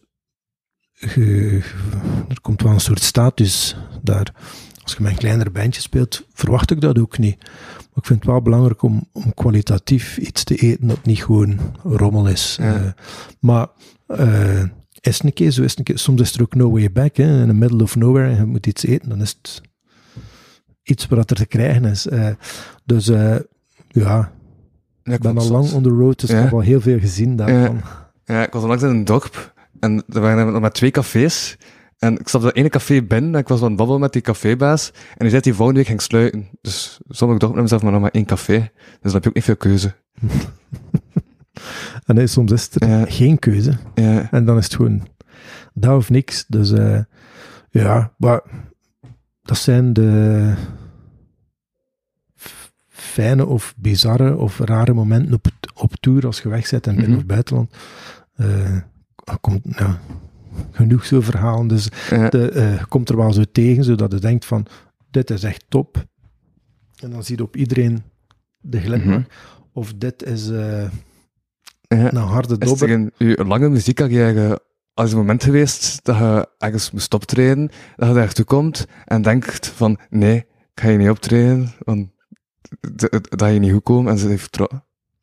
er komt wel een soort status daar. Als je met een kleinere bandje speelt, verwacht ik dat ook niet. Maar ik vind het wel belangrijk om kwalitatief iets te eten dat niet gewoon rommel is. Ja. Maar is een keer zo, soms is er ook no way back, hè, in the middle of nowhere, en je moet iets eten, dan is het iets wat er te krijgen is. Dus ja, ik ben al lang on the road, dus ik heb al heel veel gezien daarvan. Ja, ik was onlangs in een dorp en er waren nog maar 2 cafés. En ik stapte dat ene café binnen en ik was aan het babbelen met die cafébaas. En die zei dat die volgende week ging sluiten. Dus sommige dorpen hebben zelf maar nog maar 1 café. Dus dan heb je ook niet veel keuze. En nee, soms is er geen keuze. Ja. En dan is het gewoon dat of niks. Dus ja, maar dat zijn de fijne of bizarre of rare momenten op tour als je weg bent in binnen- of buitenland. Er komt genoeg zo'n verhalen. Dus je komt er wel zo tegen, zodat je denkt van, dit is echt top. En dan zie je op iedereen de glimlach. Of dit is een harde dobber. Is er in je lange muziekcarrière al eens een moment geweest dat je ergens moest optreden, dat je daartoe komt en denkt van, nee, ik ga je niet optreden, want dat je niet goed komt en ze heeft vertrouwen?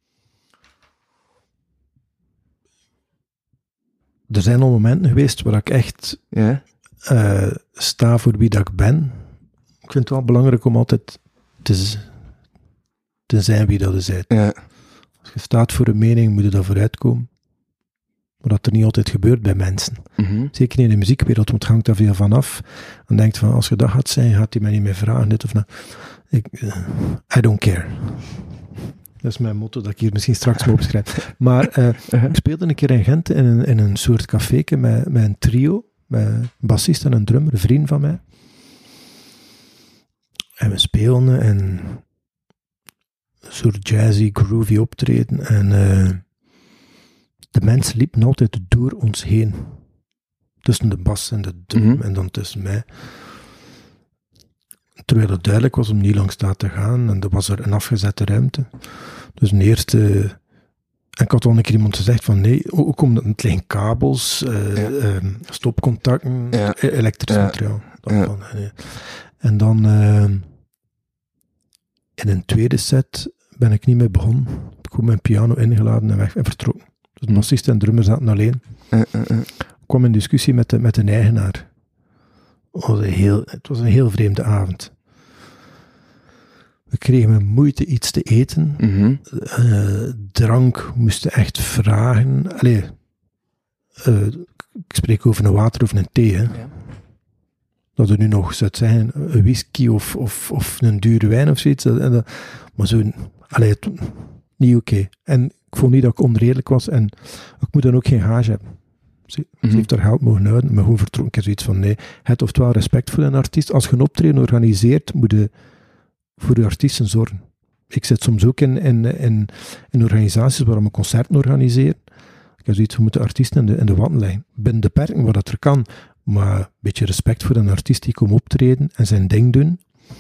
Er zijn al momenten geweest waar ik echt sta voor wie dat ik ben. Ik vind het wel belangrijk om altijd te zijn wie dat je bent. Ja. Als je staat voor een mening, moet je daar vooruit komen. Maar dat er niet altijd gebeurt bij mensen. Zeker niet in de muziekwereld, want het hangt daar veel van af. En denkt van, als je dat gaat zijn, gaat hij mij niet meer vragen, dit of dat. I don't care. Dat is mijn motto dat ik hier misschien straks mee opschrijf. Maar ik speelde een keer in Gent in een soort caféke met een trio, met een bassist en een drummer, een vriend van mij. En we speelden en een soort jazzy, groovy optreden. En de mensen liepen altijd door ons heen. Tussen de bas en de drum en dan tussen mij. Terwijl het duidelijk was om niet langs daar te gaan. En er was er een afgezette ruimte. Dus een eerste... En ik had al een keer iemand gezegd van nee, ook omdat het liggen kabels, stopcontacten, elektrisch materiaal. En dan in een tweede set ben ik niet meer begonnen. Heb ik gewoon mijn piano ingeladen en weg en vertrokken. Dus de bassist en drummer zaten alleen. Ik kwam in discussie met de eigenaar. Het was een heel vreemde avond. We kregen met moeite iets te eten. Drank moesten echt vragen. Ik spreek over een water of een thee. Hè. Ja. Dat er nu nog zou zijn, een whisky of een dure wijn of zoiets. Maar zo, niet oké. En ik vond niet dat ik onredelijk was. En ik moet dan ook geen gage hebben. Ze heeft haar geld mogen houden, maar gewoon vertrokken. Ik heb zoiets van, nee, het oftewel respect voor een artiest. Als je een optreden organiseert, moet je voor je artiesten zorgen. Ik zit soms ook in organisaties waarom we concerten organiseren. Ik heb zoiets van, moeten artiesten in de wand leggen. Binnen de perken waar dat er kan, maar een beetje respect voor een artiest die komt optreden en zijn ding doen.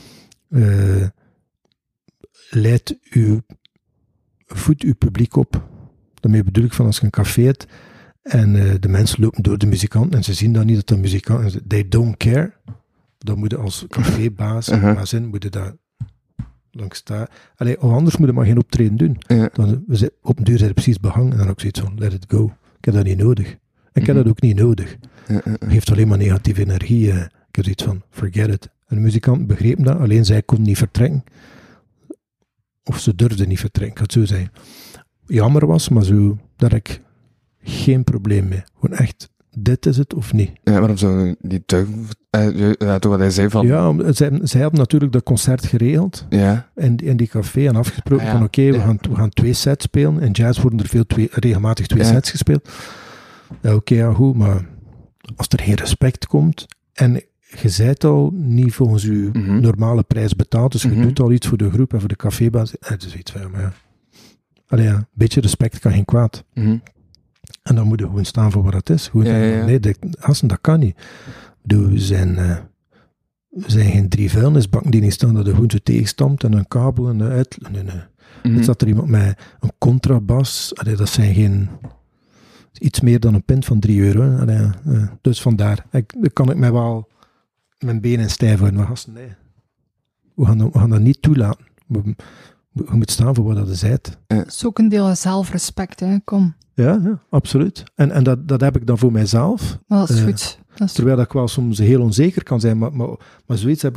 Voed uw publiek op. Daarmee bedoel ik van, als je een café hebt en de mensen lopen door de muzikant en ze zien dan niet dat de muzikant... They don't care. Dan moet je als cafébaas moet je daar langs staan. Of anders moet je maar geen optreden doen. Ja. Dan, op een duur zijn precies behang en dan ook zoiets van, let it go. Ik heb dat niet nodig. En ik heb dat ook niet nodig. Het geeft alleen maar negatieve energie. Ik heb zoiets van, forget it. En de muzikant begreep dat, alleen zij kon niet vertrekken. Of ze durfde niet vertrekken, ik ga het zo zeggen. Jammer was, maar zo, daar heb ik geen probleem mee. Gewoon echt, dit is het of niet. Ja, waarom zou je niet durven? Toen wat hij zei van... Ja, zij hadden natuurlijk dat concert geregeld. Ja. In die café en afgesproken van oké, we gaan 2 sets spelen. In jazz worden er regelmatig 2 sets gespeeld. Ja, oké, goed, maar als er geen respect komt en je zijt al niet volgens je normale prijs betaald, dus je doet al iets voor de groep en voor de cafébaas. Het is iets van, maar een beetje respect kan geen kwaad. En dan moet je gewoon staan voor wat het is. Nee, dat kan niet. We zijn geen 3 vuilnisbakken die niet staan dat je gewoon zo tegenstamt en een kabel en uit. Nee. Er zat er iemand met een contrabas. Dat zijn geen... Iets meer dan een pint van €3. Dus vandaar. Dan kan ik mij wel mijn benen stijf houden. Maar gasten, nee. We gaan dat niet toelaten. Je moet staan voor wat je bent. Dat is ook een deel van zelfrespect, hè. Kom. Ja, absoluut. En dat heb ik dan voor mijzelf. Maar dat is goed. Terwijl ik wel soms heel onzeker kan zijn, maar zoiets heb ik zoiets.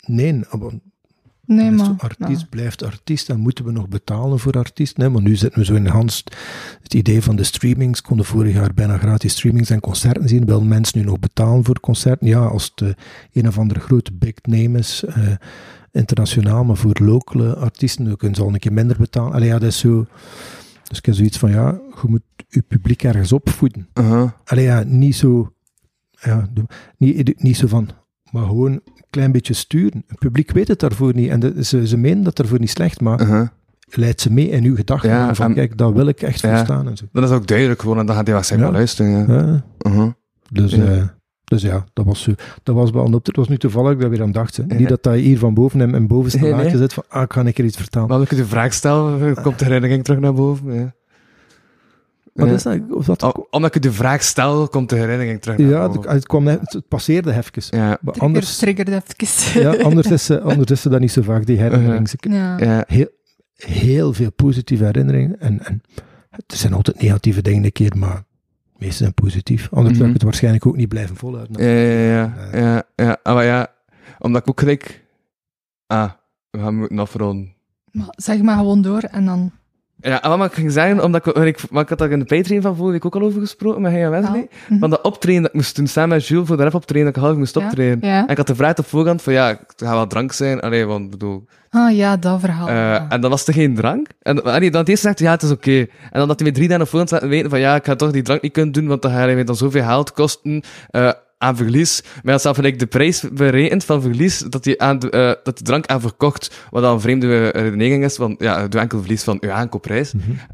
Nee, Nee, maar... artiest blijft artiest en moeten we nog betalen voor artiest? Nee, maar nu zitten we zo in Hans het idee van de streamings. Konden vorig jaar bijna gratis streamings en concerten zien. Willen mensen nu nog betalen voor concerten? Ja, als het een of andere grote big name is, internationaal, maar voor lokale artiesten, dan kunnen ze al een keer minder betalen. Allee, ja, dat is zo... Dus ik heb zoiets van, ja, je moet je publiek ergens opvoeden. Allee, ja, niet zo... Ja, niet zo van... Maar gewoon een klein beetje sturen. Het publiek weet het daarvoor niet. En ze menen dat daarvoor niet slecht, maar leidt ze mee in uw gedachten. Ja, van, kijk, dat wil ik echt verstaan. En zo. Dat is ook duidelijk gewoon, en dan gaat hij waarschijnlijk wel luisteren. Ja. Dus ja, dat was zo. Dat was wel het was nu toevallig dat ik weer aan dacht. Niet dat hij hier van boven in bovenste laadje zit van, ik ga een keer iets vertellen. Maar als ik de vraag stel, komt de herinnering terug naar boven. Ja. Wat is dat? Of dat? Omdat ik de vraag stel, komt de herinnering terug naar boven. Het passeerde even. Ja. Maar anders Triggerde even. Ja, anders is ze dat niet zo vaak, die herinnering. Ja. Heel veel positieve herinneringen. En er zijn altijd negatieve dingen een keer, maar meestal zijn positief. Anders zou ik het waarschijnlijk ook niet blijven volhouden. Ja. Maar ja, omdat ik ook gelijk... we gaan moeten afronden. Maar zeg maar gewoon door en dan... Ja, wat ik ging zeggen, omdat ik had daar in de Patreon van vorige week ook al over gesproken met hij en Wesley, van dat optreden dat ik moest doen, samen met Jules, voor de rap optreden, dat ik half moest optreden. Ja. En ik had de vraag op voorhand van, het gaat wel drank zijn, want bedoel... ja, dat verhaal. En dan was er geen drank. En dan het eerste zegt, het is oké. En dan had hij me 3 dagen op voorhand laten weten van, ik ga toch die drank niet kunnen doen, want dan ga je mij dan zoveel geld kosten, aan verlies. Maar hij had zelf de prijs berekend van verlies dat de drank aan verkocht, wat dan een vreemde redenering is, want doe enkel verlies van uw aankoopprijs.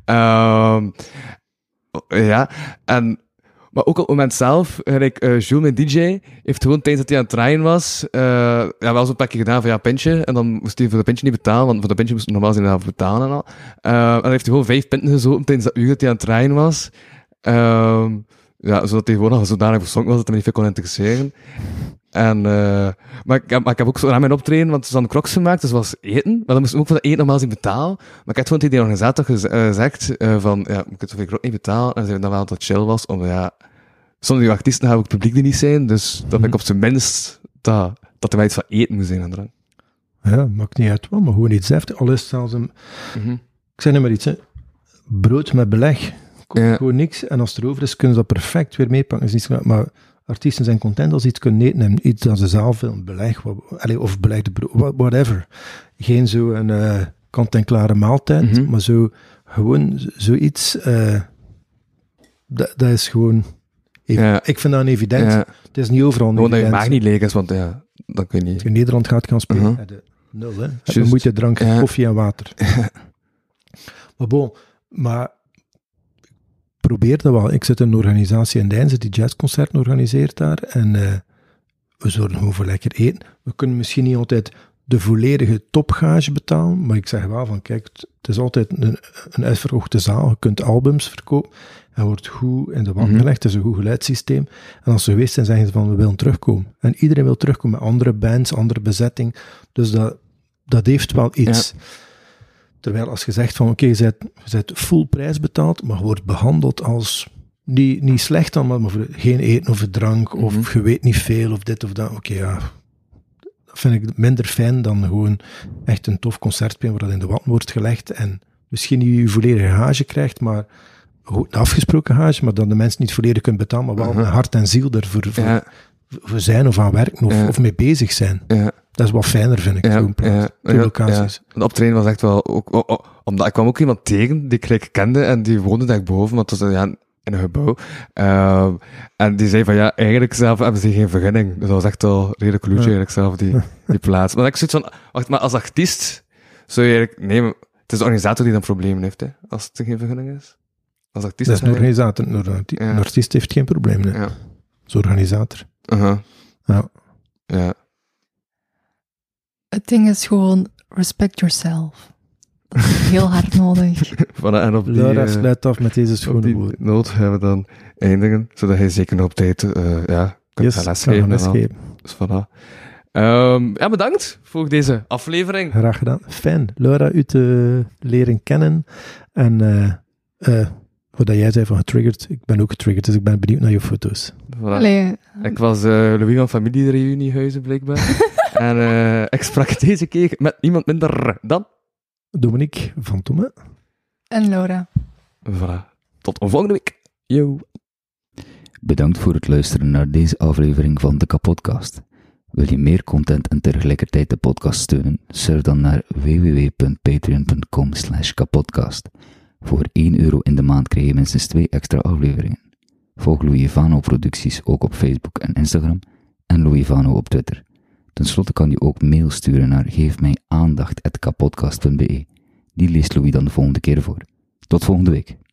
Maar ook op het moment zelf, Jules, mijn DJ, heeft gewoon tijdens dat hij aan het draaien was, wel zo'n pakje gedaan van pintje, en dan moest hij voor de pintje niet betalen, want voor de pintje moest hij normaal zijn zelf betalen en al. En dan heeft hij gewoon 5 pinten gezopen tijdens dat uur dat hij aan het draaien was. Zodat hij gewoon al zodanig verzonken was dat hij me niet veel kon interesseren. Maar ik heb ook zo aan mijn optreden, want het was aan de Crocs gemaakt, dus het was eten. Maar dan moest ik ook voor dat eten normaal zien betalen. Maar ik had gewoon tegen de organisator gezegd van, ik het zoveel Crocs niet betalen. En ze zeiden dan wel dat het chill was, omdat soms die artiesten gaan ook het publiek er niet zijn, dus dat ik op zijn minst dat er wel iets van eten moet zijn aan drank. Ja, maakt niet uit wat, maar gewoon iets heftig. Al is het zelfs een... Ik zeg nu maar iets, hè. Brood met beleg. Gewoon niks. En als het erover is, kunnen ze dat perfect weer meepakken. Maar artiesten zijn content als ze iets kunnen eten en iets aan ze zelf een beleg, of belegde brood, whatever. Geen zo een kant-en-klare maaltijd, maar zo gewoon zoiets, dat is gewoon... Ik vind dat een evident. Het is niet overal een gewoon dat je evident. maag niet leeg is, want dat kun je niet. Als je in Nederland gaat gaan spelen, nul, hè. Dan moet je drank, koffie en water. Maar bon, probeer dat wel. Ik zit in een organisatie in Deinzen die jazzconcerten organiseert daar. En we zorgen gewoon voor lekker eten. We kunnen misschien niet altijd de volledige topgage betalen, maar ik zeg wel van, kijk, het is altijd een uitverkochte zaal. Je kunt albums verkopen. Hij wordt goed in de wand gelegd. Het is een goed geluidssysteem. En als ze geweest zijn, zeggen ze van, we willen terugkomen. En iedereen wil terugkomen met andere bands, andere bezetting. Dus dat heeft wel iets. Ja. Terwijl als je zegt van, oké, je bent full prijs betaald, maar je wordt behandeld als, niet slecht dan, maar voor geen eten of drank, of je weet niet veel, of dit of dat. Oké, dat vind ik minder fijn dan gewoon echt een tof concert waar dat in de wand wordt gelegd en misschien niet je volledige gage krijgt, maar een afgesproken gage, maar dat de mensen niet volledig kunnen betalen, maar wel met hart en ziel ervoor voor zijn of aan werken of mee bezig zijn. Ja. Dat is wat fijner, vind ik, zo'n plaats. Locaties. Het optreden was echt wel... Omdat ik kwam ook iemand tegen die ik kende en die woonde daarboven, want het was in een gebouw. En die zei van, eigenlijk zelf hebben ze geen vergunning. Dus dat was echt al redelijk klootje, eigenlijk zelf, die plaats. Maar ik zoiets van, wacht, maar als artiest zou je eigenlijk... Nee, het is de organisator die dan problemen heeft, hè, als het geen vergunning is. Als artiest... Dat is een organisator. Een artiest heeft geen probleem, hè. Ja. Als organisator. Ja. Het ding is gewoon, respect yourself. Dat is heel hard nodig. En op die... Laura sluit af met deze schone woorden. Noot gaan we dan eindigen, zodat hij zeker nog op tijd kunt gaan lesgeven. Dus voilà. Bedankt voor deze aflevering. Graag gedaan. Fijn, Laura, u te leren kennen. En Wat jij zei van getriggerd, ik ben ook getriggerd, dus ik ben benieuwd naar je foto's. Voilà. Allee, Ik was Louis van familiereuniehuizen, blijkbaar. En ik sprak deze keer met niemand minder dan... Dominique van Tomme. en Laura. Voilà. Tot volgende week. Yo. Bedankt voor het luisteren naar deze aflevering van de Kapodcast. Wil je meer content en tegelijkertijd de podcast steunen? Surf dan naar www.patreon.com/kapodcast. Voor €1 in de maand krijg je minstens 2 extra afleveringen. Volg Louis Vano producties ook op Facebook en Instagram en Louis Vano op Twitter. Ten slotte kan je ook mail sturen naar geefmijaandacht@kapodcast.be. Die leest Louis dan de volgende keer voor. Tot volgende week.